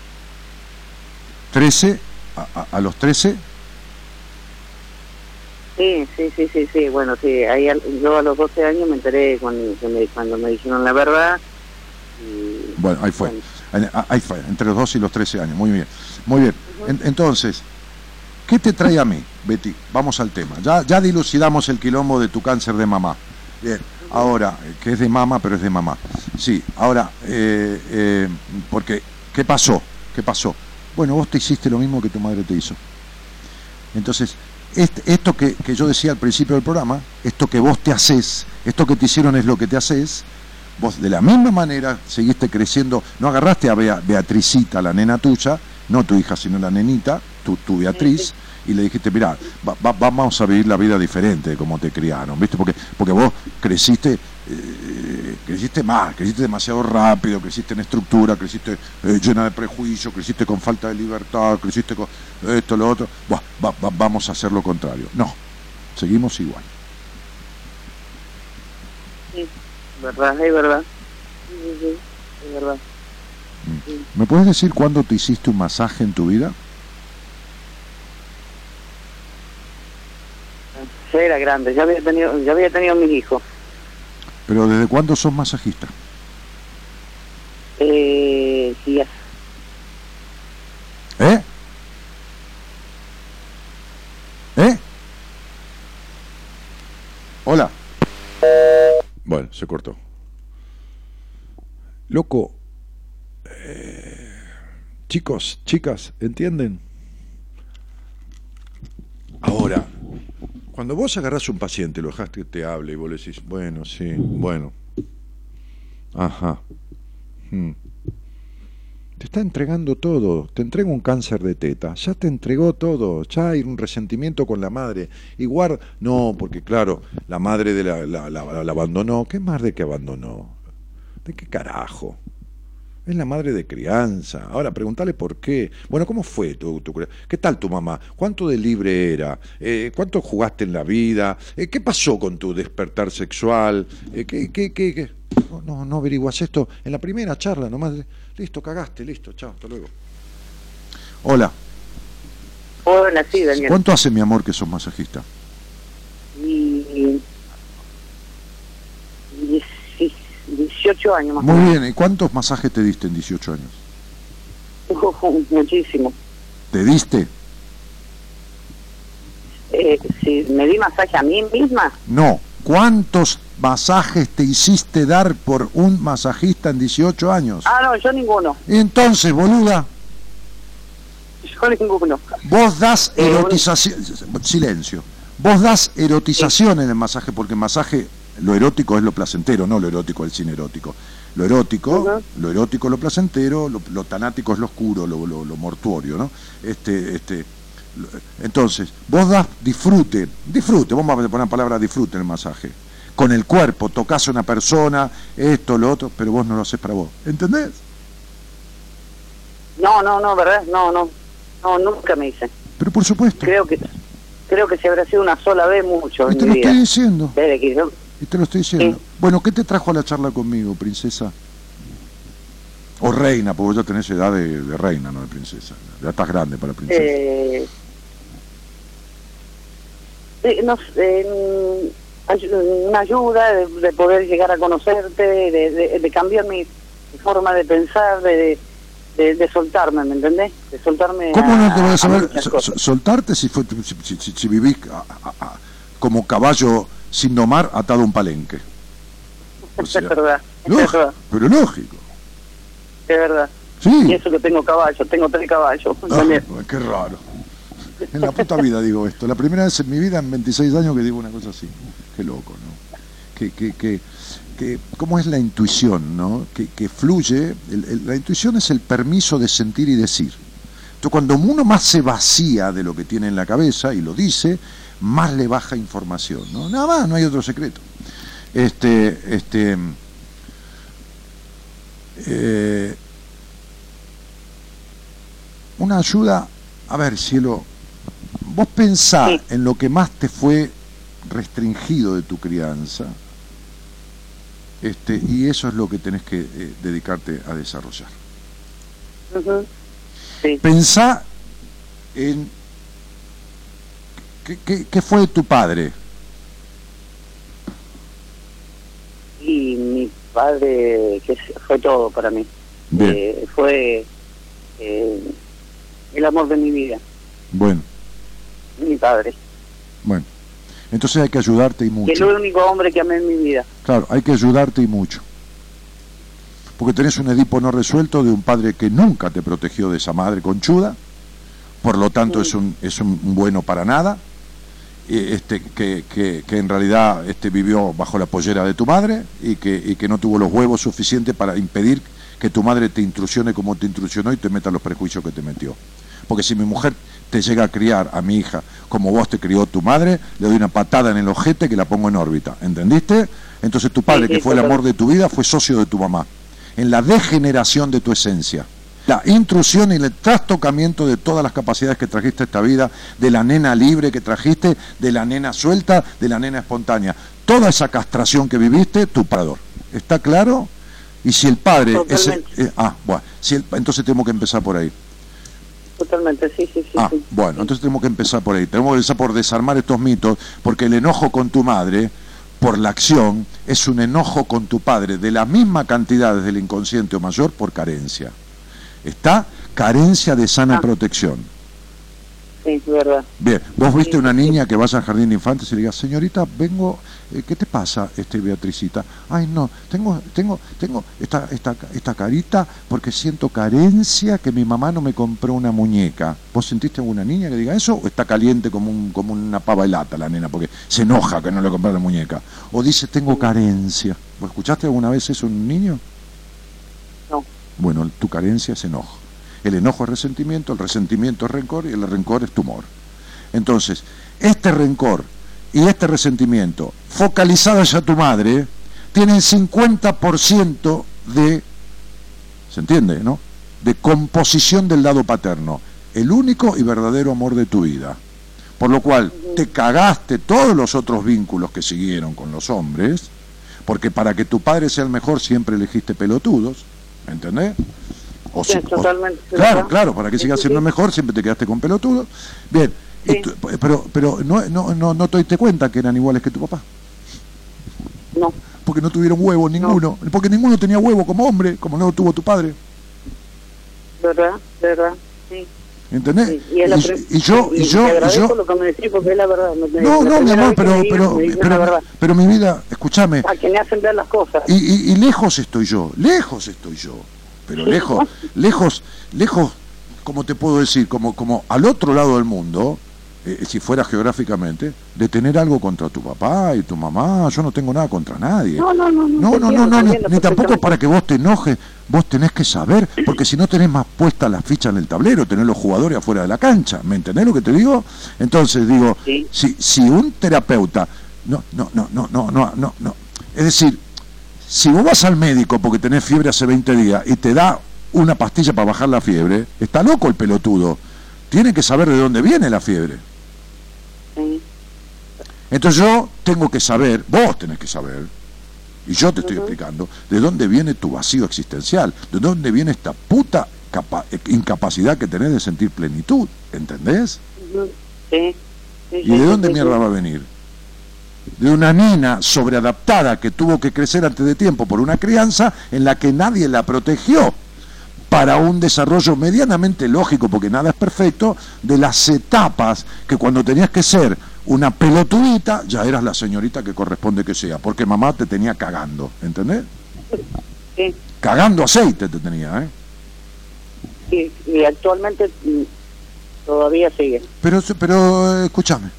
13? ¿A los 13? Sí. Bueno, sí. Ahí yo a los 12 años me enteré cuando me dijeron la verdad. Y, bueno, ahí fue. Bueno. Ahí fue, entre los 12 y los 13 años. Muy bien. Muy bien. Entonces, ¿qué te trae a mí, Betty? Vamos al tema. Ya dilucidamos el quilombo de tu cáncer de mamá. Bien. Ahora, que es de mama, pero es de mamá. Sí, ahora, porque, ¿qué pasó? Bueno, vos te hiciste lo mismo que tu madre te hizo. Entonces, esto que yo decía al principio del programa, esto que vos te haces, esto que te hicieron es lo que te haces, vos de la misma manera seguiste creciendo, no agarraste a Beatricita, la nena tuya, no tu hija, sino la nenita, tu Beatriz, y le dijiste, mirá, vamos a vivir la vida diferente de cómo te criaron, ¿viste? Porque vos creciste mal, creciste demasiado rápido, creciste en estructura, creciste llena de prejuicio, creciste con falta de libertad, creciste con esto, lo otro. Vamos a hacer lo contrario. No, seguimos igual. Sí, es verdad. Sí, es verdad. Sí. ¿Me puedes decir cuándo te hiciste un masaje en tu vida? Ya era grande, ya había tenido mis hijos. ¿Pero desde cuándo sos masajista? Sí. Hola. Bueno, se cortó. Loco. Chicos, chicas, ¿entienden? Ahora, cuando vos agarrás un paciente, lo dejaste que te hable y vos le decís, bueno, sí, bueno. Ajá. Te está entregando todo, te entrega un cáncer de teta, ya te entregó todo, ya hay un resentimiento con la madre. Igual, no, porque claro, la madre de la abandonó. ¿Qué madre que abandonó? ¿De qué carajo? Es la madre de crianza. Ahora, preguntale por qué. Bueno, ¿cómo fue tu ¿qué tal tu mamá? ¿Cuánto de libre era? ¿Cuánto jugaste en la vida? ¿Qué pasó con tu despertar sexual? ¿Qué? No averiguas esto en la primera charla, nomás. Listo, cagaste, listo, chao, hasta luego. Hola. Hola, sí, Daniel. ¿Cuánto hace, mi amor, que sos masajista? 18 años más. Muy bien, ¿y cuántos masajes te diste en 18 años? Muchísimo. ¿Te diste? Si me di masaje a mí misma. No. ¿Cuántos masajes te hiciste dar por un masajista en 18 años? No, yo ninguno. Entonces, boluda. Yo ninguno. Vos das erotización. Silencio. Vos das erotización en el masaje, porque el masaje, lo erótico es lo placentero, no lo erótico es el cine erótico. Lo erótico es lo placentero, lo tanático es lo oscuro, lo mortuorio, ¿no? Entonces, vos das disfrute, vamos a poner la palabra disfrute en el masaje. Con el cuerpo, tocas a una persona, esto, lo otro, pero vos no lo haces para vos. ¿Entendés? No, ¿verdad? No, nunca me hice. Pero por supuesto. Creo que si habrá sido una sola vez mucho. Y te lo estoy diciendo. Y te lo estoy diciendo. Sí. Bueno, ¿qué te trajo a la charla conmigo, princesa? O reina, porque vos ya tenés edad de reina, no de princesa. Ya estás grande para princesa. una ayuda de poder llegar a conocerte, de cambiar mi forma de pensar, de soltarme, ¿me entendés? De soltarme. ¿Cómo no te vas a saber muchas cosas. soltarte si vivís como caballo sin domar atado a un palenque? O sea, Es verdad, es lógico, verdad, pero lógico. es verdad. Sí. Y eso que tengo caballos, tengo 3 caballos. Ah, también. qué raro. En la puta vida digo esto. La primera vez en mi vida, en 26 años, que digo una cosa así. Qué loco, ¿no? ¿Cómo es la intuición, no? Que fluye. La intuición es el permiso de sentir y decir. Entonces, cuando uno más se vacía de lo que tiene en la cabeza y lo dice, más le baja información, ¿no? Nada más, no hay otro secreto. Una ayuda, a ver, cielo, vos pensá Sí. en lo que más te fue restringido de tu crianza, y eso es lo que tenés que dedicarte a desarrollar. Ujú. Sí. Pensá en qué fue de tu padre. Y mi padre, que fue todo para mí. Bien. Fue el amor de mi vida, Bueno, mi padre. bueno. Entonces hay que ayudarte y Y el mucho. único hombre que amé en mi vida. Claro, hay que ayudarte y mucho. Porque tenés un Edipo no resuelto de un padre que nunca te protegió de esa madre conchuda, por lo tanto es un bueno para nada, que en realidad vivió bajo la pollera de tu madre y que no tuvo los huevos suficientes para impedir que tu madre te intrusione como te intrusionó y te meta los prejuicios que te metió. Porque si mi mujer te llega a criar a mi hija como vos te crió tu madre, le doy una patada en el ojete que la pongo en órbita, ¿entendiste? Entonces tu padre, Sí, que fue el amor de tu vida, fue socio de tu mamá, en la degeneración de tu esencia, la intrusión y el trastocamiento de todas las capacidades que trajiste a esta vida, de la nena libre que trajiste, de la nena suelta, de la nena espontánea, toda esa castración que viviste, tu parador. ¿Está claro? Y si el padre Totalmente. bueno, entonces tenemos que empezar por ahí. Totalmente, sí. Bueno, Sí. entonces tenemos que empezar por ahí. Tenemos que empezar por desarmar estos mitos, porque el enojo con tu madre, por la acción, es un enojo con tu padre de la misma cantidad desde el inconsciente o mayor por carencia. Está carencia de sana protección. Sí, es verdad. Bien, vos viste Sí, una sí. niña que vaya al jardín de infantes y le diga, señorita, vengo, ¿qué te pasa, Beatricita? Ay, no, tengo esta carita porque siento carencia que mi mamá no me compró una muñeca. ¿Vos sentiste alguna niña que diga eso? ¿O está caliente como una pava de lata la nena porque se enoja que no le compró la muñeca? ¿O dice, tengo carencia? ¿Vos escuchaste alguna vez eso en un niño? No. Bueno, tu carencia es enojo. El enojo es resentimiento, el resentimiento es rencor y el rencor es tumor. Entonces, este rencor y este resentimiento focalizado hacia tu madre tienen 50% de, ¿se entiende, no? De composición del lado paterno, el único y verdadero amor de tu vida. Por lo cual te cagaste todos los otros vínculos que siguieron con los hombres, porque para que tu padre sea el mejor siempre elegiste pelotudos, ¿me entendés? Sí, totalmente. Claro, para que sigas siendo mejor siempre te quedaste con pelotudos. Bien, Sí. pero no te diste cuenta que eran iguales que tu papá. No. Porque no tuvieron huevo ninguno, porque ninguno tenía huevo como hombre, como no lo tuvo tu padre. ¿Verdad? Sí. ¿Entendés? Sí, y yo te agradezco lo que me decís porque es la verdad. No, mi amor, pero mi vida, escúchame. A que me hacen ver las cosas. Y lejos estoy yo, pero lejos, ¿cómo te puedo decir? Como al otro lado del mundo, si fuera geográficamente, de tener algo contra tu papá y tu mamá. Yo no tengo nada contra nadie. No, ni tampoco para que vos te enojes. Vos tenés que saber, porque si no tenés más puestas las fichas en el tablero, tenés los jugadores afuera de la cancha. ¿Me entendés lo que te digo? Entonces digo, sí. si un terapeuta, no. Es decir, si vos vas al médico porque tenés fiebre hace 20 días y te da una pastilla para bajar la fiebre, está loco el pelotudo. Tiene que saber de dónde viene la fiebre. Sí. Entonces yo tengo que saber, vos tenés que saber, y yo te estoy explicando, de dónde viene tu vacío existencial, de dónde viene esta puta incapacidad que tenés de sentir plenitud, ¿entendés? Sí. ¿Y de dónde mierda va a venir? de una nena sobreadaptada que tuvo que crecer antes de tiempo por una crianza en la que nadie la protegió para un desarrollo medianamente lógico, porque nada es perfecto, de las etapas que cuando tenías que ser una pelotudita, ya eras la señorita que corresponde que sea, porque mamá te tenía cagando, ¿entendés? Sí. Cagando aceite te tenía, ¿eh? Sí, y actualmente todavía sigue. Pero escúchame.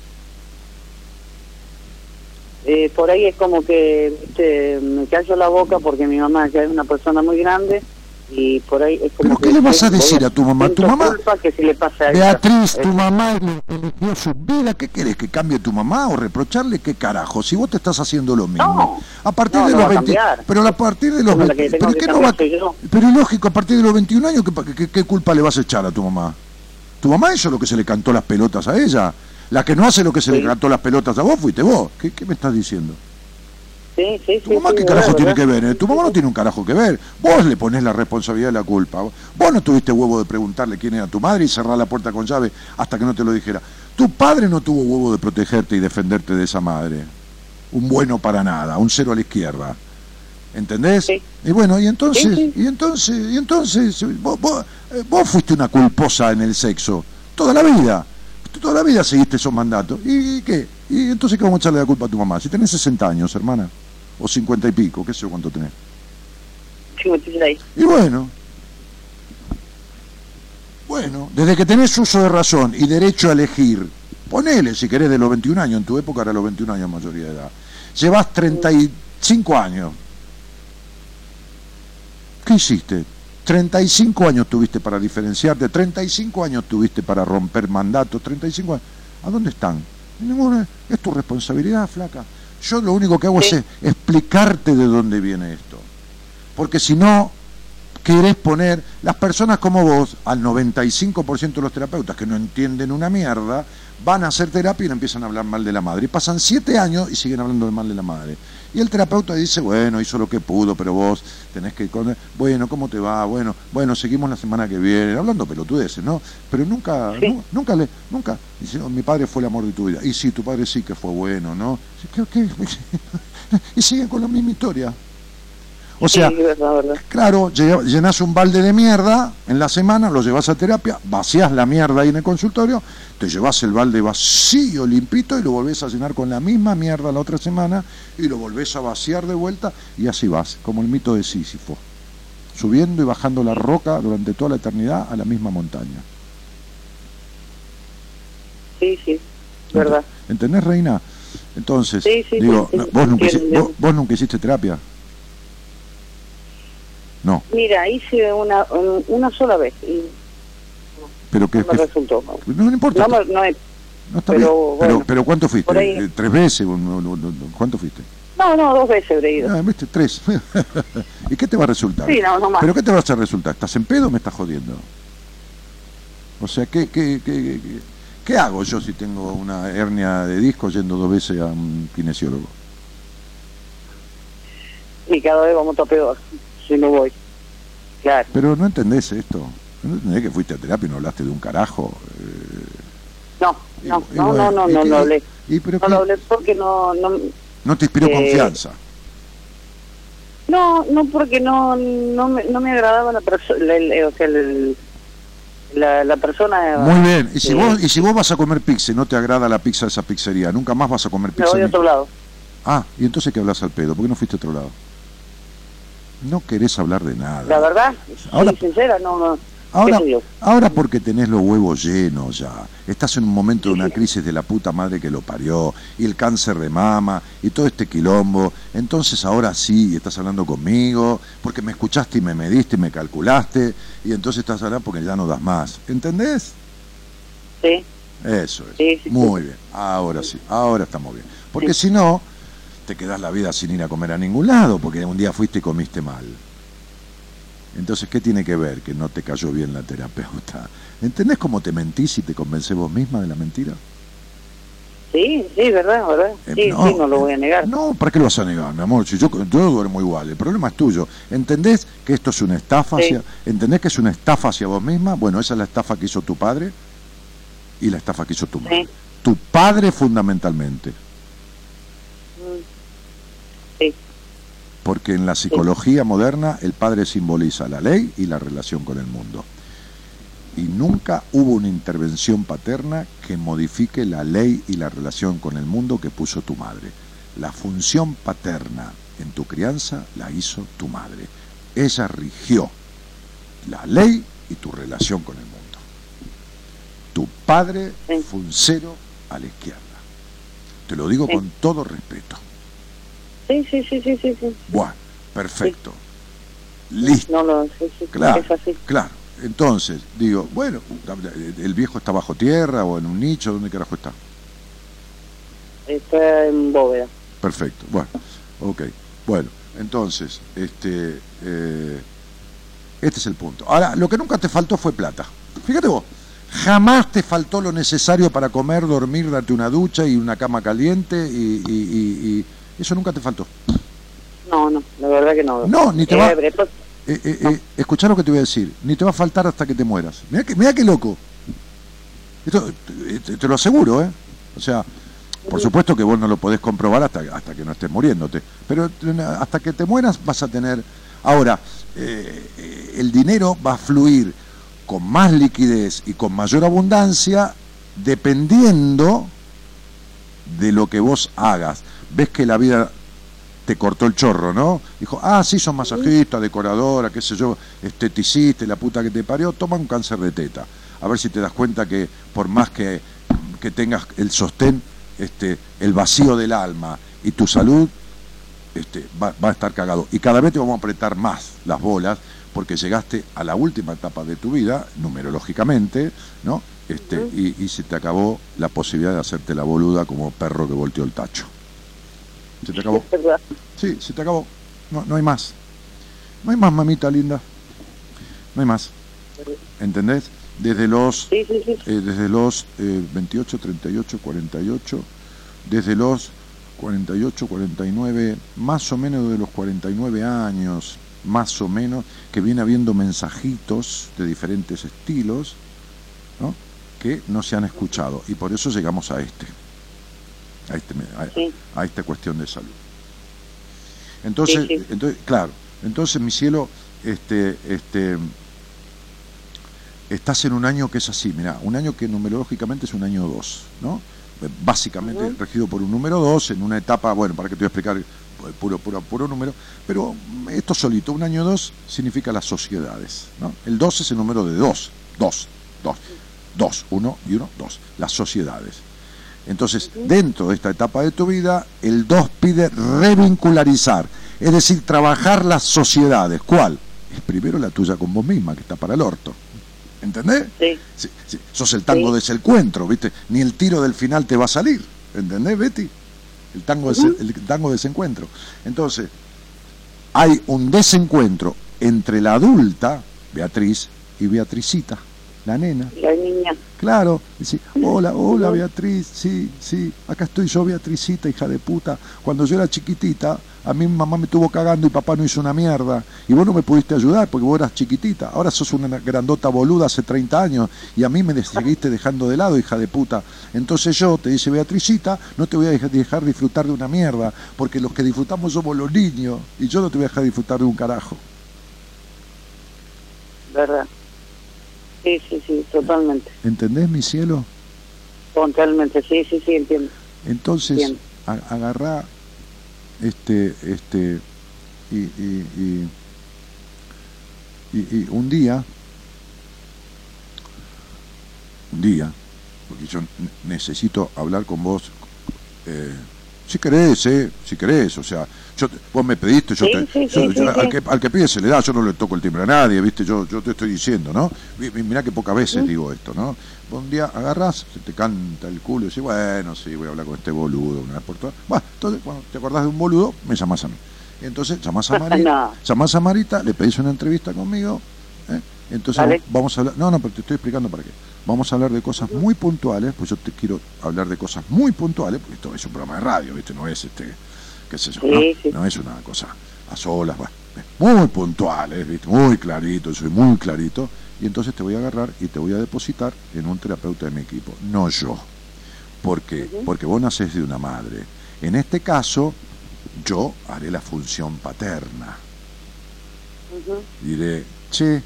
Por ahí es como que, viste, me callo la boca porque mi mamá ya es una persona muy grande y por ahí es como. ¿Pero qué le vas a decir a tu mamá? Tu mamá, culpa que si le pasa a Beatriz, ella. tu mamá eligió su vida. ¿Qué querés? ¿Que cambie tu mamá o reprocharle? ¿Qué carajo? Si vos te estás haciendo lo mismo. No, a partir no, de no los va a 20. cambiar. Pero a partir de los Pero la 20. que tengo ¿Pero que qué no va? cambiar soy yo. Pero es lógico, a partir de los 21 años, ¿qué culpa le vas a echar a tu mamá? Tu mamá hizo lo que se le cantó las pelotas a ella. La que no hace lo que se le cantó las pelotas a vos fuiste vos. ¿Qué me estás diciendo? Sí, ¿Tu mamá qué carajo tiene que ver? Tu mamá no tiene un carajo que ver. Vos le ponés la responsabilidad de la culpa. Vos no tuviste huevo de preguntarle quién era tu madre y cerrar la puerta con llave hasta que no te lo dijera. Tu padre no tuvo huevo de protegerte y defenderte de esa madre. Un bueno para nada, un cero a la izquierda. ¿Entendés? Sí. Y bueno, y entonces, Sí. y entonces, vos fuiste una culposa en el sexo. Toda la vida. Toda la vida seguiste esos mandatos. ¿Y qué? ¿Y entonces qué vamos a echarle la culpa a tu mamá? Si tenés 60 años, hermana. O 50 y pico, qué sé yo cuánto tenés. 56. Y bueno, desde que tenés uso de razón y derecho a elegir, ponele si querés de los 21 años, en tu época era los 21 años mayoría de edad, llevas 35 años. ¿Qué hiciste? 35 años tuviste para diferenciarte, 35 años tuviste para romper mandatos, 35 años. ¿A dónde están? Ninguna. Es tu responsabilidad, flaca. Yo lo único que hago es explicarte de dónde viene esto. Porque si no, querés poner las personas como vos, al 95% de los terapeutas que no entienden una mierda, van a hacer terapia y le empiezan a hablar mal de la madre. Y pasan 7 años y siguen hablando mal de la madre. Y el terapeuta dice, bueno, hizo lo que pudo, pero vos tenés que... Bueno, ¿cómo te va? Bueno, seguimos la semana que viene. Hablando pelotudeces, ¿no? Pero nunca... Dice, no, mi padre fue el amor de tu vida. Y sí, tu padre sí que fue bueno, ¿no? ¿Qué? Y siguen con la misma historia. O sea, Sí, verdad. claro, llenás un balde de mierda en la semana, lo llevas a terapia, vacías la mierda ahí en el consultorio, te llevas el balde vacío, limpito, y lo volvés a llenar con la misma mierda la otra semana, y lo volvés a vaciar de vuelta, y así vas, como el mito de Sísifo, subiendo y bajando la roca durante toda la eternidad a la misma montaña. Sí, verdad. ¿Entendés, reina? Entonces, Sí, digo, sí, ¿vos nunca hiciste terapia? No. Mira, hice una sola vez y Pero que no me resultó. no importa. No está pero bien. bueno, pero ¿cuánto fuiste? por ahí. 3 veces. ¿Cuánto fuiste? No, 2 veces habré ido. Ah, viste, 3. ¿Y qué te va a resultar? Sí, no más. ¿Pero qué te va a hacer resultar? ¿Estás en pedo o me estás jodiendo? O sea, ¿qué hago yo si tengo una hernia de disco yendo 2 veces a un kinesiólogo? Y cada vez vamos a peor, si no voy. Claro. Pero no entendés esto. No entendés que fuiste a terapia y no hablaste de un carajo. No hablé. Pero No lo hablé porque no no te inspiró confianza. No, porque no me agradaba la persona, la persona. Muy bien. Y si vos vas a comer pizza y no te agrada la pizza de esa pizzería, nunca más vas a comer Me pizza. voy a otro lado. Ah, y entonces ¿qué hablas al pedo? ¿Por qué no fuiste a otro lado? No querés hablar de nada. La verdad, Ahora- soy sincera, no. Ahora, ¿Qué sé yo? ahora porque tenés los huevos llenos ya, estás en un momento de una crisis de la puta madre que lo parió, y el cáncer de mama, y todo este quilombo, entonces ahora sí, estás hablando conmigo, porque me escuchaste y me mediste y me calculaste, y entonces estás hablando porque ya no das más, ¿entendés? Sí. Eso es, Sí. muy bien, ahora sí, ahora estamos bien, porque si no, te quedás la vida sin ir a comer a ningún lado, porque un día fuiste y comiste mal. Entonces, ¿qué tiene que ver que no te cayó bien la terapeuta? ¿Entendés cómo te mentís y te convencés vos misma de la mentira? Sí, verdad. Sí, no lo voy a negar. No, ¿para qué lo vas a negar, mi amor? Si yo duermo igual, el problema es tuyo. ¿Entendés que esto es una estafa? Sí. ¿Entendés que es una estafa hacia vos misma? Bueno, esa es la estafa que hizo tu padre y la estafa que hizo tu madre. Sí. Tu padre fundamentalmente. Sí. Porque en la psicología moderna el padre simboliza la ley y la relación con el mundo. Y nunca hubo una intervención paterna que modifique la ley y la relación con el mundo que puso tu madre. La función paterna en tu crianza la hizo tu madre. Ella rigió la ley y tu relación con el mundo. Tu padre fue un cero a la izquierda. Te lo digo con todo respeto. Sí. Bueno, perfecto. Listo. No lo sé, Claro, es así. claro. Entonces, digo, bueno, ¿el viejo está bajo tierra o en un nicho? ¿Dónde carajo está? Está en bóveda. Perfecto, bueno, ok. Bueno, entonces, este es el punto. Ahora, lo que nunca te faltó fue plata. Fíjate vos, jamás te faltó lo necesario para comer, dormir, darte una ducha y una cama caliente y eso nunca te faltó. No, la verdad que no. No, ni te va... escuchá lo que te voy a decir, ni te va a faltar hasta que te mueras. Mirá qué loco. Esto te lo aseguro, ¿eh? O sea, por supuesto que vos no lo podés comprobar hasta que no estés muriéndote, pero hasta que te mueras vas a tener... Ahora, el dinero va a fluir con más liquidez y con mayor abundancia dependiendo de lo que vos hagas. Ves que la vida te cortó el chorro, ¿no? Dijo, sí, sos masajista, decoradora, qué sé yo, esteticista, la puta que te parió, toma un cáncer de teta. A ver si te das cuenta que por más que tengas el sostén, el vacío del alma y tu salud, va a estar cagado. Y cada vez te vamos a apretar más las bolas, porque llegaste a la última etapa de tu vida, numerológicamente, ¿no? Y se te acabó la posibilidad de hacerte la boluda como perro que volteó el tacho. ¿Se te acabó? Sí, se te acabó. No hay más. No hay más, mamita linda. No hay más. ¿Entendés? Desde los 28, 38, 48, desde los 48, 49, más o menos de los 49 años, más o menos, que viene habiendo mensajitos de diferentes estilos, ¿no? Que no se han escuchado. Y por eso llegamos a esta cuestión de salud. Entonces, claro, entonces mi cielo, estás en un año que es así, mirá, un año que numerológicamente es un año 2, ¿no? Básicamente regido por un número 2, en una etapa, bueno, para que te voy a explicar puro número, pero esto solito, un año 2 significa las sociedades, ¿no? El 2 es el número de 2, 1 y 1, 2, las sociedades. Entonces, dentro de esta etapa de tu vida, el 2 pide revincularizar, es decir, trabajar las sociedades. ¿Cuál? Es primero la tuya con vos misma, que está para el orto. ¿Entendés? Sí. Sos el tango de ese encuentro, ¿viste? Ni el tiro del final te va a salir. ¿Entendés, Betty? El tango de ese encuentro. Entonces, hay un desencuentro entre la adulta, Beatriz, y Beatricita, la nena. La niña. Claro, dice, hola Beatriz, sí, acá estoy yo, Beatricita, hija de puta. Cuando yo era chiquitita, a mí mi mamá me estuvo cagando y papá no hizo una mierda. Y vos no me pudiste ayudar porque vos eras chiquitita. Ahora sos una grandota boluda hace 30 años y a mí me seguiste dejando de lado, hija de puta. Entonces yo, te dice Beatricita, no te voy a dejar disfrutar de una mierda, porque los que disfrutamos somos los niños y yo no te voy a dejar disfrutar de un carajo. ¿Verdad? Sí, totalmente. ¿Entendés, mi cielo? Totalmente, sí, entiendo. Entonces, agarrá y un día, porque yo necesito hablar con vos, si querés, o sea, vos me pediste, al que pide se le da, yo no le toco el timbre a nadie, ¿viste? Yo te estoy diciendo, ¿no? Mirá que pocas veces digo esto, ¿no? Vos un día agarrás, se te canta el culo y decís, bueno, sí, voy a hablar con este boludo una vez por todas. Bueno, entonces, cuando te acordás de un boludo, me llamás a mí. Y entonces, llamás a Marita, le pedís una entrevista conmigo, entonces vamos a hablar, no, pero te estoy explicando para qué. Vamos a hablar de cosas muy puntuales, pues yo te quiero hablar de cosas muy puntuales, porque esto es un programa de radio, ¿viste? No es qué sé yo, no es una cosa a solas, muy puntuales, ¿viste? Muy clarito, soy muy clarito, y entonces te voy a agarrar y te voy a depositar en un terapeuta de mi equipo, no yo, porque vos nacés de una madre. En este caso, yo haré la función paterna. Ujú. Diré, che,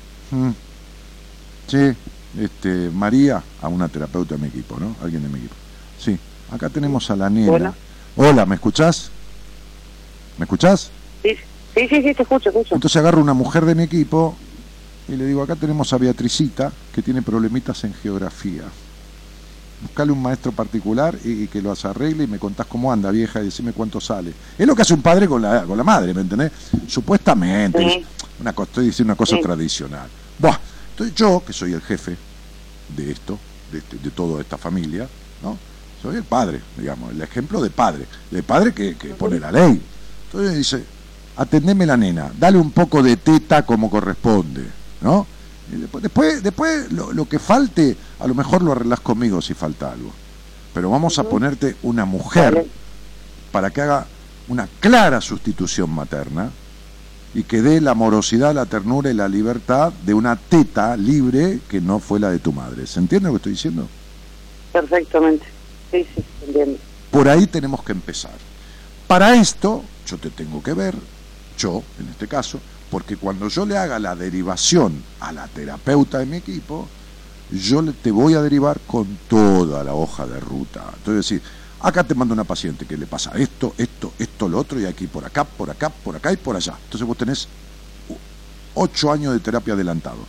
María, a una terapeuta de mi equipo, ¿no? Alguien de mi equipo. Sí, acá tenemos a la nena. Bueno. Hola, ¿me escuchás? ¿Me escuchás? Sí, te escucho. Entonces agarro una mujer de mi equipo y le digo, acá tenemos a Beatricita, que tiene problemitas en geografía. Buscale un maestro particular y que los arregle y me contás cómo anda, vieja, y decime cuánto sale. Es lo que hace un padre con la madre, ¿me entendés? Supuestamente, Sí. estoy diciendo una cosa Sí. tradicional. Buah, entonces yo, que soy el jefe de esto, de toda esta familia, ¿no? Soy el padre, digamos, el ejemplo de padre que pone la ley. Entonces dice, atendeme la nena, dale un poco de teta como corresponde, ¿no? Y después lo que falte, a lo mejor lo arreglás conmigo si falta algo. Pero vamos a ponerte una mujer Vale. para que haga una clara sustitución materna y que dé la amorosidad, la ternura y la libertad de una teta libre que no fue la de tu madre. ¿Se entiende lo que estoy diciendo? Perfectamente. Sí, entiendo. Por ahí tenemos que empezar. Para esto, yo te tengo que ver, yo, en este caso, porque cuando yo le haga la derivación a la terapeuta de mi equipo, te voy a derivar con toda la hoja de ruta. Entonces, decir, acá te mando una paciente que le pasa esto, lo otro, y aquí por acá y por allá. Entonces vos tenés 8 años de terapia adelantados.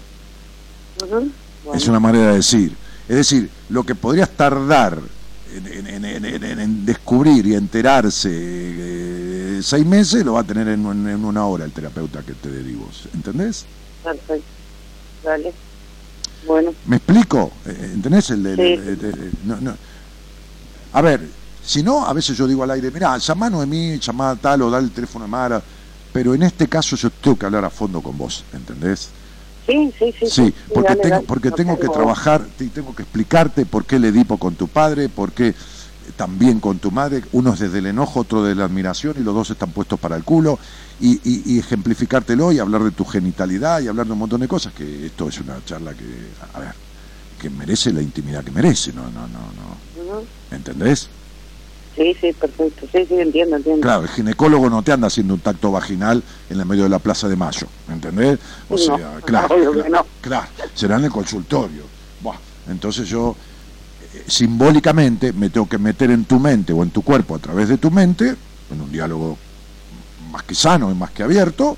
Ujú. Bueno. Es una manera de decir. Es decir, lo que podrías tardar en descubrir y enterarse 6 meses, lo va a tener en 1 hora el terapeuta que te derivo. ¿Entendés? Perfecto. Dale. Bueno. ¿Me explico? ¿Entendés? Sí. No. A ver, si no, a veces yo digo al aire, mirá, llamá a Noemí, llamá a tal o da el teléfono a Mara, pero en este caso yo tengo que hablar a fondo con vos, ¿entendés? Sí, porque tengo que trabajar y tengo que explicarte por qué el Edipo con tu padre, por qué también con tu madre, uno es desde el enojo, otro desde la admiración y los dos están puestos para el culo y ejemplificártelo y hablar de tu genitalidad y hablar de un montón de cosas, que esto es una charla que merece la intimidad que merece, no. Ujú. ¿Entendés? Sí, perfecto. Sí, entiendo. Claro, el ginecólogo no te anda haciendo un tacto vaginal en el medio de la Plaza de Mayo, ¿entendés? O No, sea, claro, obvio que no. claro, será en el consultorio. Buah, entonces yo simbólicamente me tengo que meter en tu mente o en tu cuerpo a través de tu mente, en un diálogo más que sano y más que abierto,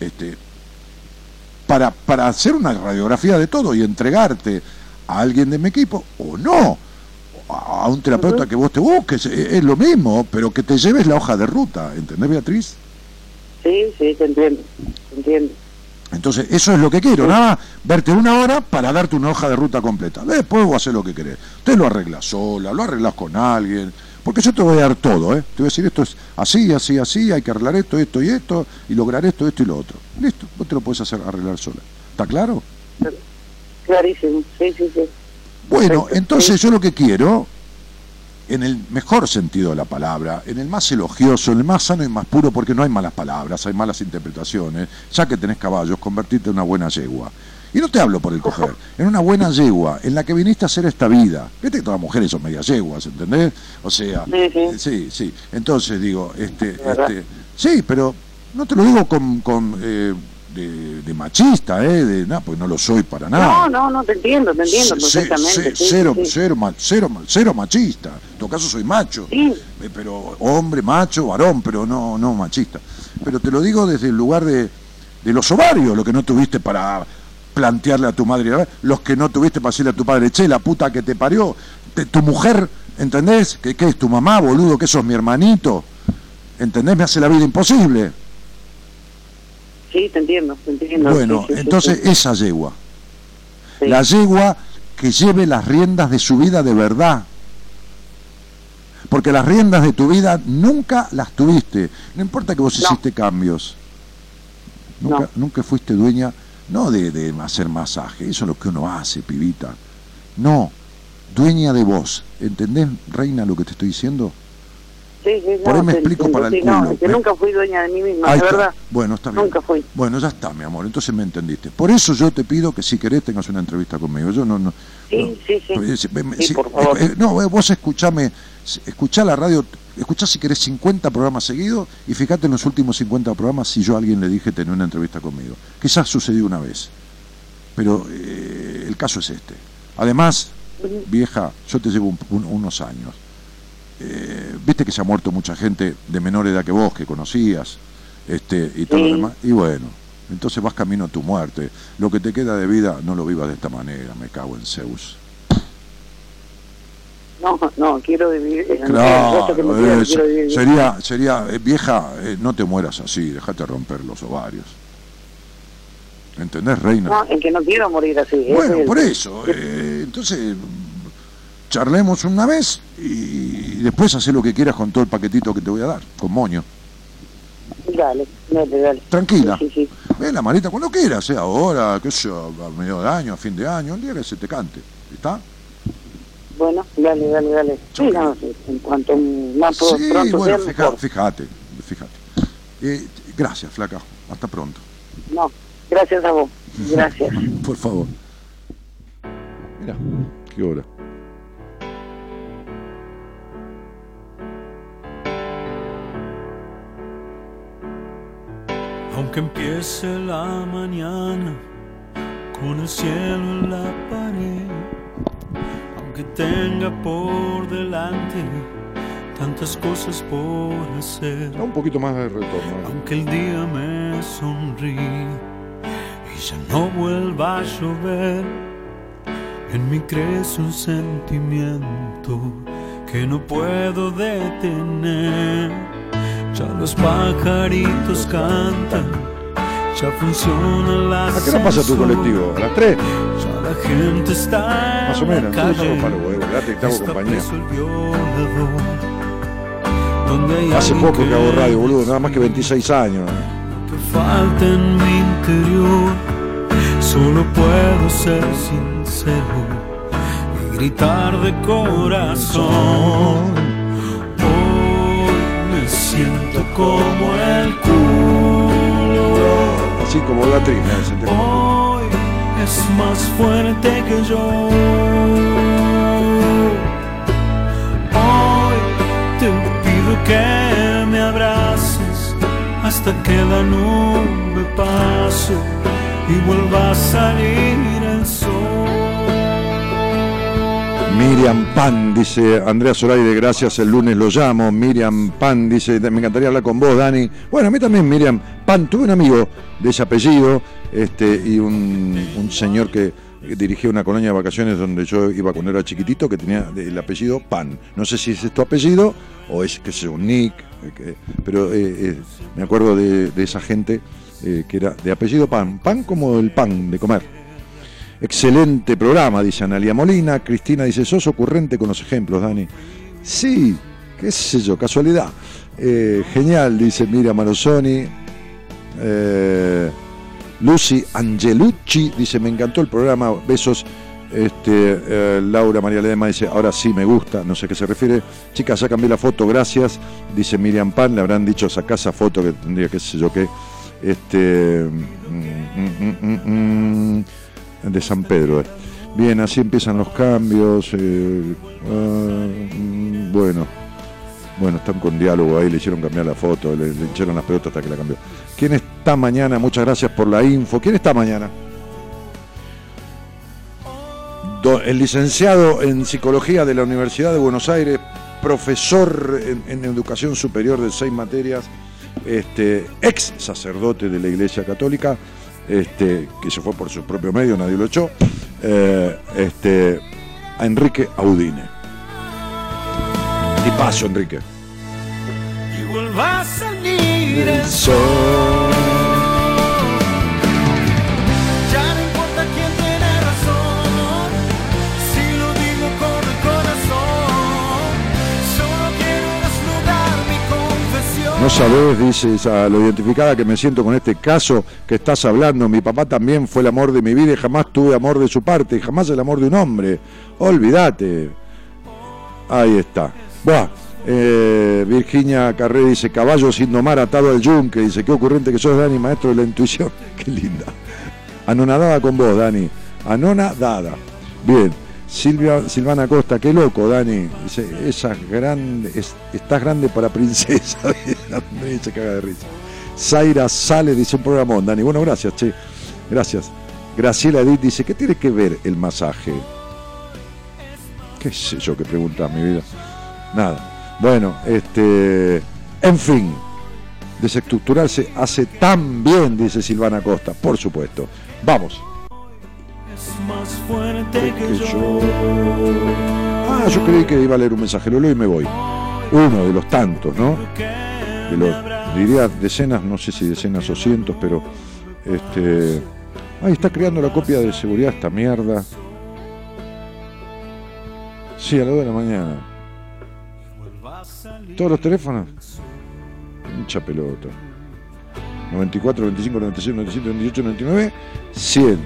para hacer una radiografía de todo y entregarte a alguien de mi equipo, o no, a un terapeuta que vos te busques, es lo mismo, pero que te lleves la hoja de ruta, ¿entendés, Beatriz? Sí, te entiendo. Entonces, eso es lo que quiero, nada más verte 1 hora para darte una hoja de ruta completa. Después vos haces lo que querés. Usted lo arreglas sola, lo arreglas con alguien, porque yo te voy a dar todo, ¿eh? Te voy a decir, esto es así, hay que arreglar esto, y lograr esto y lo otro. Listo, vos te lo podés arreglar sola. ¿Está claro? Clarísimo, sí. Bueno, Perfecto, entonces sí. yo lo que quiero, en el mejor sentido de la palabra, en el más elogioso, en el más sano y más puro, porque no hay malas palabras, hay malas interpretaciones, ya que tenés caballos, convertirte en una buena yegua. Y no te hablo por el coger, en una buena yegua, en la que viniste a hacer esta vida. Viste que todas las mujeres son medias yeguas, ¿entendés? O sea, sí. Entonces digo, sí, pero no te lo digo de machista, pues no lo soy para nada. No, te entiendo perfectamente. Cero machista. En todo caso soy macho, pero hombre, macho, varón, pero no machista. Pero te lo digo desde el lugar de los ovarios, lo que no tuviste para plantearle a tu madre, los que no tuviste para decirle a tu padre, che, la puta que te parió, tu mujer, ¿entendés? ¿Qué es tu mamá, boludo? Que sos mi hermanito, ¿entendés? Me hace la vida imposible. Sí, te entiendo. Bueno, sí, entonces sí. esa yegua, Sí. la yegua que lleve las riendas de su vida de verdad, porque las riendas de tu vida nunca las tuviste, no importa que vos hiciste cambios, nunca fuiste dueña, no de hacer masaje, eso es lo que uno hace, pibita, no, dueña de vos, ¿entendés, reina, lo que te estoy diciendo? Sí, Por ahí me te explico entiendo, para el sí, culo. no, que nunca fui dueña de mí misma, Ahí de está. verdad. Bueno, está bien. Nunca fui. Bueno, ya está, mi amor. Entonces me entendiste. Por eso yo te pido que si querés tengas una entrevista conmigo. Yo no. Sí, sí. Sí, por favor. Vos escuchá la radio, escuchá si querés 50 programas seguidos y fíjate en los últimos 50 programas si yo a alguien le dije tener una entrevista conmigo. Quizás sucedió una vez, pero el caso es este. Además, vieja, yo te llevo unos años. Viste que se ha muerto mucha gente de menor edad que vos, que conocías, y todo lo demás. Y bueno, entonces vas camino a tu muerte. Lo que te queda de vida no lo vivas de esta manera, me cago en Zeus. No, quiero vivir. Claro, quiero vivir. sería vieja, no te mueras así, déjate romper los ovarios. ¿Entendés, reina? No, es que no quiero morir así. Bueno, por eso. Entonces, charlemos una vez y después hacé lo que quieras con todo el paquetito que te voy a dar, con moño. Dale. Tranquila. Sí. Ve la maleta cuando quieras, sea ahora, qué sé yo, a medio de año, a fin de año, el día que se te cante. ¿Está? Bueno, dale. Sí, no, en cuanto más pronto bueno, sea, mejor. fíjate. Gracias, flaca. Hasta pronto. No, gracias a vos. Gracias. Por favor. Mira, qué hora. Aunque empiece la mañana con el cielo en la pared, aunque tenga por delante tantas cosas por hacer, Da un poquito más de retorno. aunque el día me sonríe y ya no vuelva a llover, en mí crece un sentimiento que no puedo detener. Ya los pajaritos cantan, ya funciona la ¿A qué hora pasa tu colectivo? ¿A las 3? Ya la gente está Más o menos, en la entonces calle, yo paro, date, te hago está compañía. preso el violador, donde hay Hace alguien poco que hago radio, boludo, nada más que 26 años. que falta en mi interior. Solo puedo ser sincero y gritar de corazón. Hoy me siento como el culo. Así como Beatriz, me senté como... Hoy es más fuerte que yo. Hoy te pido que me abraces hasta que la nube pase y vuelva a salir el sol. Miriam Pan, dice Andrea Zoraide, gracias, el lunes lo llamo. Miriam Pan dice, me encantaría hablar con vos, Dani. Bueno, a mí también, Miriam Pan. Tuve un amigo de ese apellido, y un señor que dirigía una colonia de vacaciones donde yo iba cuando era chiquitito, que tenía el apellido Pan. No sé si es tu apellido o es, qué sé yo, un nick, pero me acuerdo de esa gente que era de apellido Pan. Pan como el pan de comer. Excelente programa, dice Analia Molina. Cristina dice, sos ocurrente con los ejemplos, Dani. Sí, qué sé yo, casualidad. Genial, dice Mira Marosoni. Lucy Angelucci dice, me encantó el programa, besos. Laura María Ledema dice, ahora sí me gusta, no sé a qué se refiere. Chicas, ya cambié la foto, gracias. Dice Miriam Pan, le habrán dicho, sacá esa foto que tendría, qué sé yo qué. De San Pedro. Bien, así empiezan los cambios. Bueno, están con diálogo ahí, le hicieron cambiar la foto, le hincharon las pelotas hasta que la cambió. ¿Quién está mañana? Muchas gracias por la info. ¿Quién está mañana? El licenciado en Psicología de la Universidad de Buenos Aires, profesor en Educación Superior de 6 materias, ex sacerdote de la Iglesia Católica, que se fue por su propio medio, nadie lo echó, a Enrique Audine. Y paso, Enrique. Y vuelva a salir el sol. Ya no importa quién tiene razón, si lo digo con el corazón, solo quiero desnudar mi confesión. No sabés, dices, a lo identificada que me siento con este caso que estás hablando. Mi papá también fue el amor de mi vida y jamás tuve amor de su parte, y jamás el amor de un hombre. Olvídate. Ahí está. Buah, Virginia Carré dice, caballo sin domar atado al yunque. Dice, qué ocurrente que sos, Dani, maestro de la intuición. Qué linda. Anonadada con vos, Dani. Anonadada. Bien. Silvana Costa, qué loco, Dani. Dice, estás grande para princesa. Se caga de risa. Zaira Sale dice, un programón, Dani. Bueno, gracias, che. Gracias. Graciela Edith dice, ¿qué tiene que ver el masaje? ¿Qué sé yo que pregunta mi vida? Nada. Bueno, en fin. Desestructurarse hace tan bien, dice Silvana Costa. Por supuesto. Vamos. Más fuerte que yo. Yo creí que iba a leer un mensaje, lo leo y me voy. Uno de los tantos, ¿no? De los, diría decenas, no sé si decenas o cientos, pero ahí está creando la copia de seguridad esta mierda. Sí, a las 2 de la mañana. ¿Todos los teléfonos? Mucha pelota. 94, 95, 96, 97, 98, 99, 100.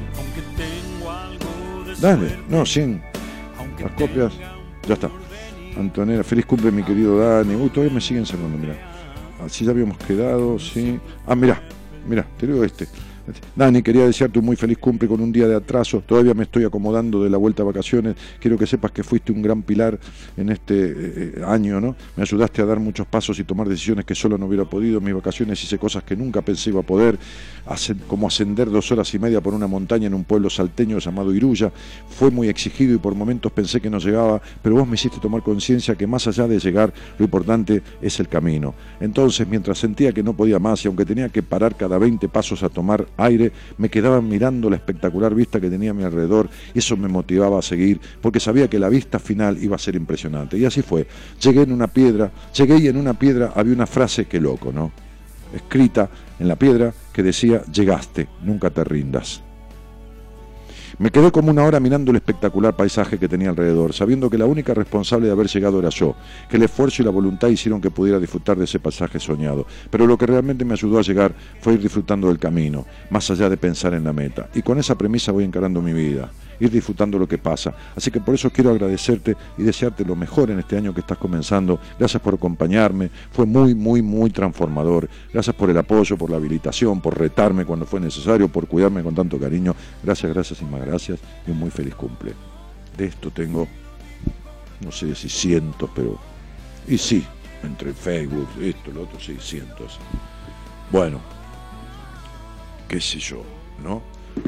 Dale, no, 100. Las copias, ya está. Antonella, feliz cumple mi querido Dani. Uy, todavía me siguen saludando, mirá. Así ya habíamos quedado, sí. Mirá, te digo Dani, quería desearte un muy feliz cumple con un día de atraso. Todavía me estoy acomodando de la vuelta a vacaciones. Quiero que sepas que fuiste un gran pilar en este año, ¿no? Me ayudaste a dar muchos pasos y tomar decisiones que solo no hubiera podido. En mis vacaciones hice cosas que nunca pensé iba a poder, como ascender 2 horas y media por una montaña en un pueblo salteño llamado Iruya. Fue muy exigido y por momentos pensé que no llegaba, pero vos me hiciste tomar conciencia que más allá de llegar, lo importante es el camino. Entonces, mientras sentía que no podía más y aunque tenía que parar cada 20 pasos a tomar aire, me quedaba mirando la espectacular vista que tenía a mi alrededor y eso me motivaba a seguir porque sabía que la vista final iba a ser impresionante. Y así fue. Llegué y en una piedra había una frase, que loco, ¿no? Escrita en la piedra que decía, llegaste, nunca te rindas. Me quedé como una hora mirando el espectacular paisaje que tenía alrededor, sabiendo que la única responsable de haber llegado era yo, que el esfuerzo y la voluntad hicieron que pudiera disfrutar de ese paisaje soñado. Pero lo que realmente me ayudó a llegar fue ir disfrutando del camino, más allá de pensar en la meta. Y con esa premisa voy encarando mi vida, ir disfrutando lo que pasa. Así que por eso quiero agradecerte y desearte lo mejor en este año que estás comenzando. Gracias por acompañarme, fue muy, muy, muy transformador. Gracias por el apoyo, por la habilitación, por retarme cuando fue necesario, por cuidarme con tanto cariño. Gracias, gracias y más gracias y un muy feliz cumple. De esto tengo, no sé si cientos, pero... Y sí, entre Facebook, esto, lo otro, sí, cientos. Bueno, qué sé yo, ¿no?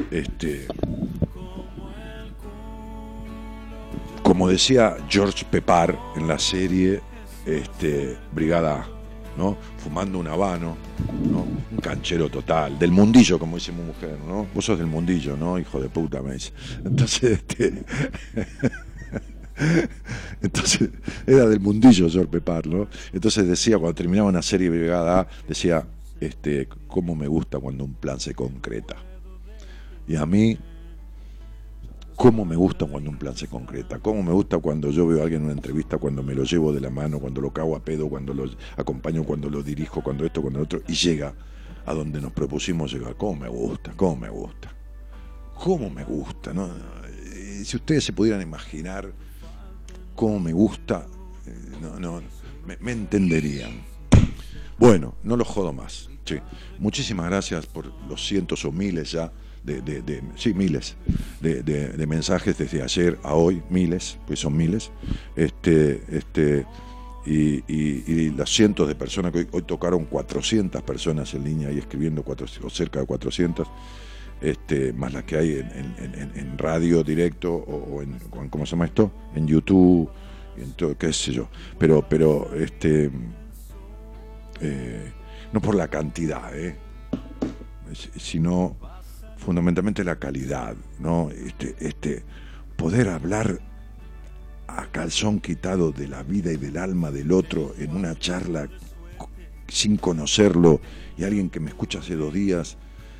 Como decía George Pepar en la serie Brigada A, ¿no? Fumando un habano, ¿no? Un canchero total, del mundillo, como dice mi mujer, ¿no? Vos sos del mundillo, ¿no? Hijo de puta, me dice. Entonces, entonces era del mundillo George Pepar, ¿no? Entonces decía, cuando terminaba una serie Brigada A, decía, cómo me gusta cuando un plan se concreta. Y a mí, cómo me gusta cuando un plan se concreta, cómo me gusta cuando yo veo a alguien en una entrevista, cuando me lo llevo de la mano, cuando lo cago a pedo, cuando lo acompaño, cuando lo dirijo, cuando esto, cuando lo otro, y llega a donde nos propusimos llegar. Cómo me gusta, cómo me gusta, cómo me gusta, ¿no? Si ustedes se pudieran imaginar cómo me gusta, me entenderían. Bueno, no lo jodo más. Sí. Muchísimas gracias por los cientos o miles ya miles de mensajes desde ayer a hoy, miles, pues son miles, y los cientos de personas que hoy tocaron 400 personas en línea y escribiendo o cerca de 400, más las que hay en radio directo o en, ¿cómo se llama esto? En YouTube, y en todo, qué sé yo, pero no por la cantidad, sino fundamentalmente la calidad, ¿no? Poder hablar a calzón quitado de la vida y del alma del otro en una charla sin conocerlo, y alguien que me escucha hace 2 días,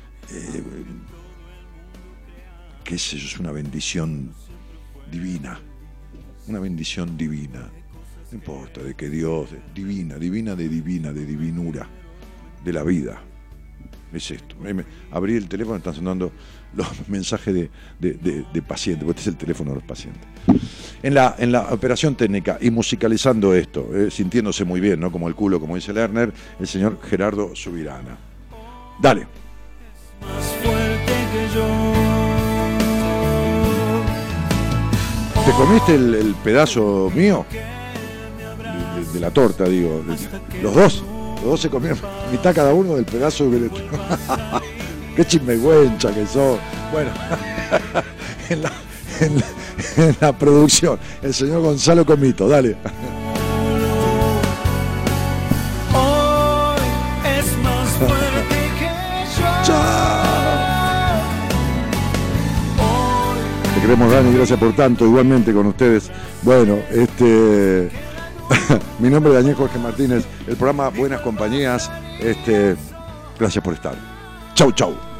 qué sé yo, es una bendición divina, no importa, de que Dios, divina de divinura, de la vida. Es esto. Abrí el teléfono, están sonando los mensajes de pacientes, porque este es el teléfono de los pacientes. en la operación técnica y musicalizando esto, sintiéndose muy bien, ¿no? Como el culo, como dice Lerner, el señor Gerardo Subirana. Dale. Más fuerte que yo. ¿Te comiste el pedazo mío? De la torta, digo. Los dos se comieron mitad cada uno del pedazo que le... Qué chismegüencha que sos. Bueno, en la producción, el señor Gonzalo Comito, dale. Hoy es más fuerte que yo. Te queremos, Dani, gracias por tanto, igualmente con ustedes. Bueno, mi nombre es Daniel Jorge Martínez, el programa Buenas Compañías, gracias por estar. Chau, chau.